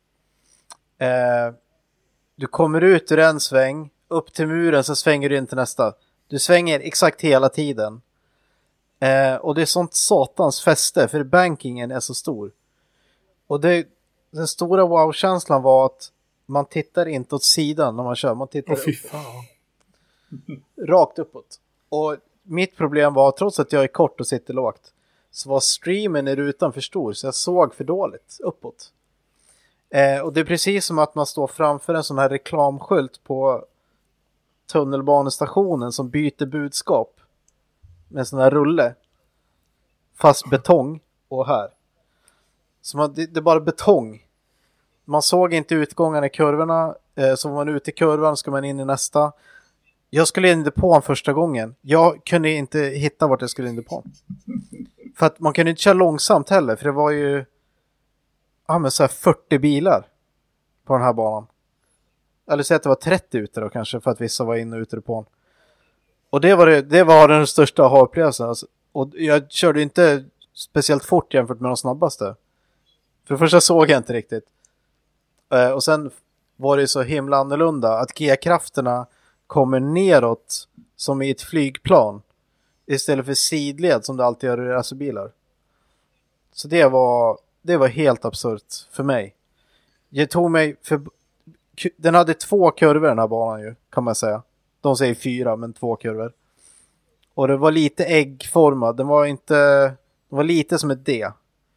Du kommer ut ur en sväng, upp till muren, så svänger du in till nästa. Du svänger exakt hela tiden. Och det är sånt satans fäste, för bankingen är så stor. Och den stora wow-känslan var att man tittar inte åt sidan när man kör. Man tittar rakt uppåt. Och mitt problem var, trots att jag är kort och sitter lågt, så var streamen i rutan för stor, så jag såg för dåligt uppåt. Och det är precis som att man står framför en sån här reklamskylt på tunnelbanestationen som byter budskap med en sån här rulle, fast betong och här. Så det är bara betong. Man såg inte utgångarna i kurvorna. Så var man ute i kurvan ska man in i nästa. Jag skulle in i depån första gången. Jag kunde inte hitta vart jag skulle in i depån. För att man kunde inte köra långsamt heller. För det var ju så här 40 bilar på den här banan. Eller så att det var 30 ute då kanske, för att vissa var inne och ute i depån. Och det var den största aha-upplevelsen. Alltså, och jag körde inte speciellt fort jämfört med de snabbaste. För det första såg jag inte riktigt. Och sen var det så himla annorlunda att G-krafterna kommer neråt som i ett flygplan istället för sidled som det alltid gör i racerbilar. Så det var helt absurt för mig. Det tog mig den hade 2 kurvor den här banan ju, kan man säga. De säger 4, men 2 kurvor. Och det var lite äggformad. Den var lite som ett D.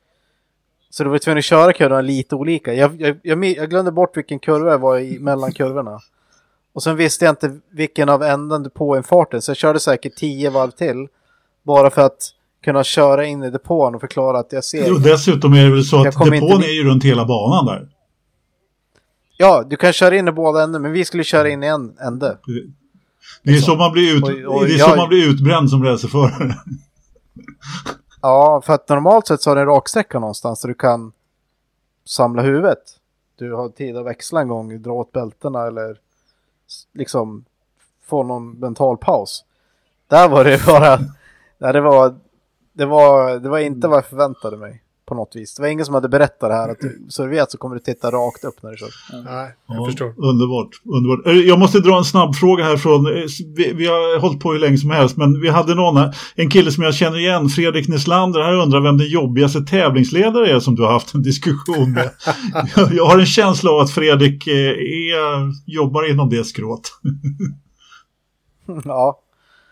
Så du var tvungen att köra kurvorna lite olika. Jag glömde bort vilken kurva jag var i mellan kurvorna. Och sen visste jag inte vilken av änden på en farten. Så jag körde säkert 10 varv till. Bara för att kunna köra in i depån och förklara att jag ser. Och dessutom är det väl så att depån är ju runt hela banan där. Ja, du kan köra in i båda änden. Men vi skulle köra in i en ände. Det är så man blir man blir utbränd som racerförare. Ja, för att normalt sett så har det en raksträcka någonstans så du kan samla huvudet. Du har tid att växla en gång, dra åt bältena eller liksom få någon mental paus. Där var det bara Nej, det var inte vad jag förväntade mig på något vis. Det var ingen som hade berättat det här, att så du vet så kommer du titta rakt upp när du kör. Nej, jag förstår. Underbart. Jag måste dra en snabb fråga härifrån. Vi har hållit på hur länge som helst, men vi hade en kille som jag känner igen, Fredrik Neslander. Här undrar vem den jobbigaste tävlingsledare är som du har haft en diskussion med. Jag har en känsla av att Fredrik jobbar inom det skrået. Ja.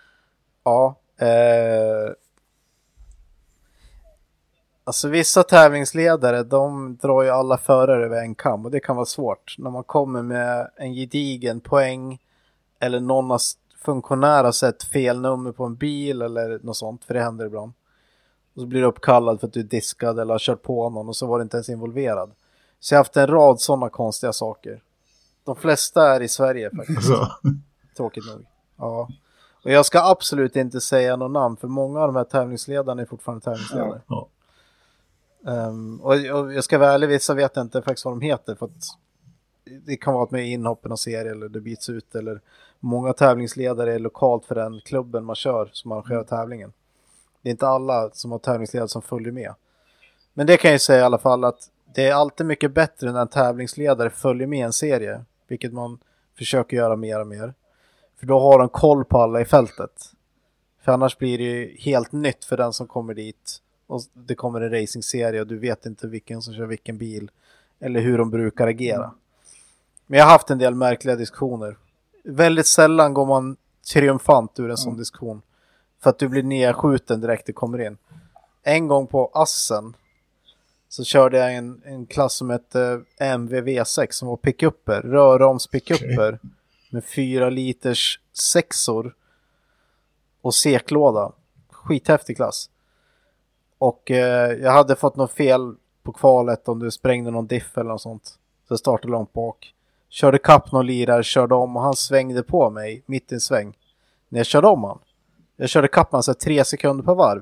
Alltså vissa tävlingsledare, de drar ju alla förare över en kam, och det kan vara svårt när man kommer med en gedigen poäng eller någon har funktionär har sett fel nummer på en bil eller något sånt, för det händer ibland. Och så blir du uppkallad för att du är diskad eller har kört på någon och så var du inte ens involverad. Så jag har haft en rad sådana konstiga saker. De flesta är i Sverige faktiskt. Tråkigt nog. Ja. Och jag ska absolut inte säga någon namn, för många av de här tävlingsledarna är fortfarande tävlingsledare. Ja. Och jag ska vara ärlig, vissa vet jag inte faktiskt vad de heter, för att det kan vara att med inhoppen av serie eller det byts ut, eller många tävlingsledare är lokalt för den klubben man kör som arrangerar tävlingen. Det är inte alla som har tävlingsledare som följer med. Men det kan jag säga i alla fall, att det är alltid mycket bättre när en tävlingsledare följer med en serie, vilket man försöker göra mer och mer. För då har de koll på alla i fältet. För annars blir det helt nytt för den som kommer dit. Och det kommer en racingserie och du vet inte vilken som kör vilken bil. Eller hur de brukar agera. Men jag har haft en del märkliga diskussioner. Väldigt sällan går man triumfant ur en sån diskussion. För att du blir nedskjuten direkt du kommer in. En gång på Assen så körde jag en klass som hette MVV6 som var pickupper. Rörroms pickupper. Med 4 liters sexor och seklåda. Skithäftig klass. Och jag hade fått något fel på kvalet om du sprängde någon diff eller något sånt. Så jag startade långt bak. Körde kapp någon lirare, körde om och han svängde på mig mitt i en sväng. När jag körde om han. Jag körde kapp han så 3 sekunder per varv.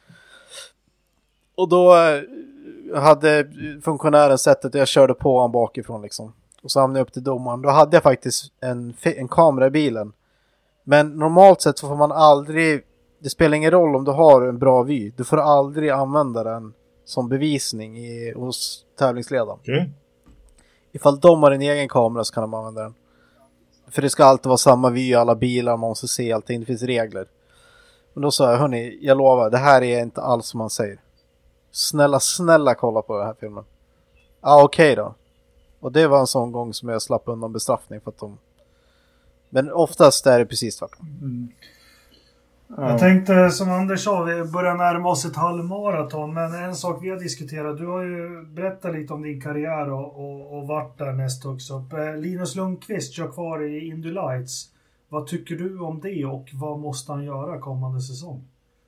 Och då hade funktionären sett att jag körde på han bakifrån liksom. Och så hamnade jag upp till domaren. Då hade jag faktiskt en kamera i bilen. Men normalt sett så får man aldrig... Det spelar ingen roll om du har en bra vy. Du får aldrig använda den som bevisning hos tävlingsledaren. Okay. Ifall de har en egen kamera så kan de använda den. För det ska alltid vara samma vy i alla bilar. Man måste se allting. Det finns regler. Men då sa jag, hörni, jag lovar. Det här är inte alls som man säger. Snälla kolla på den här filmen. Okej då. Och det var en sån gång som jag slapp undan bestraffning för att de... Men oftast är det precis tvärtom. Jag tänkte, som Anders sa, vi börjar närma oss ett halvmaraton. Men en sak vi har diskuterat, du har ju berättat lite om din karriär och varit där näst högst upp. Linus Lundqvist kör kvar i Indy Lights. Vad tycker du om det och vad måste han göra kommande säsong?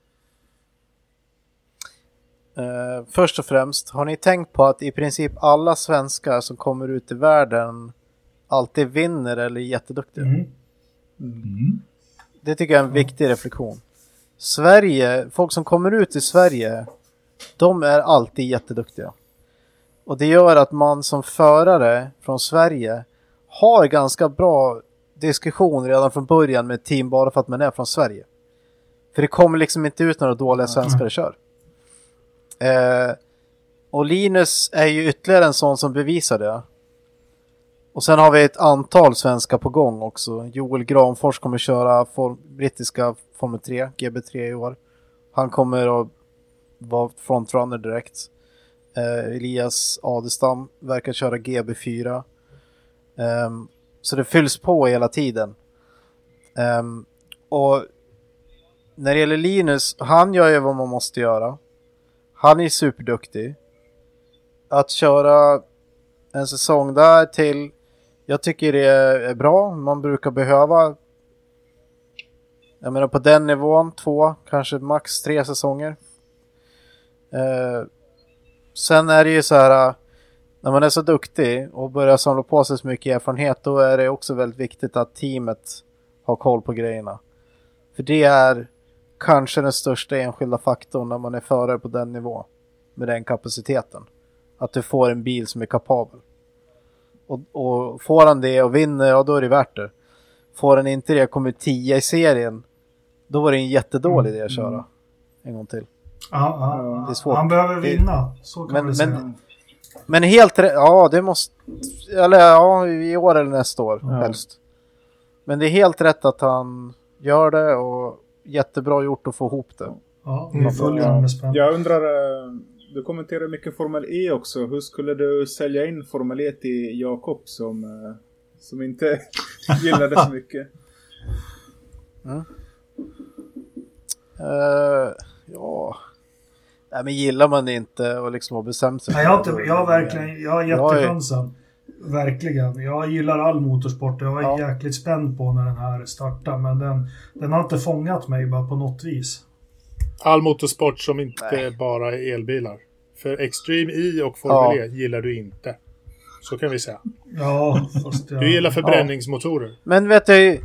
Först och främst, har ni tänkt på att i princip alla svenskar som kommer ut i världen alltid vinner eller är jätteduktiga? Det tycker jag är en viktig reflektion. Sverige, folk som kommer ut i Sverige, de är alltid jätteduktiga. Och det gör att man som förare från Sverige har ganska bra diskussion redan från början med ett team bara för att man är från Sverige. För det kommer liksom inte ut några dåliga svenskar kör. Och Linus är ju ytterligare en sån som bevisar det. Och sen har vi ett antal svenskar på gång också. Joel Granfors kommer köra brittiska Formel 3, GB3 i år. Han kommer att vara frontrunner direkt. Elias Adestam verkar köra GB4. Så det fylls på hela tiden. Och när det gäller Linus, han gör ju vad man måste göra. Han är superduktig. Att köra en säsong där till... Jag tycker det är bra. Man brukar behöva... Jag menar på den nivån 2, kanske max 3 säsonger. Sen är det ju så här... När man är så duktig och börjar samla på sig så mycket erfarenhet, då är det också väldigt viktigt att teamet har koll på grejerna. För det är kanske den största enskilda faktorn när man är förare på den nivå. Med den kapaciteten. Att du får en bil som är kapabel. Och får han det och vinner, ja, då är det värt det. Får han inte det och kommer 10 i serien, då var det en jättedålig idé att köra. en gång till. Ja, Det är svårt. han behöver vinna. Så kan man säga. Men helt rätt. Ja, det måste... Eller ja, i år eller nästa år helst. Men det är helt rätt att han gör det och jättebra gjort att få ihop det. Ja, vi följer med spänning. Jag undrar, du kommenterar mycket Formel E också. Hur skulle du sälja in Formel E till Jakob som inte gillade så mycket? Ja... Nej, men gillar man det inte och liksom har bestämt sig. Nej, jag har jättechansen. Verkligen. Jag gillar all motorsport. Jag var jäkligt spänd på när den här startade. Men den har inte fångat mig bara på något vis. All motorsport som inte bara är elbilar. För Extreme E och Formel E gillar du inte. Så kan vi säga. Ja, fast du gillar förbränningsmotorer. Men vet du,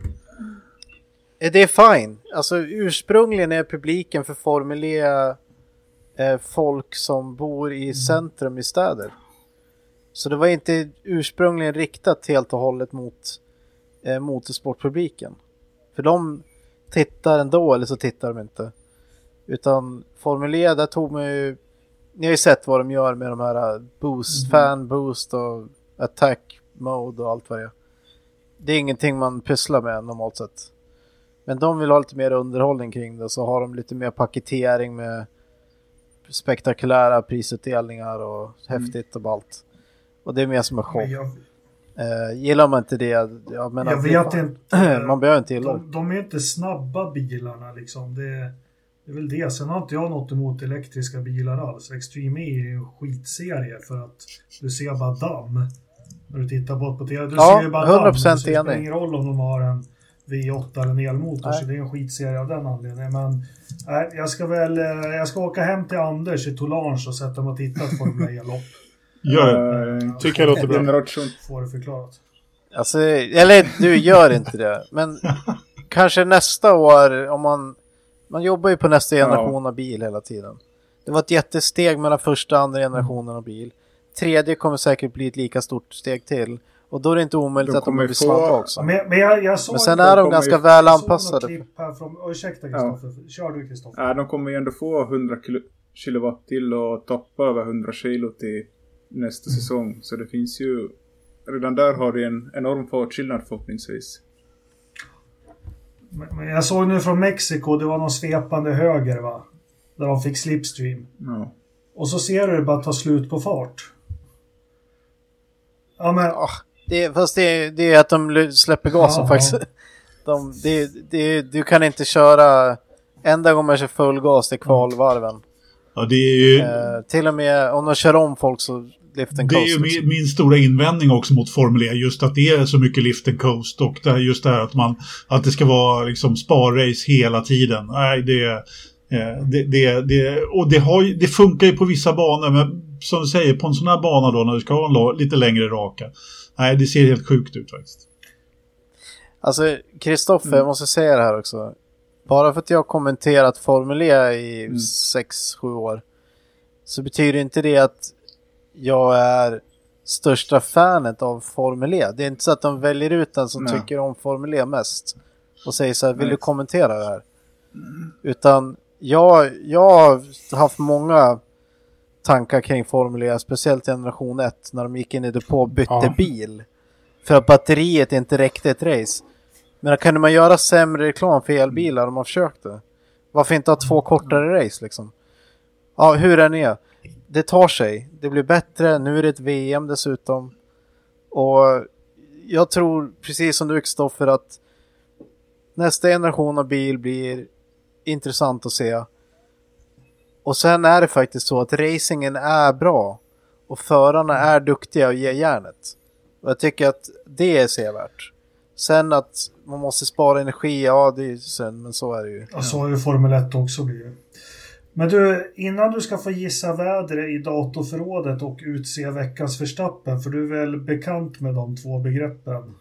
det är fine. Alltså ursprungligen är publiken för Formel E folk som bor i centrum i städer. Så det var inte ursprungligen riktat helt och hållet mot motorsportpubliken. För de tittar ändå, eller så tittar de inte. Utan Formel E, där tog man ju... Ni har ju sett vad de gör med de här boost, fan boost och attack mode och allt vad det är. Det är ingenting man pysslar med normalt sett. Men de vill ha lite mer underhållning kring det. Så har de lite mer paketering med spektakulära prisutdelningar och häftigt och ballt. Och det är mer som en show. Gillar man inte det, jag menar, jag vet inte. Man behöver inte gilla de är inte snabba bilarna liksom. Det är väl det. Sen har inte jag något emot elektriska bilar alls. Extreme E är ju en skitserie för att du ser bara damm när du tittar på TV. Du ser ju bara 100% damm. Det spelar enig. ingen roll om de har en V8 eller en elmotor. Så det är en skitserie av den anledningen. Men jag ska åka hem till Anders i Toulange och sätta mig och titta på Formel E-lopp. Tycker jag låter bra. Får det förklarat. Alltså, eller du gör inte det. Men kanske nästa år, om man jobbar ju på nästa generation av bil hela tiden. Det var ett jättesteg mellan första och andra generationen av bil. Tredje kommer säkert bli ett lika stort steg till. Och då är det inte omöjligt att de blir snabba också. Men sen är de ganska väl anpassade. Ursäkta Kristoffer, kör du Kristoffer. Ja, de kommer ju ändå få 100 kilowatt till och toppa över 100 kilo till nästa säsong. Så det finns ju, redan där har det en enorm fartskillnad förhoppningsvis. Men jag såg nu från Mexiko, det var någon svepande höger va? Där de fick slipstream. Ja. Och så ser du det bara ta slut på fart. Ja men... Det är att de släpper gasen faktiskt. Du kan inte köra enda gången man kör full gas i kvalvarven. Ja, det är ju... till och med om de kör om folk så lift and coast. Det är ju min stora invändning också mot Formel E, just att det är så mycket lift and coast och just det här att det ska vara liksom sparrace hela tiden. Nej, det funkar ju på vissa banor, men som du säger, på en sån här bana då när du ska ha en lite längre raka. Nej, det ser helt sjukt ut faktiskt. Alltså, Kristoffer, jag måste säga det här också. Bara för att jag har kommenterat Formel E i 6-7 år så betyder inte det att jag är största fanet av Formel E. Det är inte så att de väljer ut den som tycker om Formel E mest och säger så här, vill du kommentera det här? Utan jag har haft många tankar kring Formel E, speciellt generation 1 när de gick in i depå och bytte bil för att batteriet inte räckte ett race. Men kan man göra sämre reklam för elbilar om man försökte? Varför inte ha 2 kortare race liksom? Ja, hur är det? Det tar sig. Det blir bättre. Nu är det ett VM dessutom. Och jag tror, precis som du Kristoffer, att nästa generation av bil blir intressant att se. Och sen är det faktiskt så att racingen är bra. Och förarna är duktiga och ger järnet. Och jag tycker att det är sevärt. Sen att man måste spara energi, ja det är synd, men så är det ju. Ja, så är det Formel 1 också blir. Men du, innan du ska få gissa vädret i datorförrådet och utse veckans Verstappen, för du är väl bekant med de 2 begreppen?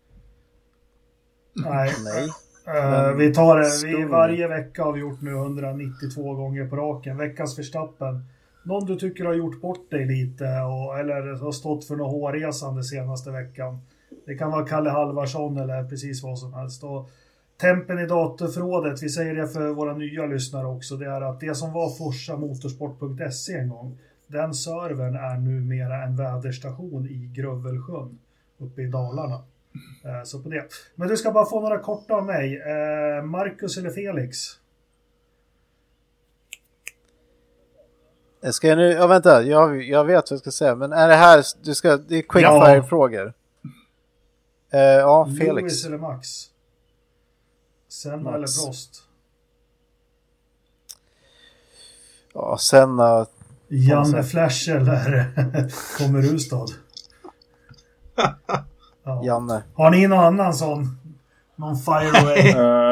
Nej. Vi tar det. Vi varje vecka har vi gjort nu 192 gånger på raken. Veckans Verstappen. Någon du tycker har gjort bort dig lite eller har stått för något hårresande senaste veckan. Det kan vara Kalle Halvarsson eller precis vad som helst. Och tempen i datorförrådet, vi säger det för våra nya lyssnare också, det är att det som var forsamotorsport.se en gång, den servern är numera en väderstation i Grövelsjön uppe i Dalarna. Så på det. Men du ska bara få några korta av mig. Marcus eller Felix? Ska jag nu, ja vänta, jag vet vad jag ska säga, men är det här, det är quickfire-frågor. Ja, Felix. Lewis eller Max? Senna eller Prost? Ja, Senna. Janne Flash eller kommer Rustad? Ja. Janne. Har ni någon annan sån? Någon Fireway?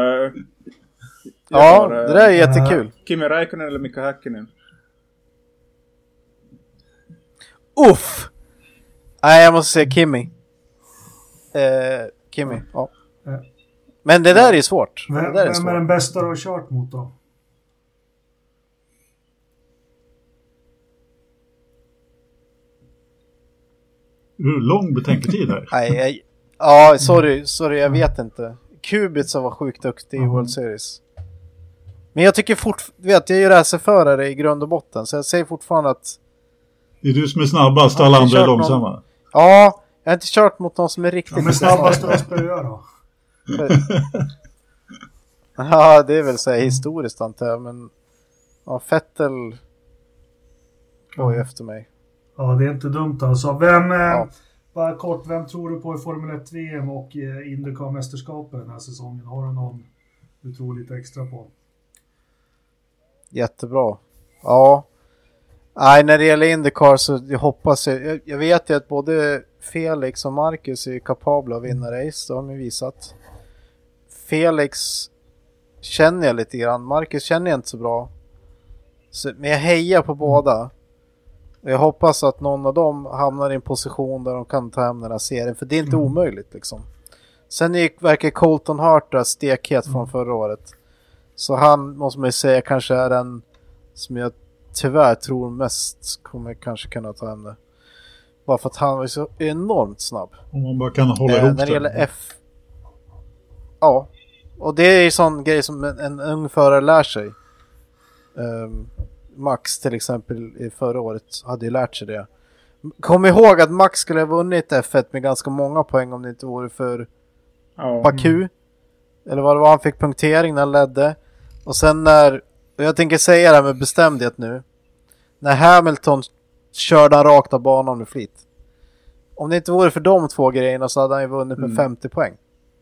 Ja, det där är jättekul. Kimi Räikkönen eller Mika Häkkinen? Uff! Nej, jag måste säga Kimi. Kimi, ja. Men det där är svårt. Vem är den bästa du har kört mot då? Lång betänketid här. Nej, ja, sorry, jag vet inte. Kubica var sjukt duktig i World Series. Men jag tycker jag är ju racerförare i grund och botten, så jag säger fortfarande att det är du som är snabbast, alla andra är långsamma. Ja, jag har inte kört mot någon som är riktigt... men snabbast att spöa då? Ja, det är väl så här historiskt antar jag, men ja, Vettel var ju efter mig. Ja, det är inte dumt alltså. Bara kort, vem tror du på i Formel 1-VM och Indycar-mästerskapet den här säsongen? Har du någon du tror lite extra på? Jättebra. Ja. Nej, när det gäller Indycar så jag hoppas jag vet ju att både Felix och Marcus är kapabla att vinna race, det har de visat. Felix känner jag lite grann, Marcus känner jag inte så bra. Men jag hejar på båda. Jag hoppas att någon av dem hamnar i en position där de kan ta hem den här serien, för det är inte omöjligt liksom. Sen verkar Colton Hart stekhet från förra året. Så han måste man ju säga kanske är den som jag tyvärr tror mest kommer kanske kunna ta hem det. Bara för att han var så enormt snabb. Om man bara kan hålla ihop när det gäller Ja. Och det är ju sån grej som en ung förare lär sig. Max till exempel i förra året hade ju lärt sig det. Kom ihåg att Max skulle ha vunnit F1 med ganska många poäng om det inte vore för Baku. Eller vad det var, han fick punktering när han ledde. Och sen och jag tänker säga det här med bestämdhet nu. När Hamilton körde han rakt av banan med flit. Om det inte vore för de två grejerna så hade han ju vunnit med 50 poäng.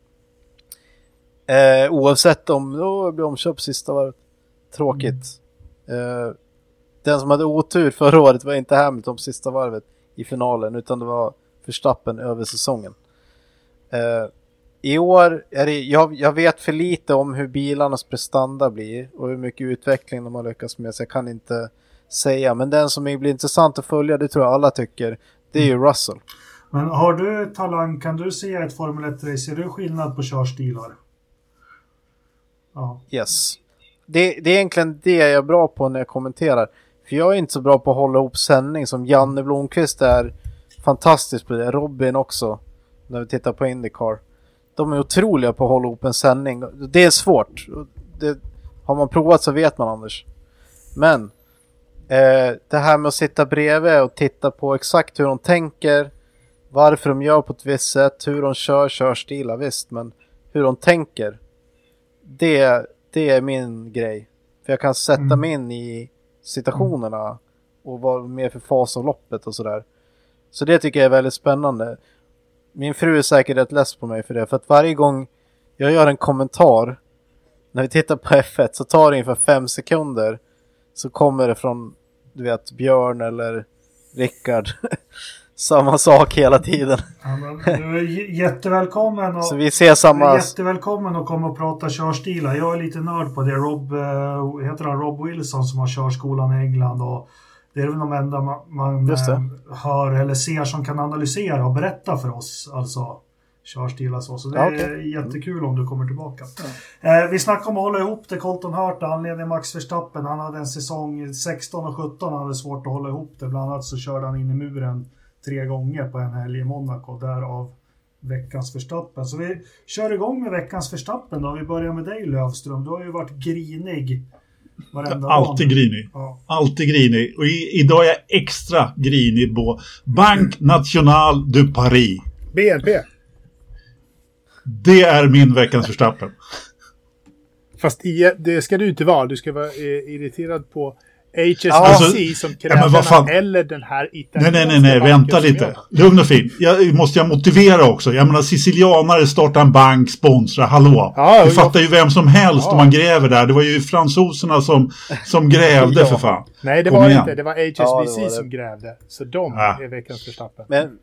Oavsett om det blir omköp sista var tråkigt. Den som hade otur förra året var inte Hamilton på sista varvet i finalen, utan det var Verstappen över säsongen. I år är det, jag vet för lite om hur bilarnas prestanda blir och hur mycket utveckling de har lyckats med, så jag kan inte säga. Men den som blir intressant att följa, det tror jag alla tycker, det är ju Russell. Men har du talang, kan du se ett Formel 1-race? Ser du skillnad på körstilar? Ja. Yes. Det är egentligen det jag är bra på när jag kommenterar. För jag är inte så bra på att hålla ihop sändning som Janne Blomqvist är fantastisk på det. Robin också, när vi tittar på IndyCar. De är otroliga på att hålla ihop en sändning. Det är svårt. Har man provat så vet man, Anders. Men det här med att sitta bredvid och titta på exakt hur de tänker, varför de gör på ett visst sätt, hur de körstilar, visst, men hur de tänker, det är min grej. För jag kan sätta mig in i situationerna och vara med för fas av loppet och sådär. Så det tycker jag är väldigt spännande. Min fru är säkert rätt less på mig för det. För att varje gång jag gör en kommentar när vi tittar på F1 så tar det ungefär 5 sekunder. Så kommer det från, du vet, Björn eller Rickard. Samma sak hela tiden. Ja, men du är jättevälkommen. Och, så vi ser samma... Du är jättevälkommen att komma och prata körstilar. Jag är lite nörd på det. Rob Wilson som har körskolan i England. Och det är väl de enda man hör eller ser som kan analysera och berätta för oss. Alltså körstilar så det är jättekul om du kommer tillbaka. Vi snackar om att hålla ihop det. Colton Hart, anledningen Max Verstappen. Han hade en säsong 16 och 17. Han hade svårt att hålla ihop det. Bland annat så körde han in i muren 3 gånger på en helg i Monaco. Därav veckans Verstappen. Så vi kör igång med veckans Verstappen då. Vi börjar med dig, Lövström. Du har ju varit grinig varenda Alltid grinig. Ja. Alltid grinig. Och idag är jag extra grinig på Banque Nationale du Paris. BNP. Det är min veckans Verstappen. Fast det ska du inte vara. Du ska vara irriterad på HSBC alltså, som kräver eller den här italienska Nej, vänta lite. Lugn och fin. Måste jag motivera också? Jag menar, sicilianare startar en bank, sponsrar, hallå. Du fattar ju vem som helst om man gräver där. Det var ju fransoserna som grävde för fan. Nej, det var inte. Det var HSBC som grävde. Så de är veckans Verstappen. Men,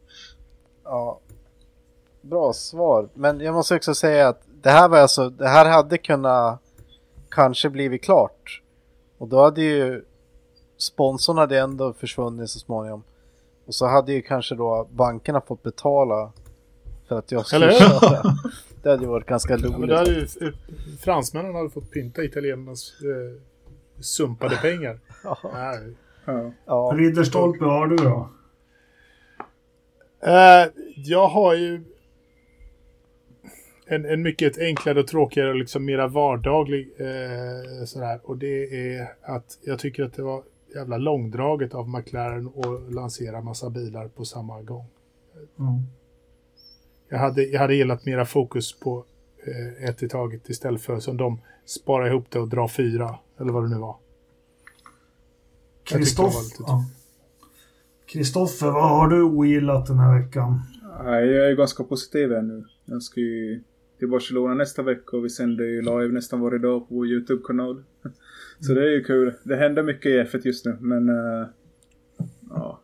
bra svar. Men jag måste också säga att det här hade kunnat kanske blivit klart. Och då hade ju sponsorn hade ändå försvunnit så småningom. Och så hade ju kanske då bankerna fått betala för att jag skulle köra. Det hade ju varit ganska roligt. Men då hade ju fransmännen hade fått pynta italienarnas sumpade pengar. Ja. Ridderstolpe, har du då? Jag har ju en mycket enklare och tråkigare och liksom mera vardaglig sådär. Och det är att jag tycker att det var jävla långdraget av McLaren att lansera massa bilar på samma gång. Jag hade gillat mera fokus på ett i taget istället för som de sparar ihop det och drar 4 eller vad det nu var. Kristoffer, vad har du ogillat den här veckan? Jag är ganska positiv ännu. Jag ska ju till Barcelona nästa vecka och vi sänder ju live nästan varje dag på vår YouTube-kanal. Så det är ju kul. Det händer mycket i F1 just nu, men ja.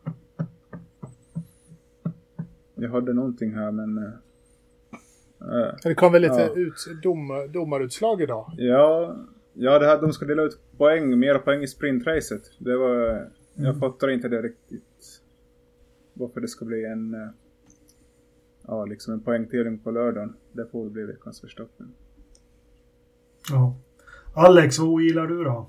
Jag hade någonting här, men det kom väl lite domarutslag idag? Ja, det här, de ska dela ut mera poäng i sprintracet. Det var, jag fattar inte det riktigt. Varför det ska bli liksom en poängtering på lördagen. Det får bli veckans Verstappen. Ja. Alex, vad gillar du då?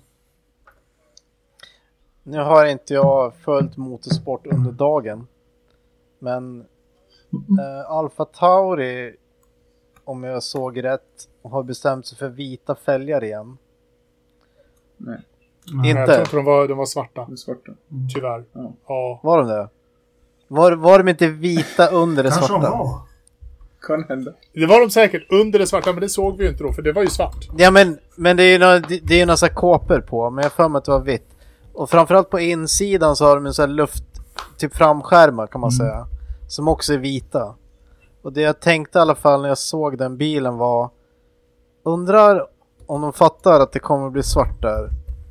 Nu har inte jag följt motorsport under dagen. Men Alfa Tauri, om jag såg rätt, har bestämt sig för vita fälgar igen. Nej. Inte? Jag tror inte de var svarta. De svarta. Tyvärr. Ja. Var de det? Var de inte vita under det Kanske svarta? De var. Kan hända. Det var de säkert under det svarta, men det såg vi ju inte då, för det var ju svart. Ja, men det är ju några så här kåpor på, men jag för mig att det var vitt. Och framförallt på insidan så har de en sån här luft, typ framskärmar kan man säga, som också är vita. Och det jag tänkte i alla fall när jag såg den bilen var, undrar om de fattar att det kommer att bli svart där.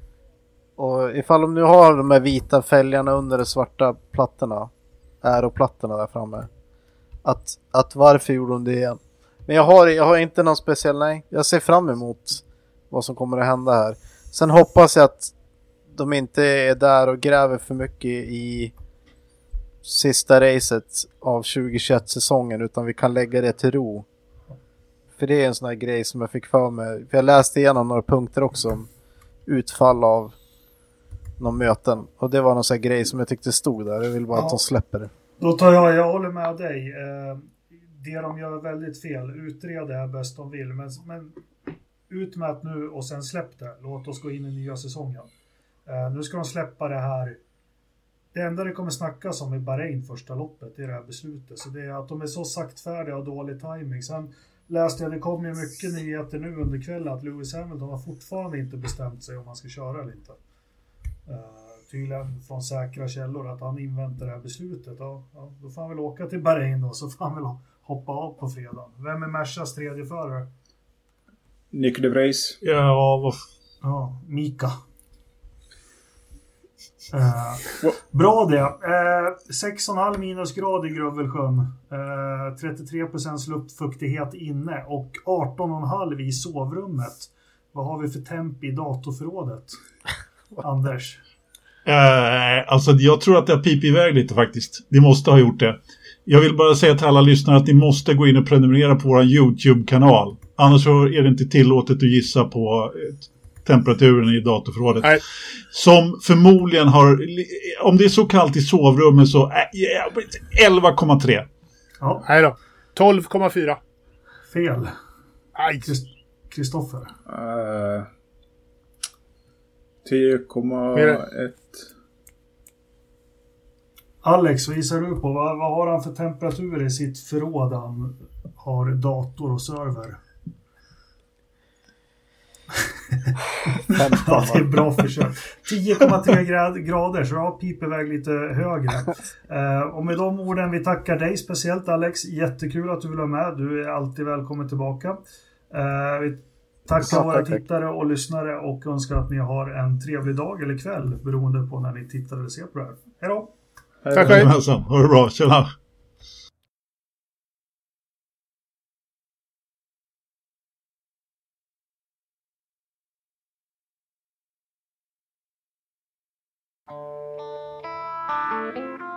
Och ifall de nu har de här vita fälgarna under de svarta plattorna, aeroplattorna där framme, att varför gjorde de det igen? Men jag har inte någon speciell, nej. Jag ser fram emot vad som kommer att hända här. Sen hoppas jag att de inte är där och gräver för mycket i sista racet av 2021-säsongen, utan vi kan lägga det till ro. För det är en sån här grej som jag fick för mig. För jag läste igenom några punkter också om utfall av någon möten. Och det var någon sån här grej som jag tyckte stod där. Jag vill bara att de släpper det. Då tar jag håller med dig. Det de gör väldigt fel. Utreda är bäst de vill. Men ut med att nu och sen släpp det. Låt oss gå in i nya säsongen. Nu ska de släppa det här. Det enda det kommer snackas om i Bahrain första loppet är det här beslutet. Så det är att de är så saktfärdiga och dålig timing. Sen läste jag, det kommer ju mycket nyheter nu under kvällen att Lewis Hamilton har fortfarande inte bestämt sig om han ska köra eller inte. Tydligen från säkra källor att han inväntar det här beslutet. Ja, då får han väl åka till Bahrain då, så får han väl hoppa av på fredag. Vem är Mercas tredje förare? Nick de Vries. Ja, Mika. Bra det. 6,5 minusgrad i Grövelsjön. 33% luftfuktighet inne och 18,5 i sovrummet. Vad har vi för temp i datorförrådet? Anders? Alltså jag tror att det har pipit iväg lite faktiskt. Det måste ha gjort det. Jag vill bara säga till alla lyssnare att ni måste gå in och prenumerera på vår YouTube-kanal. Annars så är det inte tillåtet att gissa på temperaturen i datorförrådet. Nej. Som förmodligen har, om det är så kallt i sovrummet så 11,3. Ja. Nej då. 12,4. Fel. Aj. Kristoffer. 10,1. Alex, vad gissar du på? Vad har han för temperatur i sitt förråd? Han har dator och server. Ja, det är bra försök. 10,3 grader, så jag piper iväg lite högre. Och med de orden, vi tackar dig speciellt Alex. Jättekul att du vill vara med. Du är alltid välkommen tillbaka. Vi tackar våra tittare och lyssnare och önskar att ni har en trevlig dag eller kväll beroende på när ni tittar eller ser på det här. Hej då! Tack själv! Ha det bra, tjena! Thank you.